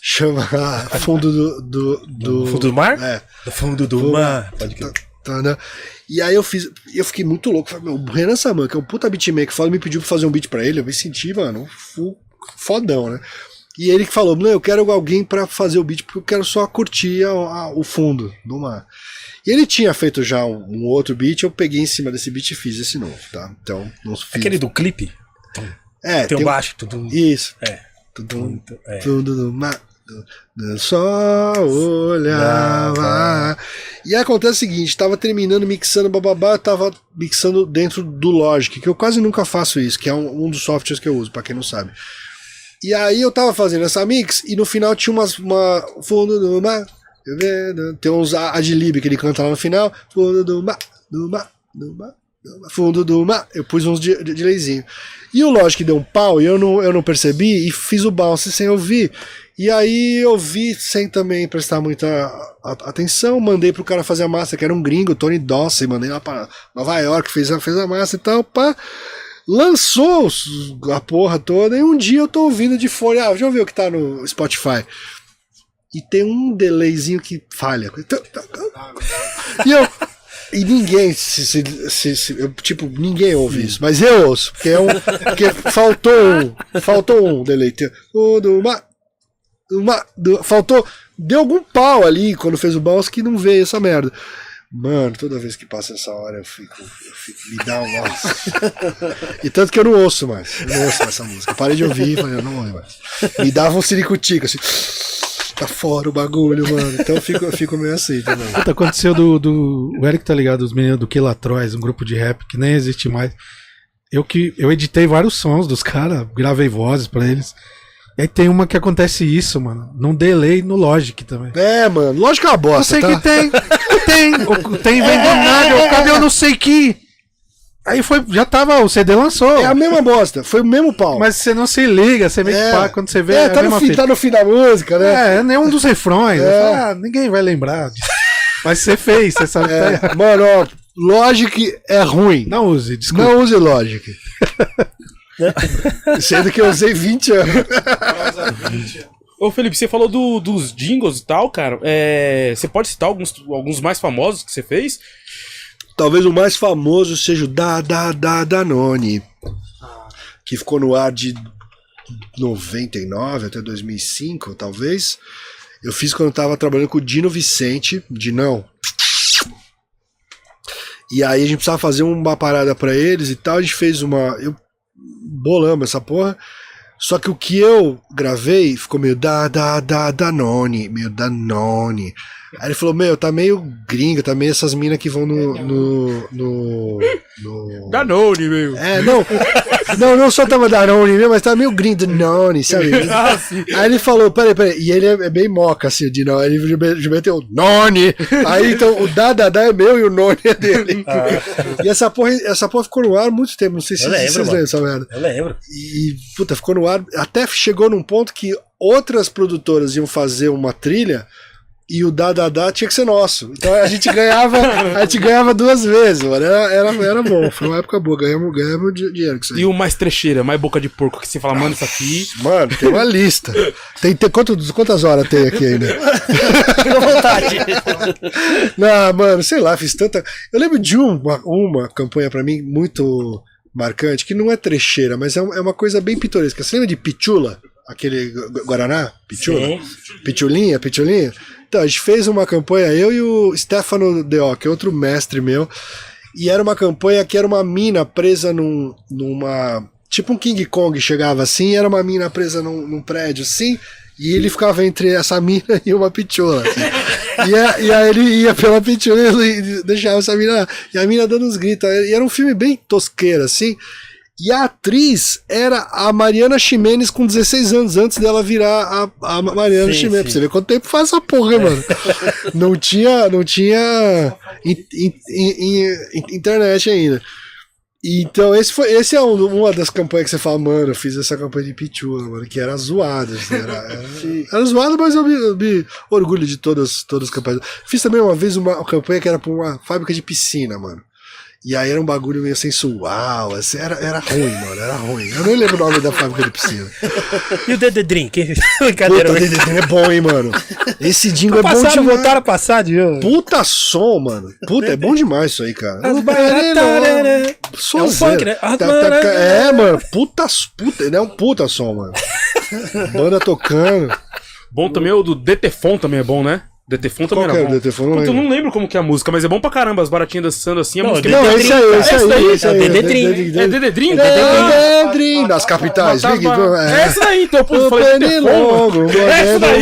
D: Fundo do
B: Fundo do mar?
D: É.
B: Do fundo do mar. Pode crer.
D: Tá, né? E aí eu fiquei muito louco. Falei, meu, o Renan Saman, que é um puta beatmaker, foda, me pediu pra fazer um beat pra ele, eu me senti, mano, fodão, né? E ele que falou, não, eu quero alguém pra fazer o beat, porque eu quero só curtir o fundo do mar. E ele tinha feito já um outro beat, eu peguei em cima desse beat e fiz esse novo, tá? Então, não fiz.
B: Aquele do clipe? Tem um baixo. Tudo...
D: Isso.
B: É.
D: Tudo do mar. Só olhava. E aí acontece o seguinte, tava terminando, mixando, bababá, eu tava mixando dentro do Logic, que eu quase nunca faço isso, que é um dos softwares que eu uso, pra quem não sabe. E aí eu tava fazendo essa mix, e no final tinha uma fundo do mar, tem uns adlib que ele canta lá no final, fundo do mar, fundo do mar, eu pus uns delayzinho. E o Logic deu um pau, e eu não percebi, e fiz o bounce sem ouvir. E aí eu vi sem também prestar muita atenção, mandei pro cara fazer a massa, que era um gringo, Tony Dawson, mandei lá pra Nova York, fez a massa e tal, pá. Lançou a porra toda, e um dia eu tô ouvindo de fone, deixa eu ver o que tá no Spotify. E tem um delayzinho que falha. E ninguém ninguém ouve isso, mas eu ouço, porque faltou um delay. Faltou, deu algum pau ali quando fez o bounce que não veio essa merda. Mano, toda vez que passa essa hora eu fico me dá um nossa. E tanto que eu não ouço mais essa música. Eu parei de ouvir e falei, eu não ouço mais. Me dava um ciricutico assim, tá fora o bagulho, mano. Então eu fico meio assim também.
F: Puta, aconteceu o Eric tá ligado, os meninos do Quilatroz, um grupo de rap que nem existe mais. Eu editei vários sons dos caras, gravei vozes pra eles. E aí tem uma que acontece isso, mano. Num delay no Logic também.
D: É, mano, lógico que é uma bosta.
F: Eu sei que tem. Tem vendendo nada. Cadê eu não sei que? Aí já tava, o CD lançou.
D: É a mesma bosta, foi o mesmo pau.
F: Mas você não se liga, você meio que pá, quando você vê.
D: Tá no fim da música, né?
F: É nenhum dos refrões. Ninguém vai lembrar disso. Mas você fez, você sabe que tá errado.
D: Mano, ó, Logic é ruim.
F: Não use, desculpa.
D: Não use Logic. Sendo que eu usei 20 anos.
C: Ô Felipe, você falou dos jingles e tal, cara. Você pode citar alguns mais famosos que você fez?
D: Talvez o mais famoso seja o Danone, que ficou no ar de 99 até 2005, talvez. Eu fiz quando eu tava trabalhando com o Dino Vicente, Dinão. E aí a gente precisava fazer uma parada pra eles e tal, a gente fez bolamos essa porra. Só que o que eu gravei ficou meio Danone, meio Danone. Aí ele falou, tá meio gringa, tá meio essas minas que vão no
C: Danone, meu.
D: Não só tava Danone mesmo, mas tava meio gringo, Danone, sabe? Aí ele falou, peraí, e ele é bem moca, assim, de não, ele meteu None. Aí então o Dada é meu e o None é dele. E essa porra ficou no ar há muito tempo, não sei se vocês lembram essa merda.
B: Eu lembro.
D: E, puta, ficou no ar, até chegou num ponto que outras produtoras iam fazer uma trilha e o Dada tinha que ser nosso. Então a gente ganhava 2 vezes, mano. Era bom, foi uma época boa, ganhamos dinheiro com isso aí.
C: E o mais trecheira, mais boca de porco, que você fala, mano, isso aqui.
D: Mano, tem uma lista. Quantas horas tem aqui ainda?
A: Fica à vontade.
D: Não, mano, sei lá, fiz tanta. Eu lembro de uma campanha pra mim muito marcante, que não é trecheira, mas é uma coisa bem pitoresca. Você lembra de Pichula? Aquele Guaraná? Pichula?
B: Sim.
D: Pitulinha? Então, a gente fez uma campanha, eu e o Stefano Deó, que é outro mestre meu, e era uma campanha que era uma mina presa numa tipo um King Kong chegava assim, era uma mina presa num prédio assim, e ele ficava entre essa mina e uma pichola. Assim. E aí ele ia pela pichola e deixava essa mina lá. E a mina dando uns gritos. E era um filme bem tosqueiro, assim. E a atriz era a Mariana Ximenes com 16 anos, antes dela virar a Mariana Ximenes. Pra você ver quanto tempo faz essa porra, mano. Não tinha internet ainda. Então, esse é uma das campanhas que você fala, mano, eu fiz essa campanha de Pichula, mano, que era zoada. Assim, era zoada, mas eu me orgulho de todas as campanhas. Fiz também uma vez uma campanha que era pra uma fábrica de piscina, mano. E aí era um bagulho meio sensual, assim, era ruim, mano, era ruim. Eu nem lembro o nome da fábrica de piscina.
B: E o DD Drink?
D: Puta, o DD Drink é bom, hein, mano. Esse jingle é bom demais.
B: Voltaram a passar de novo.
D: Puta som, mano. Puta, é bom demais isso aí, cara.
B: É um funk, né?
D: Mano, puta, ele é um puta som, mano. Banda tocando.
C: Bom também o do Detefon também é bom, né? Detefon também
D: Qual
C: era bom.
D: Detefon?
C: Eu não lembro como que é a música, mas é bom pra caramba. As baratinhas dançando assim, a música
D: Não, esse aí.
B: É DD Dream.
C: É DD Dream?
D: DD Dream, das capitais.
C: É essa daí, então, eu falei Detefon. Essa daí.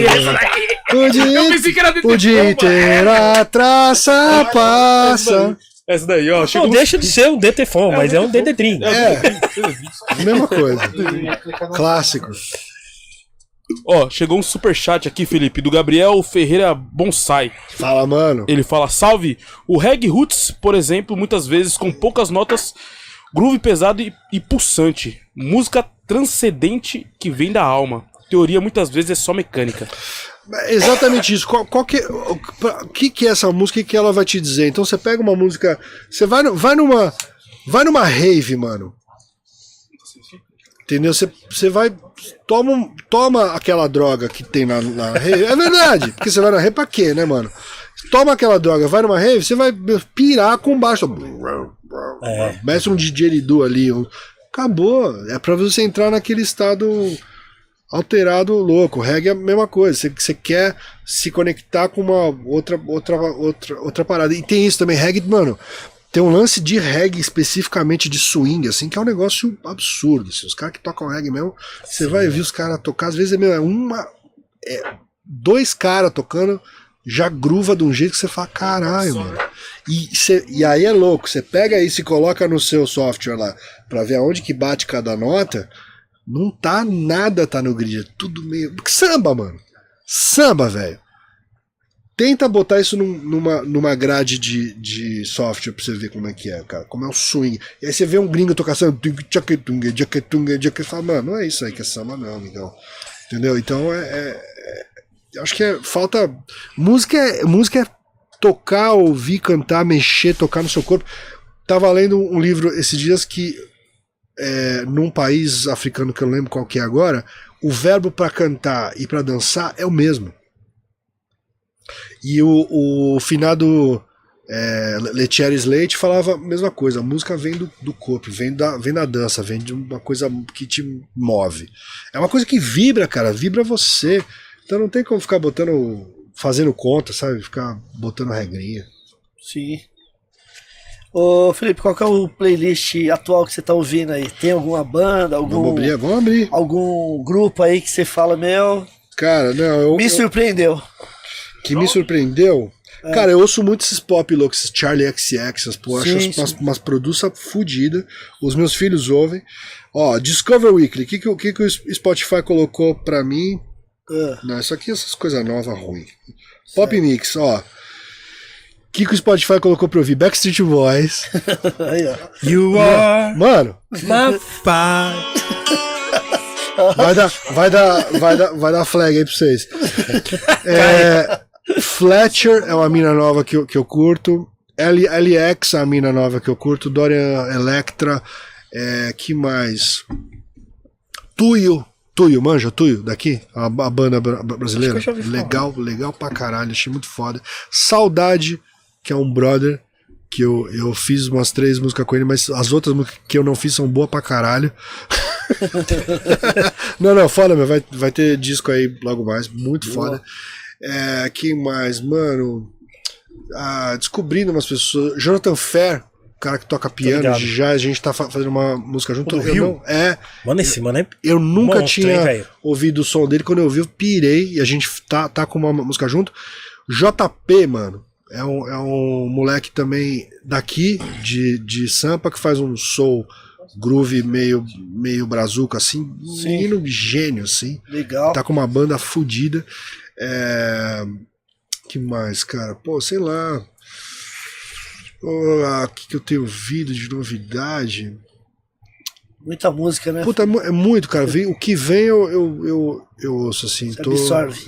C: Eu pensei que era Detefon.
D: O dia inteiro a traça passa.
C: Essa daí, ó.
B: Não deixa de ser um Detefon, mas é um DD Dream.
D: Mesma coisa. Clássico.
C: Ó, chegou um superchat aqui, Felipe, do Gabriel Ferreira Bonsai.
D: Fala, mano.
C: Ele fala, salve, o reggae roots, por exemplo, muitas vezes com poucas notas, groove pesado e pulsante. Música transcendente que vem da alma. Teoria muitas vezes é só mecânica.
D: Exatamente isso. O que é essa música? O que ela vai te dizer? Então você pega uma música... Você vai numa rave, mano. Entendeu? Você vai... Toma aquela droga que tem na rave. É verdade. Porque você vai na rave pra quê, né, mano? Toma aquela droga, vai numa rave, você vai pirar com baixo. Mete um didgeridoo ali. Acabou. É pra você entrar naquele estado alterado louco. Reggae é a mesma coisa. Você quer se conectar com uma outra parada. E tem isso também. Reggae, mano... Tem um lance de reggae especificamente de swing, assim, que é um negócio absurdo. Assim. Os caras que tocam reggae mesmo, você vai ver os caras tocar, às vezes dois caras tocando, já gruva de um jeito que você fala, caralho, mano. E aí é louco, você pega isso e coloca no seu software lá, pra ver aonde que bate cada nota, não tá nada, tá no grid, é tudo meio... Samba, mano. Samba, velho. Tenta botar isso numa grade de software pra você ver como é que é, cara. Como é o swing. E aí você vê um gringo tocar samba. E fala, mano, não é isso aí que é samba, não, amigão. Entendeu? Então acho que falta. Música é tocar, ouvir, cantar, mexer, tocar no seu corpo. Tava lendo um livro esses dias que, num país africano que eu não lembro qual que é agora, o verbo pra cantar e pra dançar é o mesmo. E o finado Lettieri Slate falava a mesma coisa. A música vem do corpo, vem da dança, vem de uma coisa que te move. É uma coisa que vibra, cara, vibra você. Então não tem como ficar fazendo conta, sabe? Ficar botando regrinha.
A: Sim. Ô Felipe, qual que é o playlist atual que você tá ouvindo aí? Tem alguma banda,
D: Vamos abrir.
A: algum grupo aí que você fala, meu...
D: Cara, não,
A: me surpreendeu.
D: Que me surpreendeu? Cara, eu ouço muito esses pop loucos, esses Charlie XX, essas porra, acho umas produções fodidas. Os meus filhos ouvem. Ó, Discover Weekly, o que o Spotify colocou pra mim? Não, isso aqui é essas coisas novas ruins. Pop Mix, ó. O que o Spotify colocou pra ouvir? Backstreet Boys.
A: Aí, ó.
B: You are
D: Mano.
B: my fire.
D: Vai dar flag aí pra vocês. Fletcher é uma mina nova que eu curto. LX é uma mina nova que eu curto. Dorian Electra. Que mais? Tuyo, manja, Tuyo, daqui? A banda brasileira. Legal pra caralho, achei muito foda. Saudade, que é um brother, que eu fiz umas 3 músicas com ele, mas as outras músicas que eu não fiz são boas pra caralho. Não, foda, meu, vai ter disco aí logo mais, muito foda. Que mais, mano? Descobrindo umas pessoas. Jonathan Fair, cara que toca piano,
B: ligado.
D: já a gente tá fazendo uma música junto.
B: Pô, do
D: Eu
B: Rio?
D: não, é,
B: Mano, esse mano é.
D: eu nunca
B: Monstro,
D: tinha
B: hein, velho?
D: ouvido o som dele. Quando eu ouvi, eu pirei. E a gente tá com uma música junto. JP, mano, é um moleque também daqui, de Sampa, que faz um soul groove meio brazuca, assim. Menino gênio, assim.
A: Legal.
D: Tá com uma banda fodida. Que mais, cara? Pô, sei lá. O que eu tenho ouvido de novidade?
A: Muita música, né?
D: Puta, é muito, cara. O que vem eu ouço, assim.
A: Você absorve.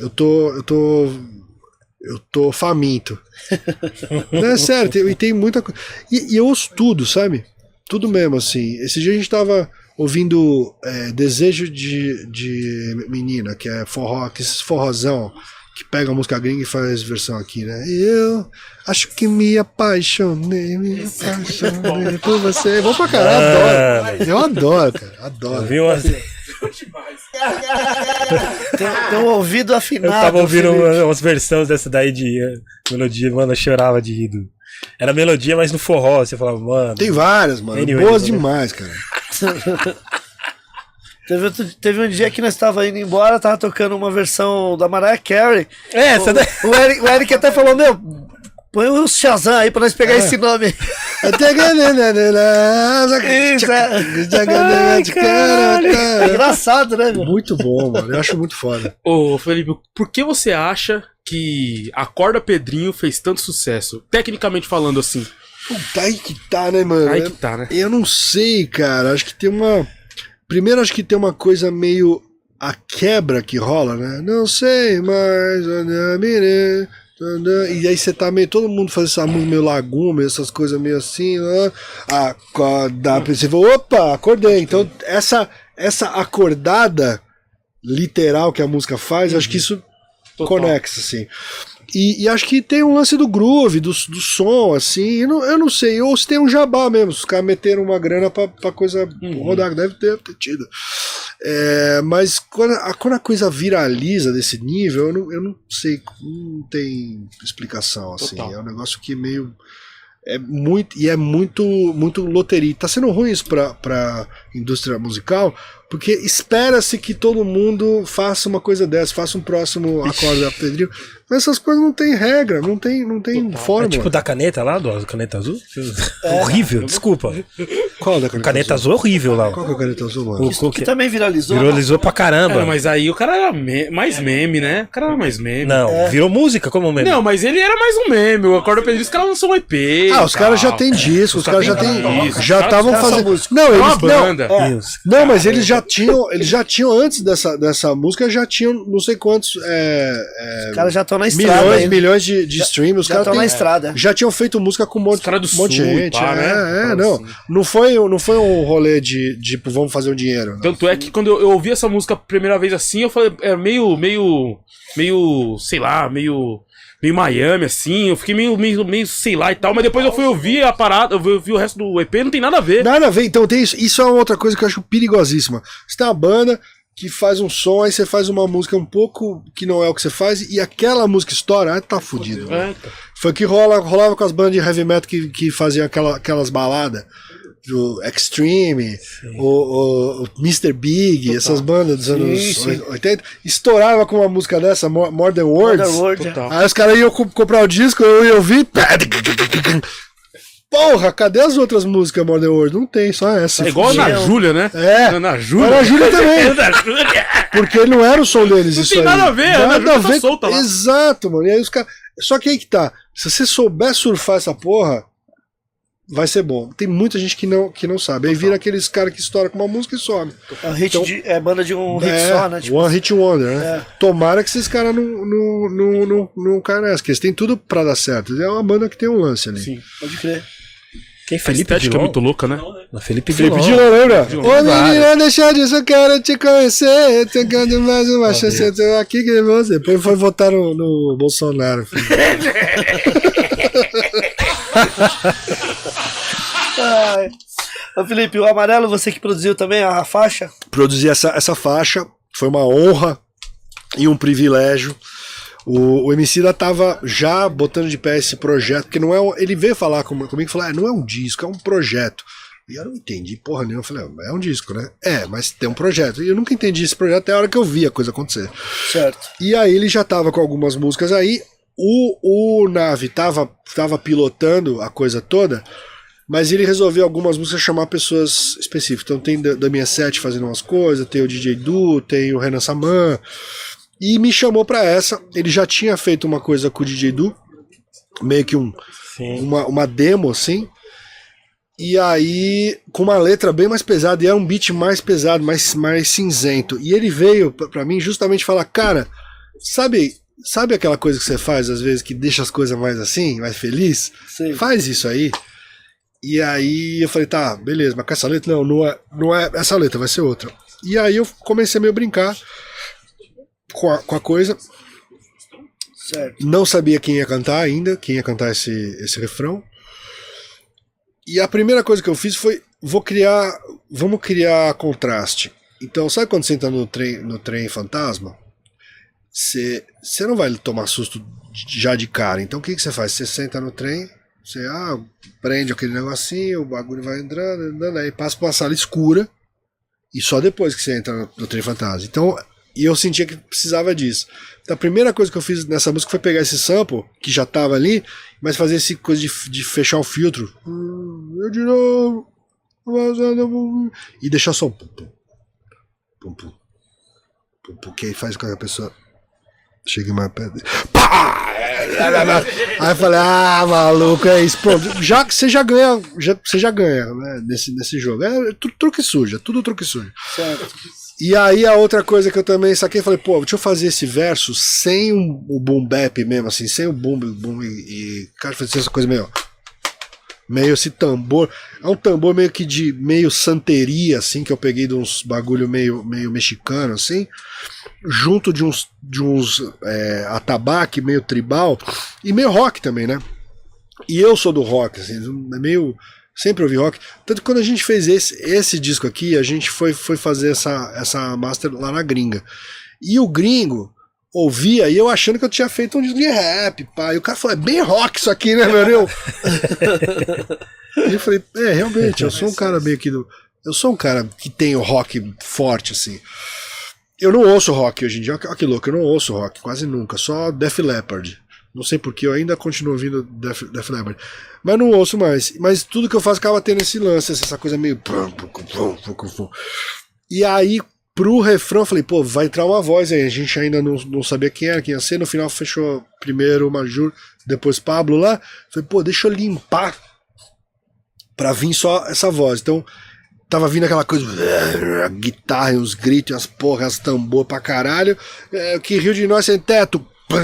D: Eu tô faminto. Não, é sério, tem muita coisa. E eu ouço tudo, sabe? Tudo mesmo, assim. Esse dia a gente tava ouvindo Desejo de Menina, que é forró, que esses forrozão que pega a música gringa e faz versão aqui, né? Eu acho que me apaixonei por você. Vamos pra caralho, adoro. Eu adoro, cara. Adoro.
B: Viu?
A: Tem um ouvido
B: Eu
A: afinado.
B: tava ouvindo
A: Felipe.
B: umas versões dessa daí de melodia, mano, eu chorava de rir. Era melodia, mas no forró, você falava, mano.
D: Tem várias, mano.
B: Anyway,
D: Boas
B: né?
D: demais, cara.
A: Teve um dia que nós tava indo embora, tava tocando uma versão da Mariah Carey.
B: Essa daí.
A: O Eric até falou, meu, põe o Shazam aí pra nós pegar esse nome. Isso, é engraçado, né, meu?
D: Muito bom, mano. Eu acho muito foda.
C: Ô, Felipe, por que você acha que Acorda Pedrinho fez tanto sucesso? Tecnicamente falando, assim.
D: Puta, aí que tá, né, mano?
C: Aí que tá, né?
D: Eu não sei, cara. Acho que tem uma. Primeiro, acho que tem uma coisa meio. A quebra que rola, né? Não sei mais. E aí você tá meio. Todo mundo faz essa música meio lagume, essas coisas meio assim. Acordar. Você fala, opa, acordei. Então, essa acordada literal que a música faz, acho que isso conecta, assim. E acho que tem um lance do groove, do som, assim. Eu não sei. Ou se tem um jabá mesmo. Os caras meteram uma grana pra coisa rodar. Deve ter tido. Mas quando a coisa viraliza desse nível, eu não sei. Não tem explicação, assim.
C: Total.
D: É um negócio que meio. É muito loteria. Tá sendo ruim isso pra indústria musical, porque espera-se que todo mundo faça uma coisa dessa, faça um próximo acorde da Pedrinho. Mas essas coisas não tem regra, não tem fórmula.
B: É tipo da caneta lá, do Caneta Azul? Horrível, desculpa.
D: Qual da
B: Caneta Azul é horrível lá.
D: Qual que é a caneta azul, mano?
A: Que também viralizou.
B: Viralizou pra caramba.
C: Mas aí o cara era mais meme, né? O cara era mais meme.
B: Não, virou música como meme.
C: Não, mas ele era mais um meme. O Acorda Pedrinho, os caras lançou um EP.
D: Os caras já têm disco, os caras já têm.
C: disco.
D: Já estavam
A: caras são
D: fazendo.
A: músicos.
D: Não,
C: É uma
D: eles
C: banda.
D: não, mas eles já tinham antes dessa música, já tinham não sei quantos
A: Os caras já estão na estrada.
D: milhões de streams. Os
A: Já
D: caras
A: estão na
D: têm-
A: estrada.
D: já tinham feito música com um monte,
C: Os caras do
D: um monte de
C: Sul e
D: gente.
C: pá, né?
D: Não.
C: Assim.
D: Não foi um rolê de tipo, vamos fazer um dinheiro. Não.
C: Tanto é que quando eu ouvi essa música a primeira vez assim, eu falei, é meio, sei lá, meio Miami, assim, eu fiquei meio, sei lá e tal, mas depois eu fui ouvir a parada, eu vi o resto do EP, não tem nada a ver.
D: Nada a ver, então tem isso. Isso é uma outra coisa que eu acho perigosíssima. Você tem uma banda que faz um som, aí você faz uma música um pouco que não é o que você faz, e aquela música estoura, aí tá fudido. Né? Foi o que rolava com as bandas de heavy metal que faziam aquelas baladas. O Extreme, o Mr. Big, essas bandas dos anos 80, estourava com uma música dessa, More Than Words.
C: Total.
D: Aí os caras iam comprar o disco, eu ia ouvir. Porra, cadê as outras músicas More Than Words? Não tem, só essa.
C: É igual na Júlia, né?
D: Na
C: Júlia.
D: Júlia também.
C: Ana Júlia.
D: Porque não era o som deles
C: Não
D: isso
C: tem
D: aí.
C: nada a ver, a Ana
D: Nada
C: Júlia
D: a
C: tá
D: ver.
C: solta lá.
D: Exato, mano. E aí os caras. Só que aí que tá. Se você souber surfar essa porra, vai ser bom. Tem muita gente que não sabe. Aí vira aqueles caras que estouram com uma música e some.
A: É banda de um hit só, né? Tipo,
D: One Hit Wonder, né? Tomara que esses caras não caiam nessa, que eles têm tudo pra dar certo. É uma banda que tem um lance ali.
C: Sim.
A: pode crer.
B: Quem?
C: A
B: Felipe
C: estética é
B: Dilon?
C: muito louca, né?
B: Felipe
D: Felipe
B: Dilon.
D: Dilon, lembra?
C: Dilon.
D: Ô menina, deixa disso, eu quero te conhecer. Tô dando mais uma chance. Eu tô aqui que você. Depois foi votar no Bolsonaro. Filho.
A: Ô, Felipe, o Amarelo, você que produziu também a faixa?
D: Produzir essa faixa foi uma honra e um privilégio. O Emicida tava já botando de pé esse projeto, que não é. Ele veio falar comigo e falou: não é um disco, é um projeto. E eu não entendi porra nenhuma. Eu falei: é um disco, né? Mas tem um projeto. E eu nunca entendi esse projeto até a hora que eu vi a coisa acontecer.
A: Certo.
D: E aí ele já tava com algumas músicas aí. O Nave tava pilotando a coisa toda, mas ele resolveu algumas músicas chamar pessoas específicas. Então tem da minha set fazendo umas coisas, tem o DJ Du, tem o Renan Saman. E me chamou pra essa. Ele já tinha feito uma coisa com o DJ Du, meio que uma demo assim. E aí, com uma letra bem mais pesada, e era um beat mais pesado, mais cinzento. E ele veio pra mim justamente falar: cara, sabe aquela coisa que você faz às vezes que deixa as coisas mais assim, mais feliz?
A: Sim.
D: Faz isso aí. E aí eu falei: tá, beleza, mas com essa letra não é essa letra, vai ser outra. E aí eu comecei a meio brincar com a coisa.
A: Certo.
D: Não sabia quem ia cantar ainda, quem ia cantar esse refrão. E a primeira coisa que eu fiz foi: vamos criar contraste. Então, sabe quando você entra no trem fantasma? Você não vai tomar susto já de cara. Então o que você faz? Você senta no trem, você prende aquele negocinho, o bagulho vai andando, aí passa pra uma sala escura, e só depois que você entra no trem fantasma. Então, e eu sentia que precisava disso. Então a primeira coisa que eu fiz nessa música foi pegar esse sample, que já tava ali, mas fazer essa coisa de fechar o filtro. Eu de novo, e deixar só um pum, que aí faz com que a pessoa chegue mais perto. Pá! Aí eu falei: maluco, é isso. Pronto, você já ganha, né, nesse jogo. É truque sujo, é tudo truque sujo.
A: Certo.
D: E aí a outra coisa que eu também saquei, falei: deixa eu fazer esse verso sem o boom bap mesmo, assim, sem o boom e cara, fazer essa coisa meio esse tambor. É um tambor meio que de meio santeria, assim, que eu peguei de uns bagulho meio mexicano, assim, junto de uns atabaque meio tribal e meio rock também, né? E eu sou do rock, assim, meio. Sempre ouvi rock. Tanto que quando a gente fez esse disco aqui, a gente foi fazer essa master lá na gringa. E o gringo ouvia, e eu achando que eu tinha feito um disco de rap, pá. E o cara falou: é bem rock isso aqui, né, meu? E eu falei: realmente, eu sou um cara meio que eu sou um cara que tem o rock forte, assim. Eu não ouço rock hoje em dia, olha que louco, eu não ouço rock, quase nunca, só Def Leppard. Não sei porque, eu ainda continuo ouvindo Def Leppard. Mas não ouço mais. Mas tudo que eu faço acaba tendo esse lance, essa coisa meio. E aí, pro refrão, eu falei: vai entrar uma voz aí. A gente ainda não sabia quem ia ser. No final fechou primeiro o Majur, depois Pablo lá. Falei: deixa eu limpar pra vir só essa voz. Então, tava vindo aquela coisa, guitarra, uns gritos, as porras, tambor pra caralho. Que riu de nós sem teto.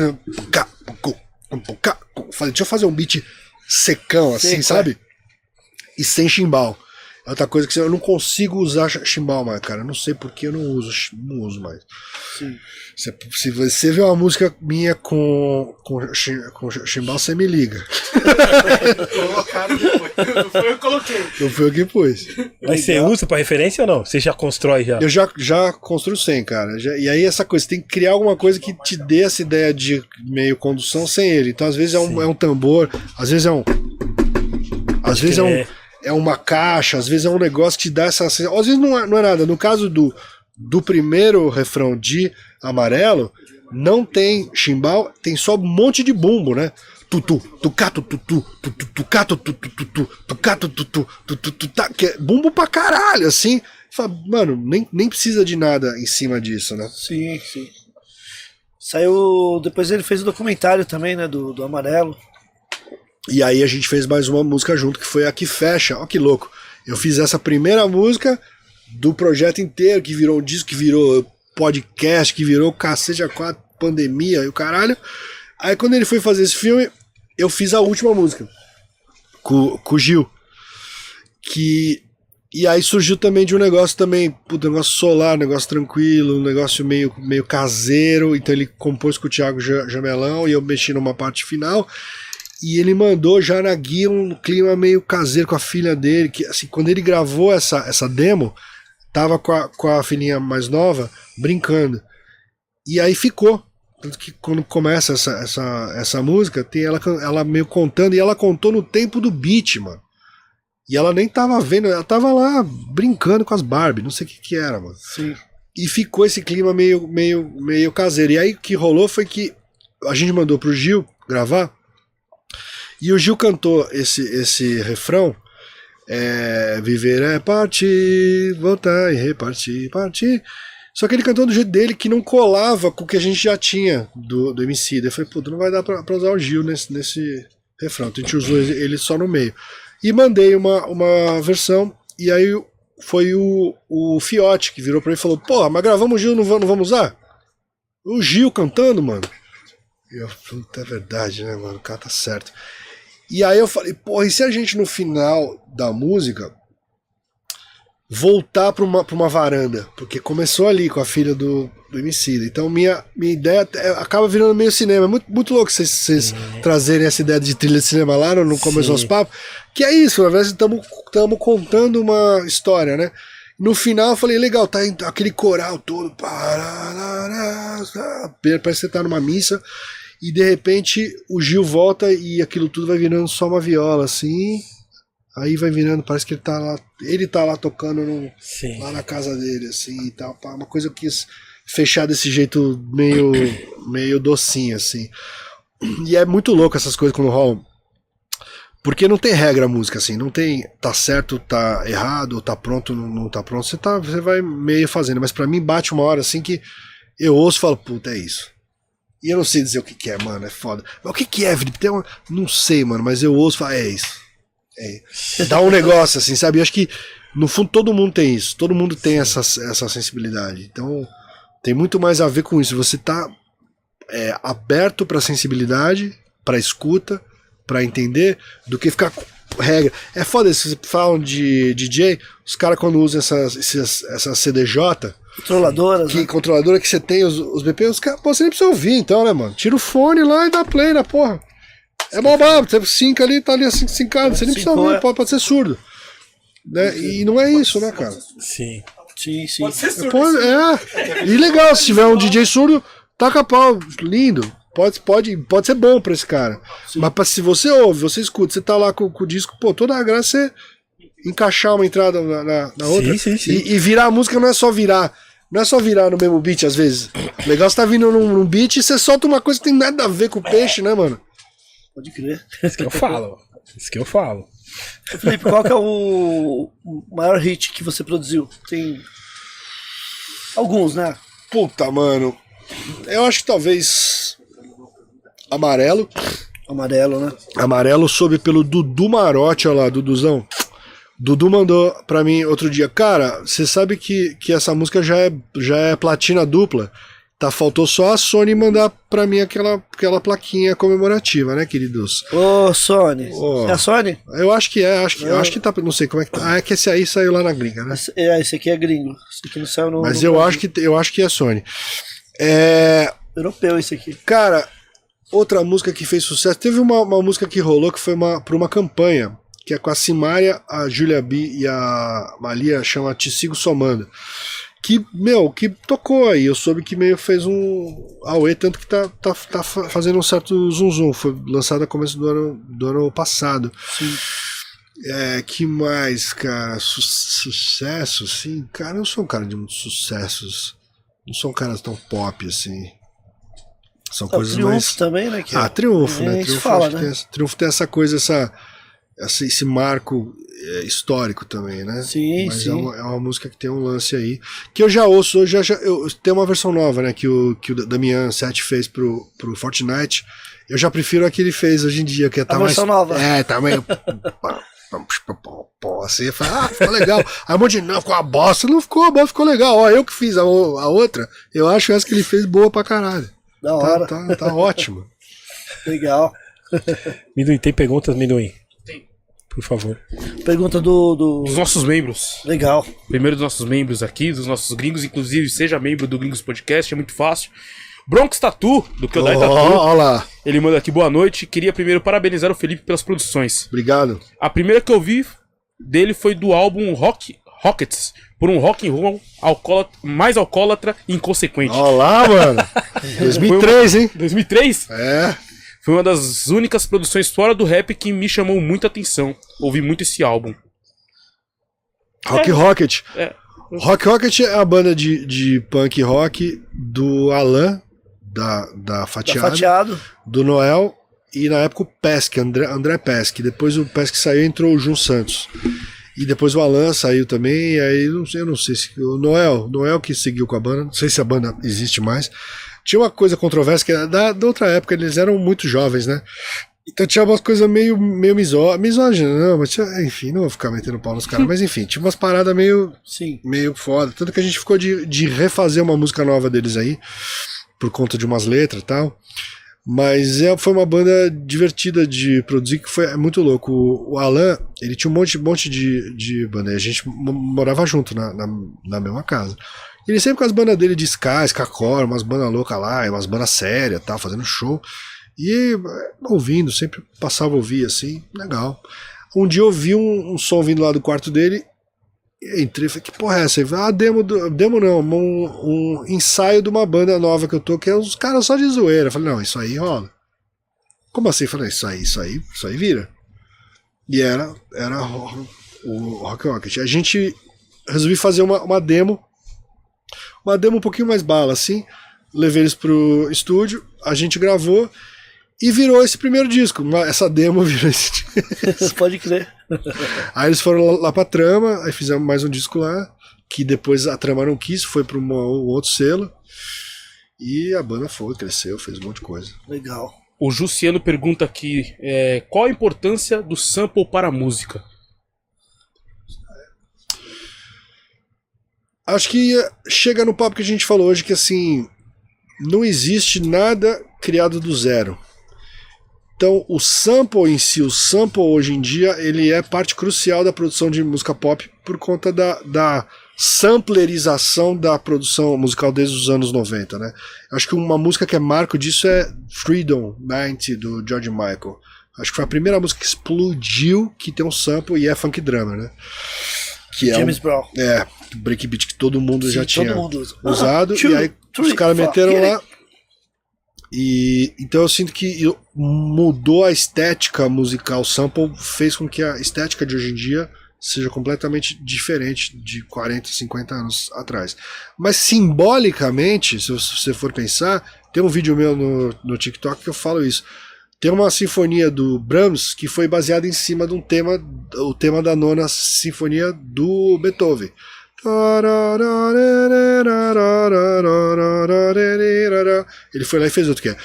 D: Falei: deixa eu fazer um beat secão, assim, sabe? E sem chimbal. É outra coisa que eu não consigo usar chimbal mais, cara. Eu não sei porque eu não uso mais.
A: Sim.
D: Se você vê uma música minha com chimbal, você me liga.
C: Colocaram depois. Não foi eu que coloquei.
D: Não foi eu que pus.
B: Mas você usa pra referência ou não? Você já constrói já?
D: Eu já construo sem, cara. E aí essa coisa, você tem que criar alguma coisa que te dê essa ideia de meio condução sem ele. Então às vezes é um tambor, às vezes é um. Às vezes é uma caixa, às vezes é um negócio que te dá essa sensação. Às vezes não é nada. No caso do primeiro refrão de Amarelo, não tem chimbal, tem só um monte de bumbo, né? Tutu, tucato, tutu, tucato, tutu, tucato, tutu, tutu, que é bumbo pra caralho, assim. Mano, nem precisa de nada em cima disso, né?
A: Sim. Saiu. Depois ele fez o documentário também, né? Do Amarelo.
D: E aí a gente fez mais uma música junto, que foi a que fecha. Ó que louco. Eu fiz essa primeira música do projeto inteiro, que virou um disco, que virou podcast, que virou cacete a quatro, pandemia e o caralho. Aí quando ele foi fazer esse filme, eu fiz a última música com o Gil. E aí surgiu também de um negócio também, puta, um negócio solar, um negócio tranquilo, um negócio meio caseiro. Então ele compôs com o Thiago Jamelão e eu mexi numa parte final. E ele mandou já na guia um clima meio caseiro com a filha dele, que assim, quando ele gravou essa demo, tava com a filhinha mais nova brincando. E aí ficou Tanto que quando começa essa música, tem ela meio contando, e ela contou no tempo do beat, mano. E ela nem tava vendo, ela tava lá brincando com as Barbie, não sei o que era, mano.
A: Sim.
D: E ficou esse clima meio caseiro. E aí o que rolou foi que a gente mandou pro Gil gravar, e o Gil cantou esse refrão, viver é partir, voltar e repartir, partir. Só que ele cantou do jeito dele, que não colava com o que a gente já tinha do MC. Daí eu falei, puta, não vai dar pra usar o Gil nesse refrão. Então a gente usou ele só no meio. E mandei uma versão, e aí foi o Fiote que virou pra mim e falou, porra, mas gravamos o Gil, não vamos usar? O Gil cantando, mano. E eu, puta, é verdade, né, mano, o cara tá certo. E aí eu falei, porra, e se a gente no final da música voltar pra uma varanda? Porque começou ali com a filha do Emicida. Então minha ideia acaba virando meio cinema. É muito, muito louco vocês trazerem essa ideia de trilha de cinema lá no começo dos papos. Que é isso, na verdade estamos contando uma história, né? No final eu falei, legal, tá aquele coral todo, parece que você tá numa missa, e de repente o Gil volta e aquilo tudo vai virando só uma viola, assim, aí vai virando, parece que ele tá lá tocando lá na casa dele, assim, e tal, uma coisa que quis fechar desse jeito meio docinho, assim. E é muito louco essas coisas quando rolam. Porque não tem regra a música, assim, não tem tá certo, tá errado, tá pronto, não tá pronto, você vai meio fazendo, mas pra mim bate uma hora assim que eu ouço e falo, puta, é isso. E eu não sei dizer o que é, mano, é foda. Mas o que é, Felipe? Não sei, mano, mas eu ouço e falo, é isso. Dá um negócio assim, sabe? Eu acho que no fundo todo mundo tem isso, todo mundo tem essa sensibilidade. Então tem muito mais a ver com isso. Você tá aberto pra sensibilidade, pra escuta, pra entender, do que ficar regra. É foda, vocês falam de DJ, os caras quando usam essa CDJ,
A: controladoras, né?
D: Controladora que você tem, os BPM, os caras, você nem precisa ouvir então, né, mano? Tira o fone lá e dá play na porra. É bobado, você sinca ali, tá ali assim, sincado, você nem precisa ouvir, pode ser surdo. Né? E não é isso, né, cara?
B: Sim.
E: Pode ser surdo.
D: E legal, se tiver um DJ surdo, taca pau, lindo. Pode ser bom pra esse cara. Sim. Mas se você ouve, você escuta, você tá lá com o disco, pô, toda a graça é encaixar uma entrada na outra. Sim. E virar a música não é só virar no mesmo beat, às vezes. Legal, você tá vindo num beat e você solta uma coisa que tem nada a ver com o peixe, né, mano?
A: Pode crer.
B: Isso que eu falo.
A: Felipe, qual que é o maior hit que você produziu? Tem alguns, né?
D: Puta, mano. Eu acho que talvez Amarelo,
A: né?
D: Amarelo, soube pelo Dudu Marotti, olha lá, Duduzão. Dudu mandou pra mim outro dia, cara, você sabe que essa música já é platina dupla, faltou só a Sony mandar pra mim aquela plaquinha comemorativa, né, queridos?
A: Ô, Sony. É a Sony?
D: Eu acho que acho que tá, não sei como é que tá. É que esse aí saiu lá na gringa, né?
A: Esse aqui é gringo, esse aqui não saiu no...
D: Mas eu acho que é Sony.
A: Europeu esse aqui.
D: Cara, outra música que fez sucesso, teve uma música que rolou que foi por uma campanha, que é com a Simária, a Júlia B e a Malia, chama Te Sigo Somando. Que tocou aí, eu soube que meio fez um auê, tanto que tá fazendo um certo zum. Foi lançado no começo do ano passado.
A: Sim.
D: Que mais, cara? Sucesso, sim. Cara, eu não sou um cara de muitos sucessos. Não sou um cara tão pop, assim. São coisas
A: Triunfo
D: mais...
A: também, né?
D: Triunfo, né?
A: Triunfo fala, né?
D: Triunfo tem essa coisa, esse marco histórico também, né?
A: Sim,
D: mas
A: sim.
D: É uma música que tem um lance aí. Que eu já ouço hoje, eu tem uma versão nova, né? Que o Damian 7 fez pro Fortnite. Eu já prefiro a que ele fez hoje em dia, que tá mais...
A: versão nova.
D: Tá meio... Assim, ficou legal. Aí um monte de não, ficou uma bosta. Não ficou, a bosta ficou legal. Ó, eu que fiz a outra, eu acho essa que ele fez boa pra caralho.
A: Da hora.
D: Tá ótimo.
A: Legal.
B: Minduim, tem perguntas, Minduim? Tem. Por favor.
A: Pergunta
C: dos nossos membros.
A: Legal.
C: Primeiro dos nossos membros aqui, dos nossos gringos, inclusive seja membro do Gringos Podcast, é muito fácil. Bronx Tattoo, do Kyodai Tattoo.
D: Olá.
C: Ele manda aqui, boa noite. Queria primeiro parabenizar o Felipe pelas produções.
D: Obrigado.
C: A primeira que eu vi dele foi do álbum Rockets por um rock and roll mais alcoólatra e inconsequente.
D: Olá, mano. 2003, hein?
C: 2003?
D: É.
C: Foi uma das únicas produções fora do rap que me chamou muita atenção. Ouvi muito esse álbum.
D: Rock Rocket.
C: É.
D: Rock Rocket é a banda de punk rock do Alan, da
A: Tá
D: Fatiado,
A: fatiado.
D: do Noel, e na época o Pesk, André Pesk. Depois o Pesk saiu e entrou o Jun Santos. E depois o Alan saiu também, e aí eu não sei se o Noel que seguiu com a banda, não sei se a banda existe mais. Tinha uma coisa controversa que era da outra época, eles eram muito jovens, né? Então tinha umas coisas meio misóginas, não, mas enfim, não vou ficar metendo pau nos caras, mas enfim, tinha umas paradas
A: Sim.
D: meio foda. Tanto que a gente ficou de refazer uma música nova deles aí, por conta de umas letras e tal. Mas foi uma banda divertida de produzir, que foi muito louco. O Alan, ele tinha um monte de banda, e a gente morava junto na mesma casa. Ele sempre com as bandas dele de ska-core, umas bandas loucas lá, umas bandas sérias, tal, fazendo show. E ouvindo, sempre passava a ouvir assim, legal. Um dia eu vi um som vindo lá do quarto dele, entrei e falei, que porra é essa? Ele falou, demo não, um ensaio de uma banda nova que eu tô, que é uns caras só de zoeira. Eu falei, não, isso aí rola. Como assim? Eu falei, isso aí vira. E era o Rock Rocket. A gente resolveu fazer uma demo um pouquinho mais bala, assim. Levei eles pro estúdio, a gente gravou e virou esse primeiro disco. Essa demo virou esse disco.
A: Pode crer.
D: Aí eles foram lá pra Trama, aí fizemos mais um disco lá, que depois a Trama não quis, foi pra um outro selo. E a banda cresceu, fez um monte de coisa.
A: Legal.
C: O Jussiano pergunta aqui, qual a importância do sample para a música?
D: Acho que chega no papo que a gente falou hoje, que assim, não existe nada criado do zero. Então, o sample em si, o sample hoje em dia, ele é parte crucial da produção de música pop por conta da samplerização da produção musical desde os anos 90, né? Acho que uma música que é marco disso é Freedom 90, do George Michael. Acho que foi a primeira música que explodiu, que tem um sample e é funk drummer, né? Que
A: James Brown.
D: Breakbeat que todo mundo já tinha
A: todo mundo usa.
D: usado, e aí os caras meteram lá. E então eu sinto que mudou a estética musical. O sample fez com que a estética de hoje em dia seja completamente diferente de 40, 50 anos atrás. Mas simbolicamente, se você for pensar, tem um vídeo meu no TikTok que eu falo isso. Tem uma sinfonia do Brahms que foi baseada em cima de um tema, o tema da nona sinfonia do Beethoven. Ele foi lá e fez outro que é.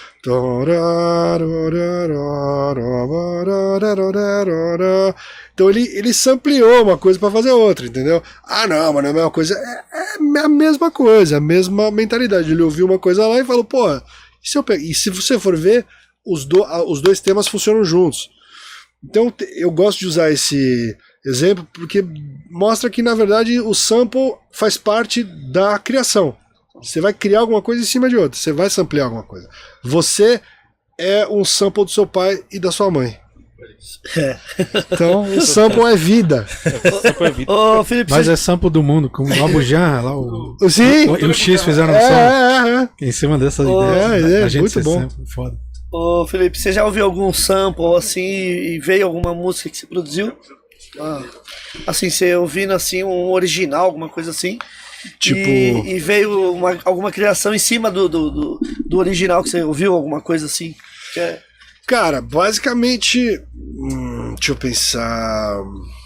D: Então ele sampleou uma coisa para fazer outra, entendeu? Ah, não, mas não é a mesma coisa. É a mesma coisa, a mesma mentalidade. Ele ouviu uma coisa lá e falou, pô, e se você for ver, os dois temas funcionam juntos. Então eu gosto de usar esse exemplo porque mostra que na verdade o sample faz parte da criação. Você vai criar alguma coisa em cima de outra, você vai samplear alguma coisa. Você é um sample do seu pai e da sua mãe. Então o sample é vida.
A: Ô, Felipe,
F: Mas é sample do mundo, como o Abu Jan, lá
D: Sim.
F: o X fizeram um som em cima dessas ideias.
D: Muito bom.
F: Foda.
A: Ô, Felipe, você já ouviu algum sample assim e veio alguma música que você produziu? Assim, você ouvindo assim um original, alguma coisa assim?
D: Tipo...
A: E veio alguma criação em cima do original que você ouviu, alguma coisa assim?
D: Cara, basicamente. Deixa eu pensar.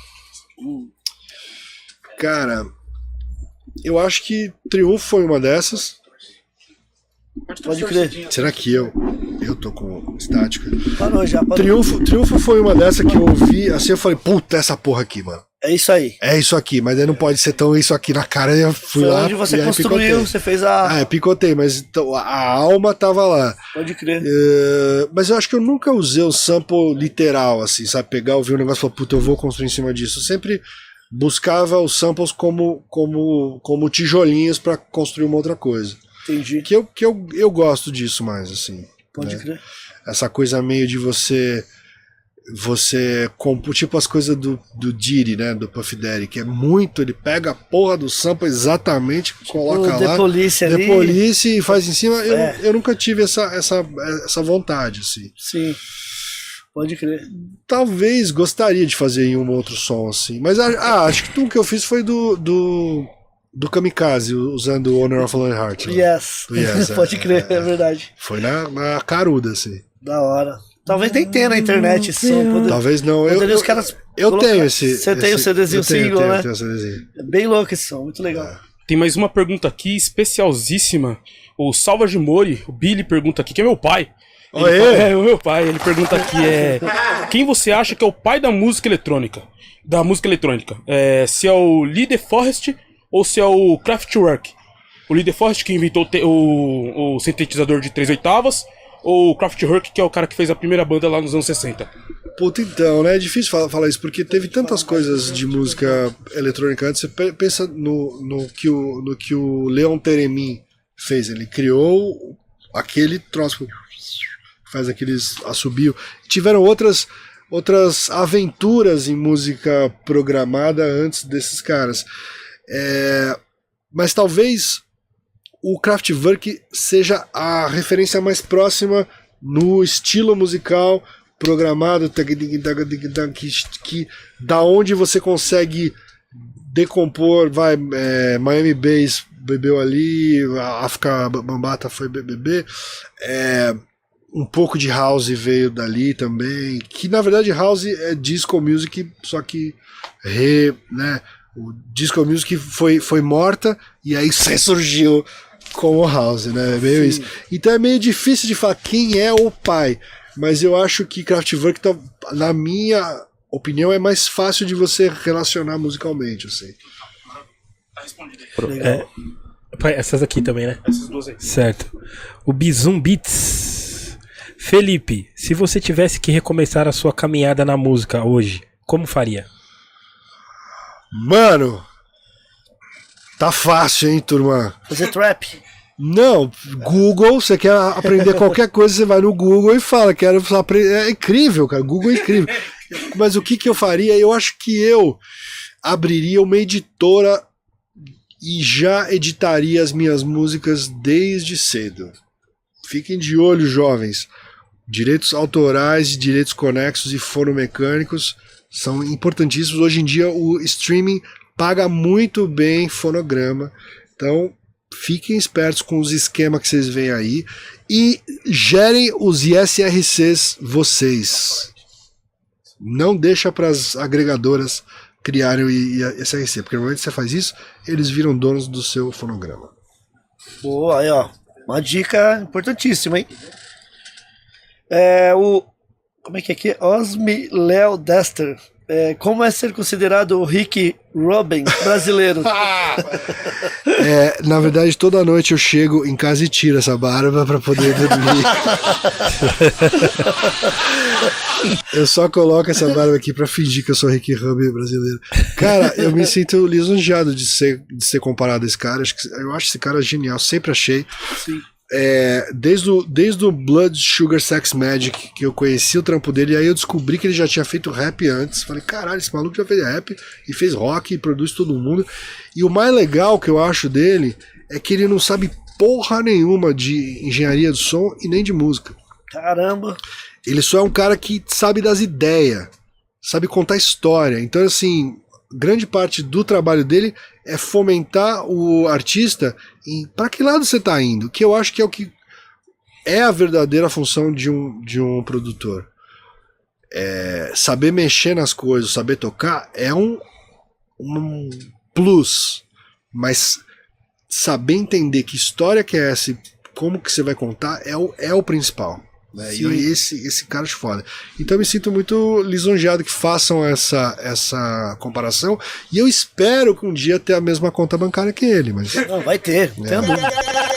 D: Cara, eu acho que Triunfo foi uma dessas.
A: Pode crer.
D: Será que eu tô com estática?
A: Parou já, parou.
D: Triunfo foi uma dessa que eu ouvi, assim eu falei, puta, essa porra aqui, mano.
A: É isso aí.
D: É isso aqui, mas aí não pode ser tão isso aqui na cara. Eu fui
A: Foi
D: lá
A: onde você
D: e aí
A: construiu,
D: picotei.
A: você fez a...
D: Picotei, mas então, a alma tava lá.
A: Pode crer.
D: Mas eu acho que eu nunca usei o sample literal, assim, sabe? Pegar, ouvir um negócio e falar, puta, eu vou construir em cima disso. Eu sempre buscava os samples como tijolinhos pra construir uma outra coisa.
A: Entendi.
D: Que eu gosto disso mais, assim.
A: Pode
D: né?
A: crer.
D: Essa coisa meio de você você compõe, tipo as coisas do Diddy, né, do Puff Daddy, que é muito, ele pega a porra do sample exatamente, coloca
A: O The
D: lá,
A: Police ali.
D: The Police e faz em cima.
A: É.
D: Eu nunca tive essa vontade, assim.
A: Sim. Pode crer.
D: Talvez gostaria de fazer em um outro som, assim, mas acho que tudo que eu fiz foi do Kamikaze, usando o Honor of a Lonely Heart. Né?
A: Yes.
D: Do Yes,
A: Pode crer, é verdade.
D: Foi na caruda, assim.
A: Da hora. Talvez nem tenha na internet esse som.
D: Talvez não.
A: Poderia os caras
D: Eu
A: colocar-
D: tenho esse.
A: Você tem o CDzinho
D: eu tenho,
A: single,
D: eu
A: né?
D: tenho o CDzinho.
A: É bem louco esse som, muito legal.
C: Tem mais uma pergunta aqui, especialzíssima. O Salvage Mori, o Billy, pergunta aqui, que é meu pai.
D: Oi?
C: O meu pai, ele pergunta aqui, quem você acha que é o pai da música eletrônica? Se é o Lee DeForest ou se é o Kraftwerk? O Lee DeForest que inventou o sintetizador de 3/8, ou o Kraftwerk, que é o cara que fez a primeira banda lá nos anos 60?
D: Puta, então, né? É difícil falar isso, porque teve tantas coisas de música eletrônica antes. Você pensa no que o Leon Theremin fez. Ele criou aquele troço, faz aqueles assobio. Tiveram outras aventuras em música programada antes desses caras. Mas talvez o Kraftwerk seja a referência mais próxima no estilo musical programado, que da onde você consegue decompor, Miami Bass bebeu ali, a África Bambata foi beber, um pouco de house veio dali também, que na verdade house é disco music, só que né, o disco music foi morta e aí ressurgiu como house, né? Meio isso. Então é meio difícil de falar quem é o pai, mas eu acho que Kraftwerk, na minha opinião, é mais fácil de você relacionar musicalmente, assim.
B: Essas aqui também, né?
C: Essas duas aí.
B: Certo. O Bizum Beats. Felipe, se você tivesse que recomeçar a sua caminhada na música hoje, como faria?
D: Mano, tá fácil, hein, turma?
A: Fazer trap.
D: Não, Google, você quer aprender qualquer coisa, você vai no Google e fala, quero aprender. É incrível, cara, Google é incrível. Mas o que eu faria? Eu acho que eu abriria uma editora e já editaria as minhas músicas desde cedo. Fiquem de olho, jovens. Direitos autorais, direitos conexos e fonomecânicos são importantíssimos. Hoje em dia o streaming paga muito bem fonograma. Então fiquem espertos com os esquemas que vocês veem aí e gerem os ISRCs vocês. Não deixa para as agregadoras criarem o ISRC, porque no momento que você faz isso, eles viram donos do seu fonograma.
A: Boa, aí ó, uma dica importantíssima, hein? Como é que é aqui? Osmi Léo Dester. Como é ser considerado o Rick Rubin brasileiro?
D: Na verdade, toda noite eu chego em casa e tiro essa barba pra poder dormir. Eu só coloco essa barba aqui pra fingir que eu sou Rick Rubin brasileiro. Cara, eu me sinto lisonjeado de ser comparado a esse cara. Eu acho esse cara genial, sempre achei.
A: Sim.
D: Desde o Blood Sugar Sex Magic, que eu conheci o trampo dele, e aí eu descobri que ele já tinha feito rap antes. Falei, caralho, esse maluco já fez rap e fez rock e produz todo mundo. E o mais legal que eu acho dele é que ele não sabe porra nenhuma de engenharia do som e nem de música.
A: Caramba!
D: Ele só é um cara que sabe das ideias, sabe contar história. Então, assim, grande parte do trabalho dele é fomentar o artista em para que lado você está indo, que eu acho que é o que é a verdadeira função de um produtor. Saber mexer nas coisas, saber tocar é um plus, mas saber entender que história que é essa e como que você vai contar é o principal. Né? E esse cara é foda. Então eu me sinto muito lisonjeado que façam essa comparação. E eu espero que um dia ter a mesma conta bancária que ele. Mas
A: não, vai ter, não tenho dúvida.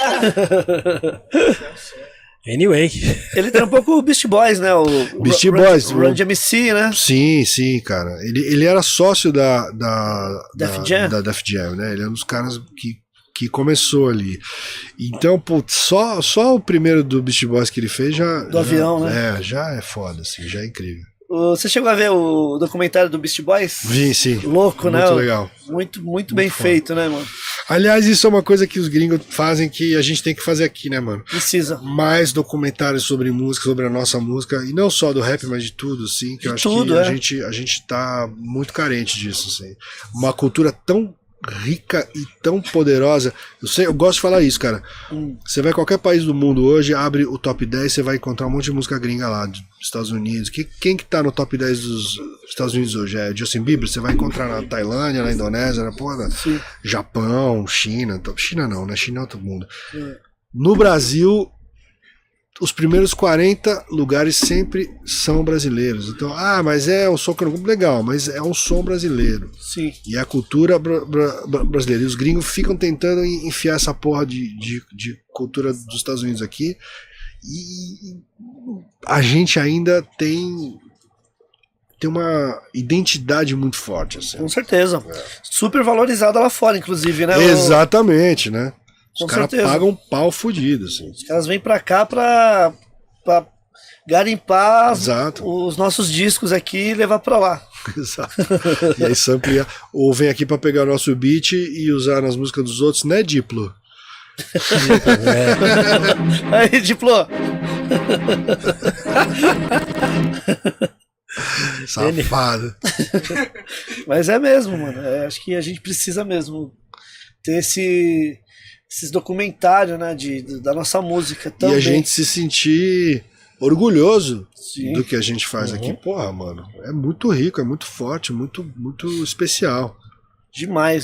B: Anyway.
A: Ele trampou com o Beast Boys, né? O
D: Beast Boys.
A: O Run DMC, né?
D: Sim, cara. Ele era sócio da Def Jam, né? Ele é um dos caras que começou ali. Então, putz, só o primeiro do Beast Boys que ele fez já...
A: Avião, né?
D: Já é foda, assim, já é incrível.
A: Você chegou a ver o documentário do Beast Boys?
D: Vi, sim.
A: Louco, né?
D: Muito legal.
A: Muito bem feito, né, mano?
D: Aliás, isso é uma coisa que os gringos fazem que a gente tem que fazer aqui, né, mano?
A: Precisa.
D: Mais documentários sobre música, sobre a nossa música, e não só do rap, mas de tudo, assim, que
A: De
D: eu acho
A: tudo,
D: que a gente tá muito carente disso, assim. Uma cultura tão rica e tão poderosa. Eu gosto de falar isso, cara. Você vai a qualquer país do mundo hoje, abre o top 10, você vai encontrar um monte de música gringa lá, dos Estados Unidos. Quem que tá no top 10 dos Estados Unidos hoje? É Justin Bieber? Você vai encontrar na Tailândia, na Indonésia, na porra, Japão, China. China não, né? China é outro mundo. No Brasil, os primeiros 40 lugares sempre são brasileiros. Então, mas é um som que eu não... Legal, mas é um som brasileiro.
A: Sim.
D: E é a cultura brasileira. E os gringos ficam tentando enfiar essa porra de cultura dos Estados Unidos aqui. E a gente ainda tem uma identidade muito forte. Assim.
A: Com certeza. Super valorizada lá fora, inclusive, né?
D: Exatamente, né? Os
A: Com
D: caras
A: certeza.
D: pagam um pau fudido, assim.
A: Os caras vêm pra cá pra garimpar
D: Exato.
A: os nossos discos aqui e levar pra lá.
D: Exato. E aí samplear. Ou vem aqui pra pegar o nosso beat e usar nas músicas dos outros, né, Diplo?
A: Aí, Diplo.
D: Safado.
A: Mas é mesmo, mano. Acho que a gente precisa mesmo ter esses documentários, né, da nossa música também.
D: E a gente se sentir orgulhoso
A: Sim.
D: do que a gente faz aqui. Porra, mano, é muito rico, é muito forte, muito especial.
A: Demais.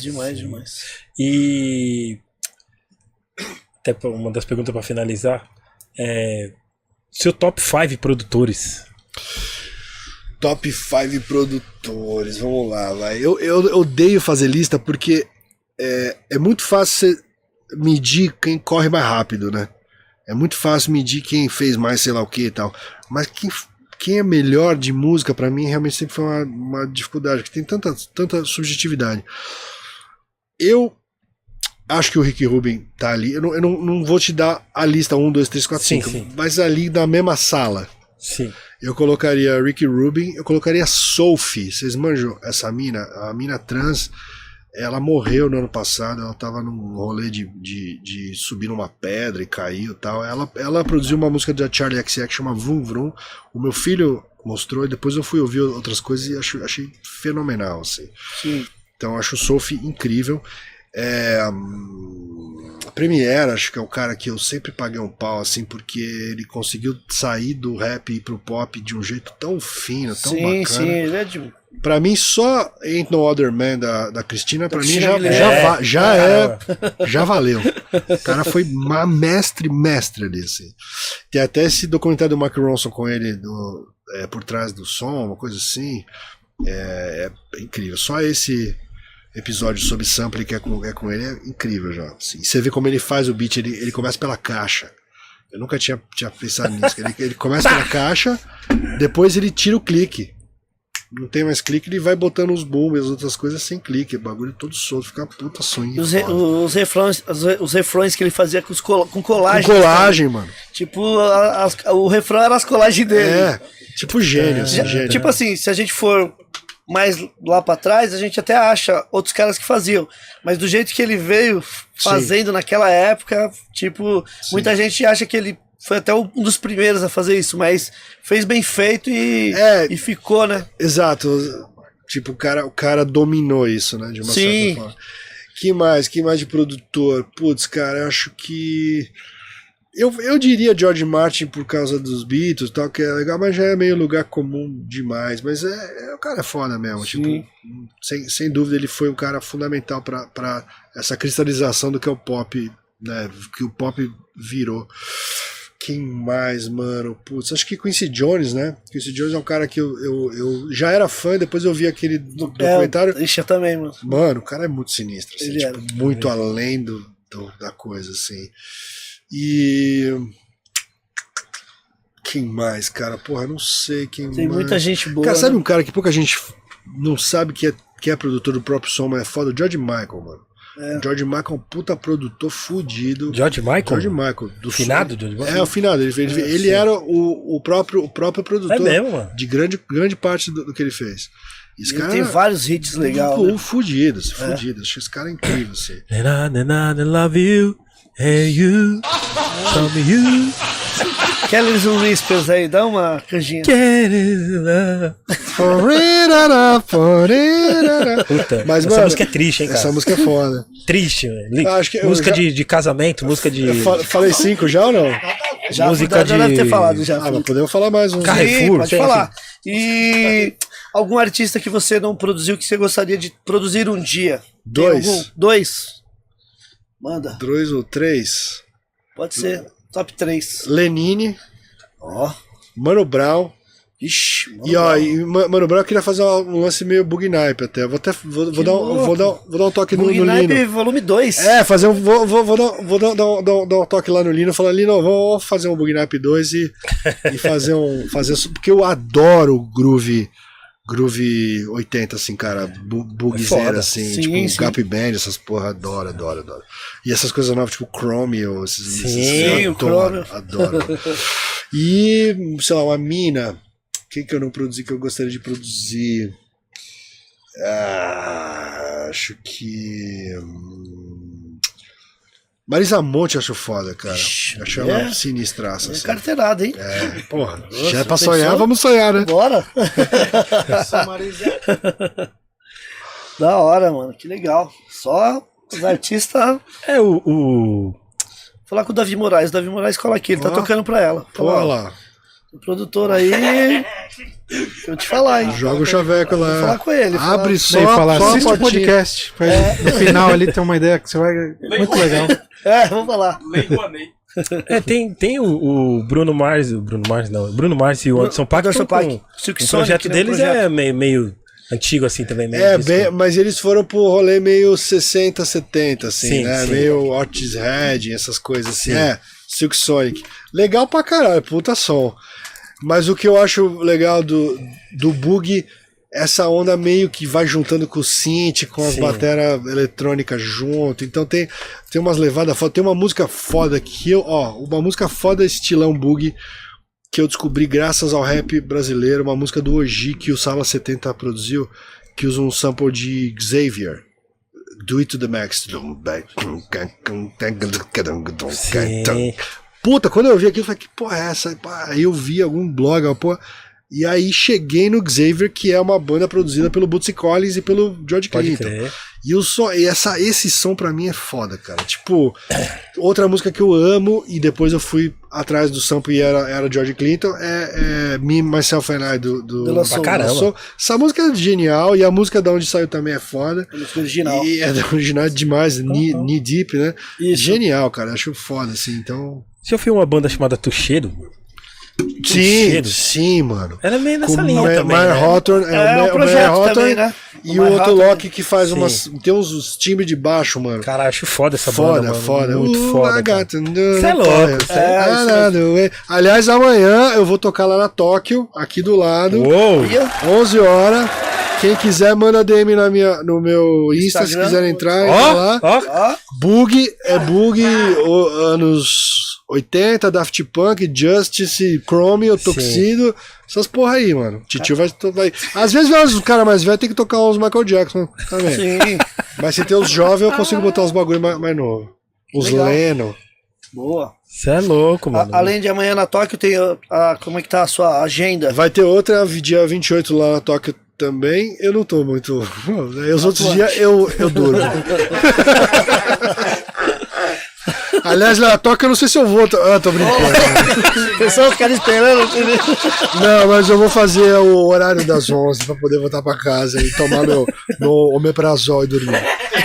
B: E até uma das perguntas pra finalizar seu top 5 produtores.
D: Top 5 produtores, vamos lá, vai. Eu odeio fazer lista porque é muito fácil você medir quem corre mais rápido, né? É muito fácil medir quem fez mais sei lá o que e tal. Mas quem é melhor de música, pra mim, realmente sempre foi uma dificuldade, porque tem tanta subjetividade. Eu acho que o Rick Rubin tá ali. Eu não vou te dar a lista 1, 2, 3, 4, 5,
B: sim.
D: mas ali na mesma sala.
B: Sim.
D: Eu colocaria Rick Rubin, eu colocaria Sophie. Vocês manjam essa mina? A mina trans, ela morreu no ano passado, ela tava num rolê de subir numa pedra e caiu e tal. Ela produziu uma música da Charli XCX que chama Vroom Vroom. O meu filho mostrou e depois eu fui ouvir outras coisas e achei fenomenal, assim.
A: Sim.
D: Então acho o Sophie incrível. A Premiere, acho que é o cara que eu sempre paguei um pau, assim, porque ele conseguiu sair do rap e ir pro pop de um jeito tão fino, tão bacana.
A: Sim, ele é de...
D: Pra mim, só Ain't No Other Man da Cristina, pra mim
A: Cristina
D: já valeu. O cara foi mestre ali, assim. Tem até esse documentário do Mark Ronson com ele por trás do som, uma coisa assim. É incrível. Só esse episódio sobre sample que é com ele é incrível já. Assim. E você vê como ele faz o beat, ele começa pela caixa. Eu nunca tinha pensado nisso. Ele começa pela caixa, depois ele tira o clique. Não tem mais clique, ele vai botando os booms e as outras coisas sem clique. O bagulho todo solto, fica uma puta swing.
A: Os refrões que ele fazia com colagem.
D: Com colagem, mano.
A: Tipo, o refrão era as colagens dele.
D: Tipo gênio, gênio.
A: Tipo assim, se a gente for mais lá pra trás, a gente até acha outros caras que faziam. Mas do jeito que ele veio fazendo naquela época, tipo, muita gente acha que ele foi até um dos primeiros a fazer isso, mas fez bem feito e ficou, né?
D: Exato. Tipo, o cara dominou isso, né? De uma certa forma. Que mais de produtor? Putz, cara, eu acho que... Eu diria George Martin por causa dos Beatles e tal, que é legal, mas já é meio lugar comum demais. Mas o cara é foda mesmo. Tipo, sem dúvida, ele foi um cara fundamental pra essa cristalização do que é o pop, né? Que o pop virou. Quem mais, mano? Putz, acho que Quincy Jones, né? Quincy Jones é um cara que eu já era fã, depois eu vi aquele documentário.
A: Eu também, mano.
D: Mano, o cara é muito sinistro, assim,
A: Ele
D: tipo, muito além da coisa, assim. E... Quem mais, cara? Porra, eu não sei quem mais.
A: Tem muita gente boa.
D: Cara, sabe
A: né?
D: um cara que pouca gente não sabe que é produtor do próprio som, mas é foda? O George Michael, mano. George Michael é um puta produtor fudido.
B: George Michael?
D: George Michael. Do
B: Finado, George Michael?
D: É, o finado. Ele era o próprio produtor
B: É mesmo, mano.
D: de grande parte do que ele fez. Esse
A: Ele
D: cara
A: tem vários hits legais.
D: pô,
A: Né?
D: fudidos. Acho que esse cara é incrível, assim.
B: And I love you, hey you, tell me you,
A: Kelly's Whispers aí, dá uma canjinha.
B: get it love. Puta,
D: Mas,
B: essa
D: mano,
B: música é triste, hein, cara?
D: Essa música é foda.
B: Triste, velho.
D: Acho que eu
B: Música
D: já-
B: de casamento, música de
D: Falei 5 já ou não?
A: Já,
B: música
A: já
B: de-
A: deve ter falado já.
D: Ah, mas podemos falar mais um.
B: Carrefour,
A: pode
B: tem
A: falar. E algum artista que você não produziu que você gostaria de produzir um dia? Tem
D: 2.
A: algum? 2? Manda.
D: 2 ou 3.
A: Pode ser. Top 3.
D: Lenine,
A: Ó.
D: Mano Brown.
A: Ixi,
D: E ó, Mano Brown, eu queria fazer um lance meio bug naipe até. Vou dar um toque no Lino.
A: Bugnipe volume 2.
D: É, fazer um. Vou dar um toque lá no Lino. Falar, Lino, vamos fazer um Bugnipe 2 e fazer um. Porque eu adoro groove 80, assim, cara. Bugzeira,
B: foda.
D: assim.
A: Sim,
D: tipo,
A: sim.
D: Gap Band, essas porra, adoro. E essas coisas novas, tipo Chromio.
B: Sim,
D: eu
A: o Chromio.
D: adoro. E, sei lá, uma mina. Quem que eu não produzi que eu gostaria de produzir? Acho que. Marisa Monte eu acho foda, cara.
A: Ixi,
D: Acho ela sinistraça.
A: É
D: Assim.
A: carteirada, hein?
D: Porra,
A: Nossa,
D: já é pra
A: pensou?
D: sonhar, vamos sonhar, né?
A: Bora. Da hora, mano. Que legal. Só os artistas.
B: É o
A: Falar com o Davi Moraes. O Davi Moraes cola aqui, ele tá
D: Ó.
A: tocando pra ela.
D: Pô,
A: Fala,
D: lá.
A: o produtor aí. Deixa eu te falar, hein?
D: Joga o chaveco
A: Vou falar
D: lá.
A: com ele.
D: Abre
F: Sem
D: só,
F: falar,
D: só a
F: assiste o
D: portinha.
F: podcast. Pra no final ali ter uma ideia que você vai. Muito legal.
A: É, vamos falar.
C: Lei Rouanet.
B: tem o Bruno Mars e o Anderson Paak.
A: Anderson
B: estão
A: Paak.
B: com-
A: Silk
B: O
A: Sonic,
B: projeto
A: né,
B: deles
A: projeto.
B: é meio antigo assim também. Meio
D: É,
B: disco.
D: mas eles foram pro rolê meio 60, 70, assim,
B: Sim,
D: né?
B: sim.
D: Meio Otis Redding, essas coisas assim.
B: Sim.
D: É, Silk Sonic. Legal pra caralho, puta som. Mas o que eu acho legal do bug, essa onda meio que vai juntando com o synth, com as
B: Sim.
D: bateras eletrônicas junto. Então tem umas levadas foda. Tem uma música foda uma música foda estilão bug que eu descobri graças ao rap brasileiro, uma música do Oji que o Sala 70 produziu, que usa um sample de Xavier. Do It to the Max.
B: Sim.
D: Puta, quando eu vi aquilo, eu falei, que porra é essa? Aí eu vi algum blog, uma porra. E aí cheguei no Xavier, que é uma banda produzida pelo Bootsy Collins e pelo George
B: Pode
D: Clinton.
B: crer.
D: Esse som pra mim é foda, cara. Tipo, outra música que eu amo, e depois eu fui atrás do sample e era George Clinton, é Me, Myself and I do
A: La Soul.
B: Pra caramba.
D: La Soul. Essa música é genial, e a música da onde saiu também é foda.
A: A música original.
D: E é da original demais, Knee Deep, né?
A: Isso.
D: Genial, cara. Acho foda, assim, então.
B: Você ouviu uma banda chamada Tuxedo?
D: Sim, sim, mano.
B: Era meio nessa
D: Com
B: linha
D: o
B: também,
D: Mayer
B: né?
D: Hawthorne,
A: É um
D: o
A: projeto
D: Mayer Hawthorne
A: também, né?
D: e
A: O
D: o
A: Mayer
D: outro
A: Hawthorne.
D: Loki que faz
B: Sim.
D: umas. Tem uns timbres de baixo, mano.
B: Cara, acho foda essa
D: Foda,
B: banda, mano.
D: foda.
B: Muito foda, cara.
D: Você
B: Cê é louco, cê
A: é-
D: Aliás, amanhã eu vou tocar lá na Tóquio, aqui do lado,
B: Uou!
D: 11 horas. Quem quiser, manda DM no meu Insta, se
A: Instagram.
D: quiser entrar, entra lá.
B: Ó,
A: Ó,
D: Bug, anos 80, Daft Punk, Justice, Chromio, Tuxedo, essas porra aí, mano. Titio vai. Às vezes os caras mais velhos tem que tocar uns Michael Jackson também.
A: sim.
D: Mas se tem os jovens, eu consigo botar uns bagulho mais novos. Os
A: Legal.
D: Lennon.
A: Boa.
B: Você é louco, mano.
A: Além de amanhã na Tóquio, tem como é que tá a sua agenda?
D: Vai ter outra dia 28 lá na Tóquio também. Eu não tô muito. Os outros dias eu durmo. Aliás, na Tóquio eu não sei se eu vou. Tô brincando.
A: O pessoal fica esperando.
D: Não, mas eu vou fazer o horário das 11 pra poder voltar pra casa e tomar meu omeprazol e dormir.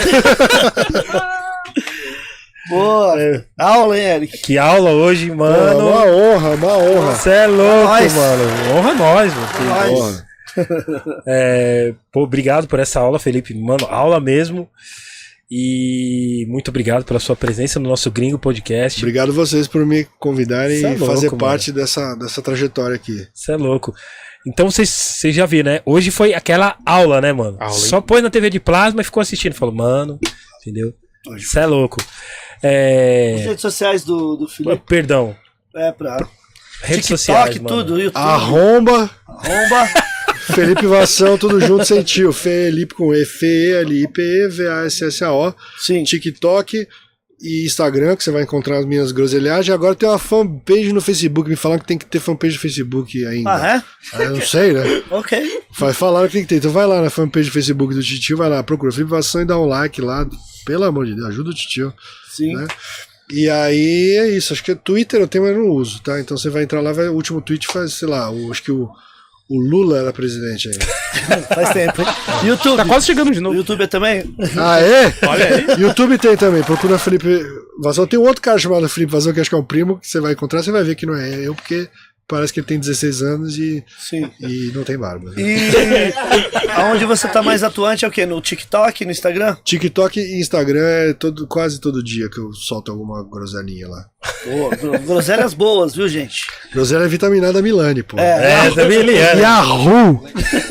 A: Boa. Aula, hein, Eric?
B: Que aula hoje, mano.
D: Uma honra.
B: Você é louco,
A: Nós.
B: mano. Honra nós, mano.
A: Nós.
D: Porra.
B: Pô, obrigado por essa aula, Felipe. Mano, aula mesmo. E muito obrigado pela sua presença no nosso Gringo Podcast.
D: Obrigado vocês por me convidarem
B: Cê é
D: e
B: louco,
D: fazer
B: mano.
D: parte dessa trajetória aqui.
B: Você é louco. Então vocês já viram, né? Hoje foi aquela aula, né, mano?
F: Aula, hein?
B: Só pôs na TV de plasma e ficou assistindo. Falou, mano, entendeu? Isso é louco.
A: As redes sociais do Felipe.
B: Perdão.
A: Pra
B: Redes
A: TikTok,
B: sociais, mano.
A: tudo, YouTube.
D: Arromba,
A: Arromba.
D: Felipe Vassão, tudo junto sem tio. Felipe com E, F-E-L-I-P-E-V-A-S-S-A-O.
A: Sim.
D: TikTok e Instagram, que você vai encontrar as minhas groselhagens. Agora tem uma fanpage no Facebook. Me falaram que tem que ter fanpage no Facebook ainda.
A: Ah, é?
D: Ah, eu não sei, né?
A: Ok.
D: Falaram que tem que ter. Então vai lá na fanpage do Facebook do Titio, vai lá, procura Felipe Vassão e dá um like lá. Pelo amor de Deus, ajuda o Titio.
A: Sim.
D: Né? E aí é isso. Acho que Twitter eu tenho, mas eu não uso, tá? Então você vai entrar lá, o último tweet faz, sei lá, acho que o Lula era presidente aí.
A: Faz tempo, hein? YouTube.
C: Tá quase chegando de
A: O
C: novo.
A: YouTube também?
D: Ah, é?
C: Olha aí.
D: YouTube tem também. Procura Felipe Vassão. Tem um outro cara chamado Felipe Vassão, que acho que é um primo, que você vai encontrar, você vai ver que não é eu, porque parece que ele tem 16 anos e não tem barba. Né?
A: E aonde você tá mais atuante é o quê? No TikTok, no Instagram?
D: TikTok e Instagram é quase todo dia que eu solto alguma groselinha lá.
A: Pô, groselhas boas, viu, gente?
D: Groselha é vitaminada Milani, pô.
B: Também ele é.
D: Yahoo!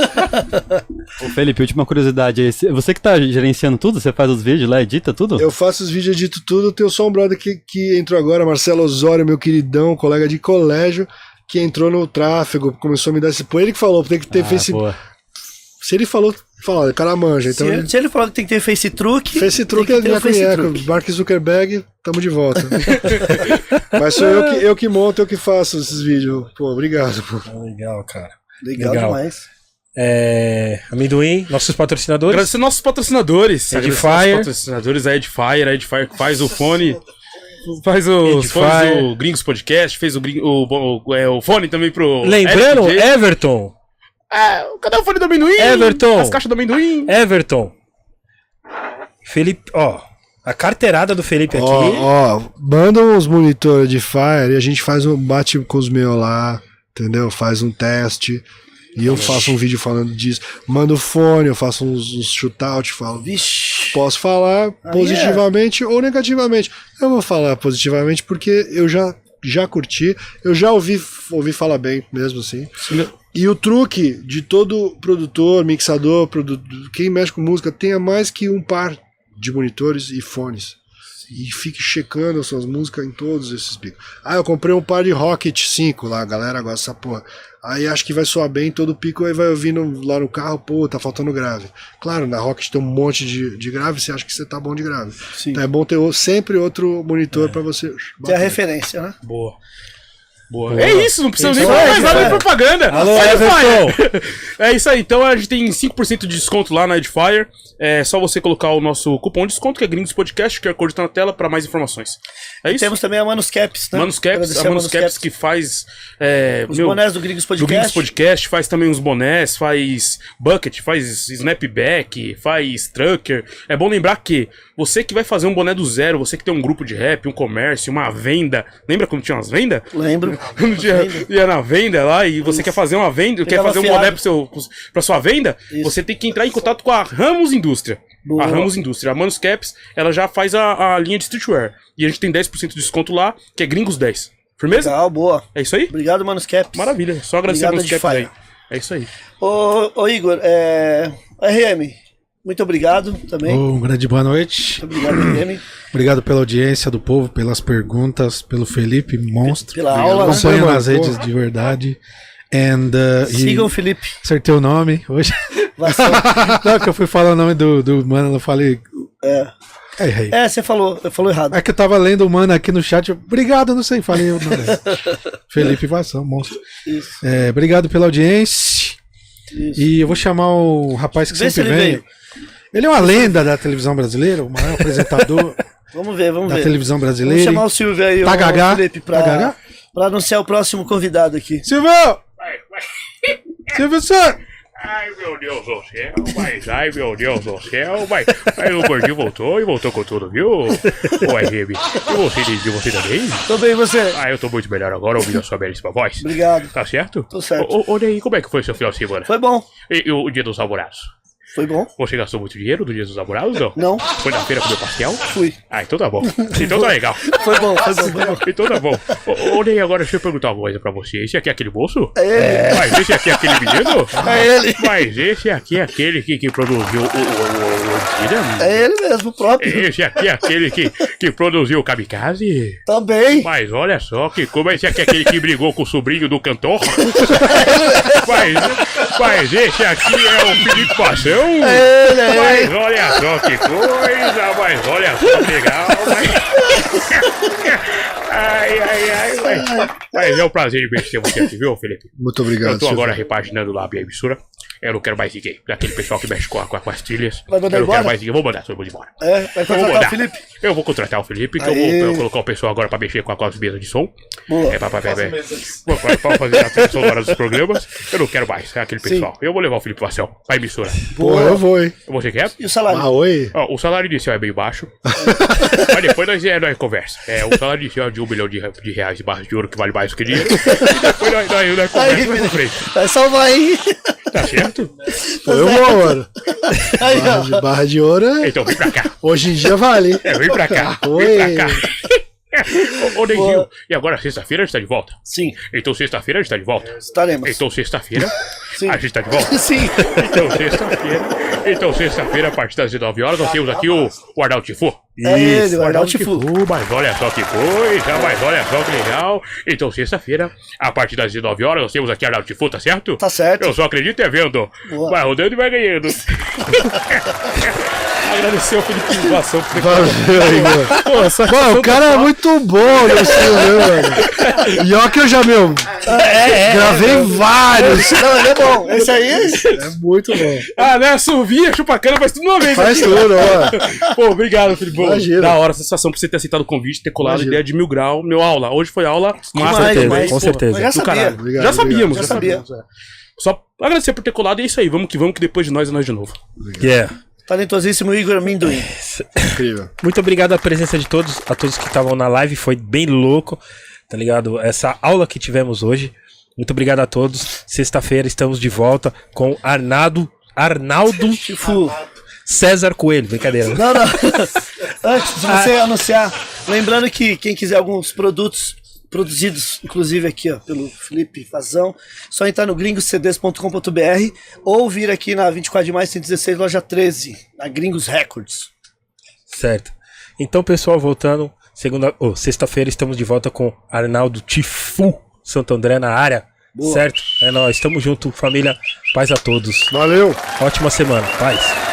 E: Ô Felipe, última curiosidade aí. Você que tá gerenciando tudo? Você faz os vídeos lá, edita tudo?
D: Eu faço os vídeos, edito tudo. Tenho só um brother que entrou agora, Marcelo Osório, meu queridão, colega de colégio, que entrou no tráfego, começou a me dar esse... Pô, ele que falou, tem que ter Facebook.
E: Boa.
D: Se ele falou, o cara manja. Então
A: Se ele falou que tem que ter face truque.
D: Face truque é minha cunhaca. Mark Zuckerberg, tamo de volta. Mas sou eu que monto, eu que faço esses vídeos. Pô, obrigado. Pô.
B: Legal, cara.
A: Legal demais.
B: Amendoim, nossos patrocinadores.
C: Agradecer nossos patrocinadores.
B: Edifier.
C: Agradecer nossos patrocinadores, a Edifier que faz o fone. Faz os fones do Gringos Podcast, fez o fone também pro.
B: Lembrando,
C: FJ.
B: Everton.
C: Cadê o fone do amendoim?
B: Everton.
C: As caixas do amendoim.
B: Everton. Felipe, ó. A carteirada do Felipe aqui.
D: Manda uns monitores de Fire e a gente faz bate com os meus lá, entendeu? Faz um teste. E eu faço um vídeo falando disso. Mando o fone, eu faço uns shootout, falo.
A: Vixe.
D: Posso falar positivamente ou negativamente. Eu vou falar positivamente porque eu já curti, eu já ouvi falar bem mesmo assim. E o truque de todo produtor, mixador, quem mexe com música, tenha mais que um par de monitores e fones. E fique checando as suas músicas em todos esses picos. Eu comprei um par de Rocket 5 lá, a galera gosta dessa porra. Aí acho que vai soar bem todo pico, aí vai ouvindo lá no carro, pô, tá faltando grave. Claro, na Rocket tem um monte de grave, você acha que você tá bom de grave.
A: Sim.
D: Então é bom ter sempre outro monitor pra você
A: Tem a referência, né?
C: Boa. É isso, não precisa nem
A: Isso
C: falar
A: aí,
C: mais nada de
A: cara.
C: propaganda.
B: Alô,
C: Edifier.
B: Everton.
C: É isso aí, então a gente tem 5% de desconto lá na Edifier. É só você colocar o nosso cupom de desconto, que é Gringos Podcast, que é a cor tá na tela, pra mais informações. É isso?
A: Temos também a Manuscaps, né?
C: Manuscaps,
A: Agradecer
C: a Manuscaps que faz...
A: Os bonés do Gringos Podcast.
C: Do Gringos Podcast, faz também os bonés, faz bucket, faz snapback, faz trucker. É bom lembrar que você que vai fazer um boné do zero, você que tem um grupo de rap, um comércio, uma venda... Lembra quando tinha umas vendas?
A: Lembro.
C: Quando ia na venda lá e você quer fazer uma venda, quer
A: Pegava
C: fazer um
A: fiado.
C: boné pra sua venda,
A: Isso.
C: você tem que entrar em contato com a Ramos Indústria.
A: Boa.
C: A Ramos Indústria. A Manuscaps, ela já faz a linha de streetwear. E a gente tem 10% de desconto lá, que é Gringos 10. Firmeza?
A: Legal, boa.
C: É isso aí?
A: Obrigado, Manuscaps.
C: Maravilha. Só agradecer a
A: Obrigado,
C: Manuscaps aí.
A: Edifier.
C: É isso aí.
A: Ô Igor, RM, muito obrigado também.
F: Um grande boa noite.
A: Muito obrigado, RM.
F: Obrigado pela audiência do povo, pelas perguntas, pelo Felipe, monstro.
A: Pela aula, né?
F: Acompanha
D: Mano,
F: nas redes
D: porra.
F: de verdade.
A: Sigam o Felipe.
F: Acertei o nome hoje.
A: Vassão.
F: Não, que eu fui falar o nome do mano, eu falei. Errei.
A: Você falou errado.
F: É que eu tava lendo o mano aqui no chat. Obrigado, não sei, falei o nome. Felipe Vassão, monstro.
A: Isso.
F: Obrigado pela audiência.
A: Isso.
F: E eu vou chamar o rapaz que
A: Vê se
F: sempre
A: ele
F: vem.
A: veio.
F: Ele é uma lenda da televisão brasileira, o maior apresentador
A: Vamos ver.
F: da televisão
A: Vamos
F: brasileira.
A: chamar o Silvio aí,
F: Tá
A: o
F: gagá?
A: Felipe,
F: Tá gagá?
A: pra anunciar o próximo convidado aqui.
F: Silvio! Silvio, senhor!
C: Ai, meu Deus do céu, ai, meu Deus do céu, aí o gordinho voltou e voltou com tudo, viu? O RM. E você também?
A: Tô bem, e você?
C: Eu tô muito melhor agora ouvindo a sua belíssima voz.
A: Obrigado.
C: Tá certo?
A: Tô certo.
C: Olha aí, como é que foi seu final de semana?
A: Foi bom.
C: E o dia dos namorados?
A: Foi bom?
C: Você gastou muito dinheiro no dia dos namorados, não?
A: Não,
C: Foi na feira comer pastel?
A: fui.
C: Ah, então tá bom. Então tá legal.
A: Foi bom, foi bom, foi bom.
C: Então tá bom. Ô, Ney, agora deixa eu perguntar uma coisa pra você. Esse aqui é aquele moço?
A: É ele,
C: Mas esse aqui é aquele menino?
A: é ele.
C: Mas esse aqui é aquele que produziu o Kira?
A: É ele mesmo, o próprio.
C: Esse aqui é aquele que produziu o Kamikaze?
A: Também.
C: Mas olha só que como esse aqui é aquele que brigou com o sobrinho do cantor? Mas esse aqui é o Felipe Paixão?
A: É ele, é
C: Mas
A: ele.
C: olha só que coisa, mas olha só que legal. Mas é um prazer de conhecer você aqui, viu, Felipe?
D: Muito obrigado,
C: Eu tô agora
D: Silvio.
C: repaginando lá a minha emissora. Eu não quero mais ninguém. Aquele pessoal que mexe com as trilhas.
A: Vai mandar
C: Eu não
A: embora?
C: quero mais ninguém. Vou mandar todo mundo embora.
A: É, vai
C: Eu vou
A: contratar o
C: mandar.
A: Felipe?
C: Eu vou contratar o Felipe, que
A: Aê.
C: eu vou colocar o pessoal agora pra mexer com as mesas de som.
A: Boa.
C: É pra fazer a trilha sonora dos programas. Eu não quero mais, é aquele pessoal. Eu vou levar o Felipe Marcel pra emissora.
D: Pô, eu vou, hein?
C: Você quer?
A: E o salário?
D: Ah, oi?
C: Ó, o salário inicial é bem baixo. Mas depois nós conversa. O salário inicial é de R$1 milhão de reais de barras de ouro, que vale mais do que dinheiro. E depois nós
A: Aí,
C: conversa mais pra
A: Felipe.
C: frente.
A: Vai salvar aí.
C: Tá certo?
D: Pô, eu vou, mano.
A: Aí, ó.
D: Barra de ouro,
C: Então vem pra cá.
D: hoje em dia vale, hein?
C: Vem pra cá.
D: Oi.
C: Vem pra cá. Ô, Neizinho, e agora sexta-feira a gente tá de volta?
A: Sim,
C: Então sexta-feira a gente tá de volta?
A: estaremos.
C: Então sexta-feira
A: Sim.
C: a gente tá de volta?
A: Sim.
C: Então sexta-feira, a partir das 19 horas, nós temos aqui o Arnaldo Tifo.
A: É ele, o Arnaldo Tifu.
C: Mas olha só que coisa, mas olha só que legal. Então sexta-feira, a partir das 19 horas, nós temos aqui Arnaldo Tifo, tá certo?
A: Tá certo.
C: Eu só acredito é vendo.
A: Boa.
C: Vai rodando e vai ganhando.
B: Agradecer ao Felipe Inovação por ter
D: Valeu, Igor.
B: Pô, essa
D: Mano, o cara é muito bom, meu Silvio, mano. E ó que eu já, meu, gravei vários.
A: Não, ele é bom. Esse aí,
D: É muito bom.
B: Ah, né? Assovia, chupa cana, faz tudo uma vez.
D: Faz
B: aqui.
D: tudo, ó.
B: Pô, obrigado, Felipe.
D: Imagina.
C: Da hora, satisfação por você ter aceitado o convite, ter colado a
D: Imagina.
C: ideia de 1000 graus. Meu aula, hoje foi aula massa.
A: demais, demais.
B: com certeza.
A: Eu já
C: Do
A: sabia.
C: caralho.
D: Obrigado,
C: Já sabíamos,
A: Já
C: já
A: sabia.
C: sabíamos. Só agradecer por ter colado e é isso aí. Vamos, que depois de nós é nós de novo.
B: Yeah.
A: Talentosíssimo Igor Amendoim.
D: Incrível.
B: Muito obrigado a presença de todos, a todos que estavam na live, foi bem louco, tá ligado? Essa aula que tivemos hoje. Muito obrigado a todos. Sexta-feira estamos de volta com Arnaldo
A: Tifu.
B: César Coelho, brincadeira.
A: Não, não. Antes de você anunciar, lembrando que quem quiser alguns produtos produzidos, inclusive aqui, ó, pelo Felipe Fazão, só entrar no gringoscds.com.br ou vir aqui na 24 de maio 116, loja 13, na Gringos Records.
B: Certo. Então, pessoal, voltando, sexta-feira estamos de volta com Arnaldo Tifu, Santo André na área.
A: Boa.
B: Certo? É nóis, tamo junto, família. Paz a todos.
D: Valeu.
B: Ótima semana. Paz.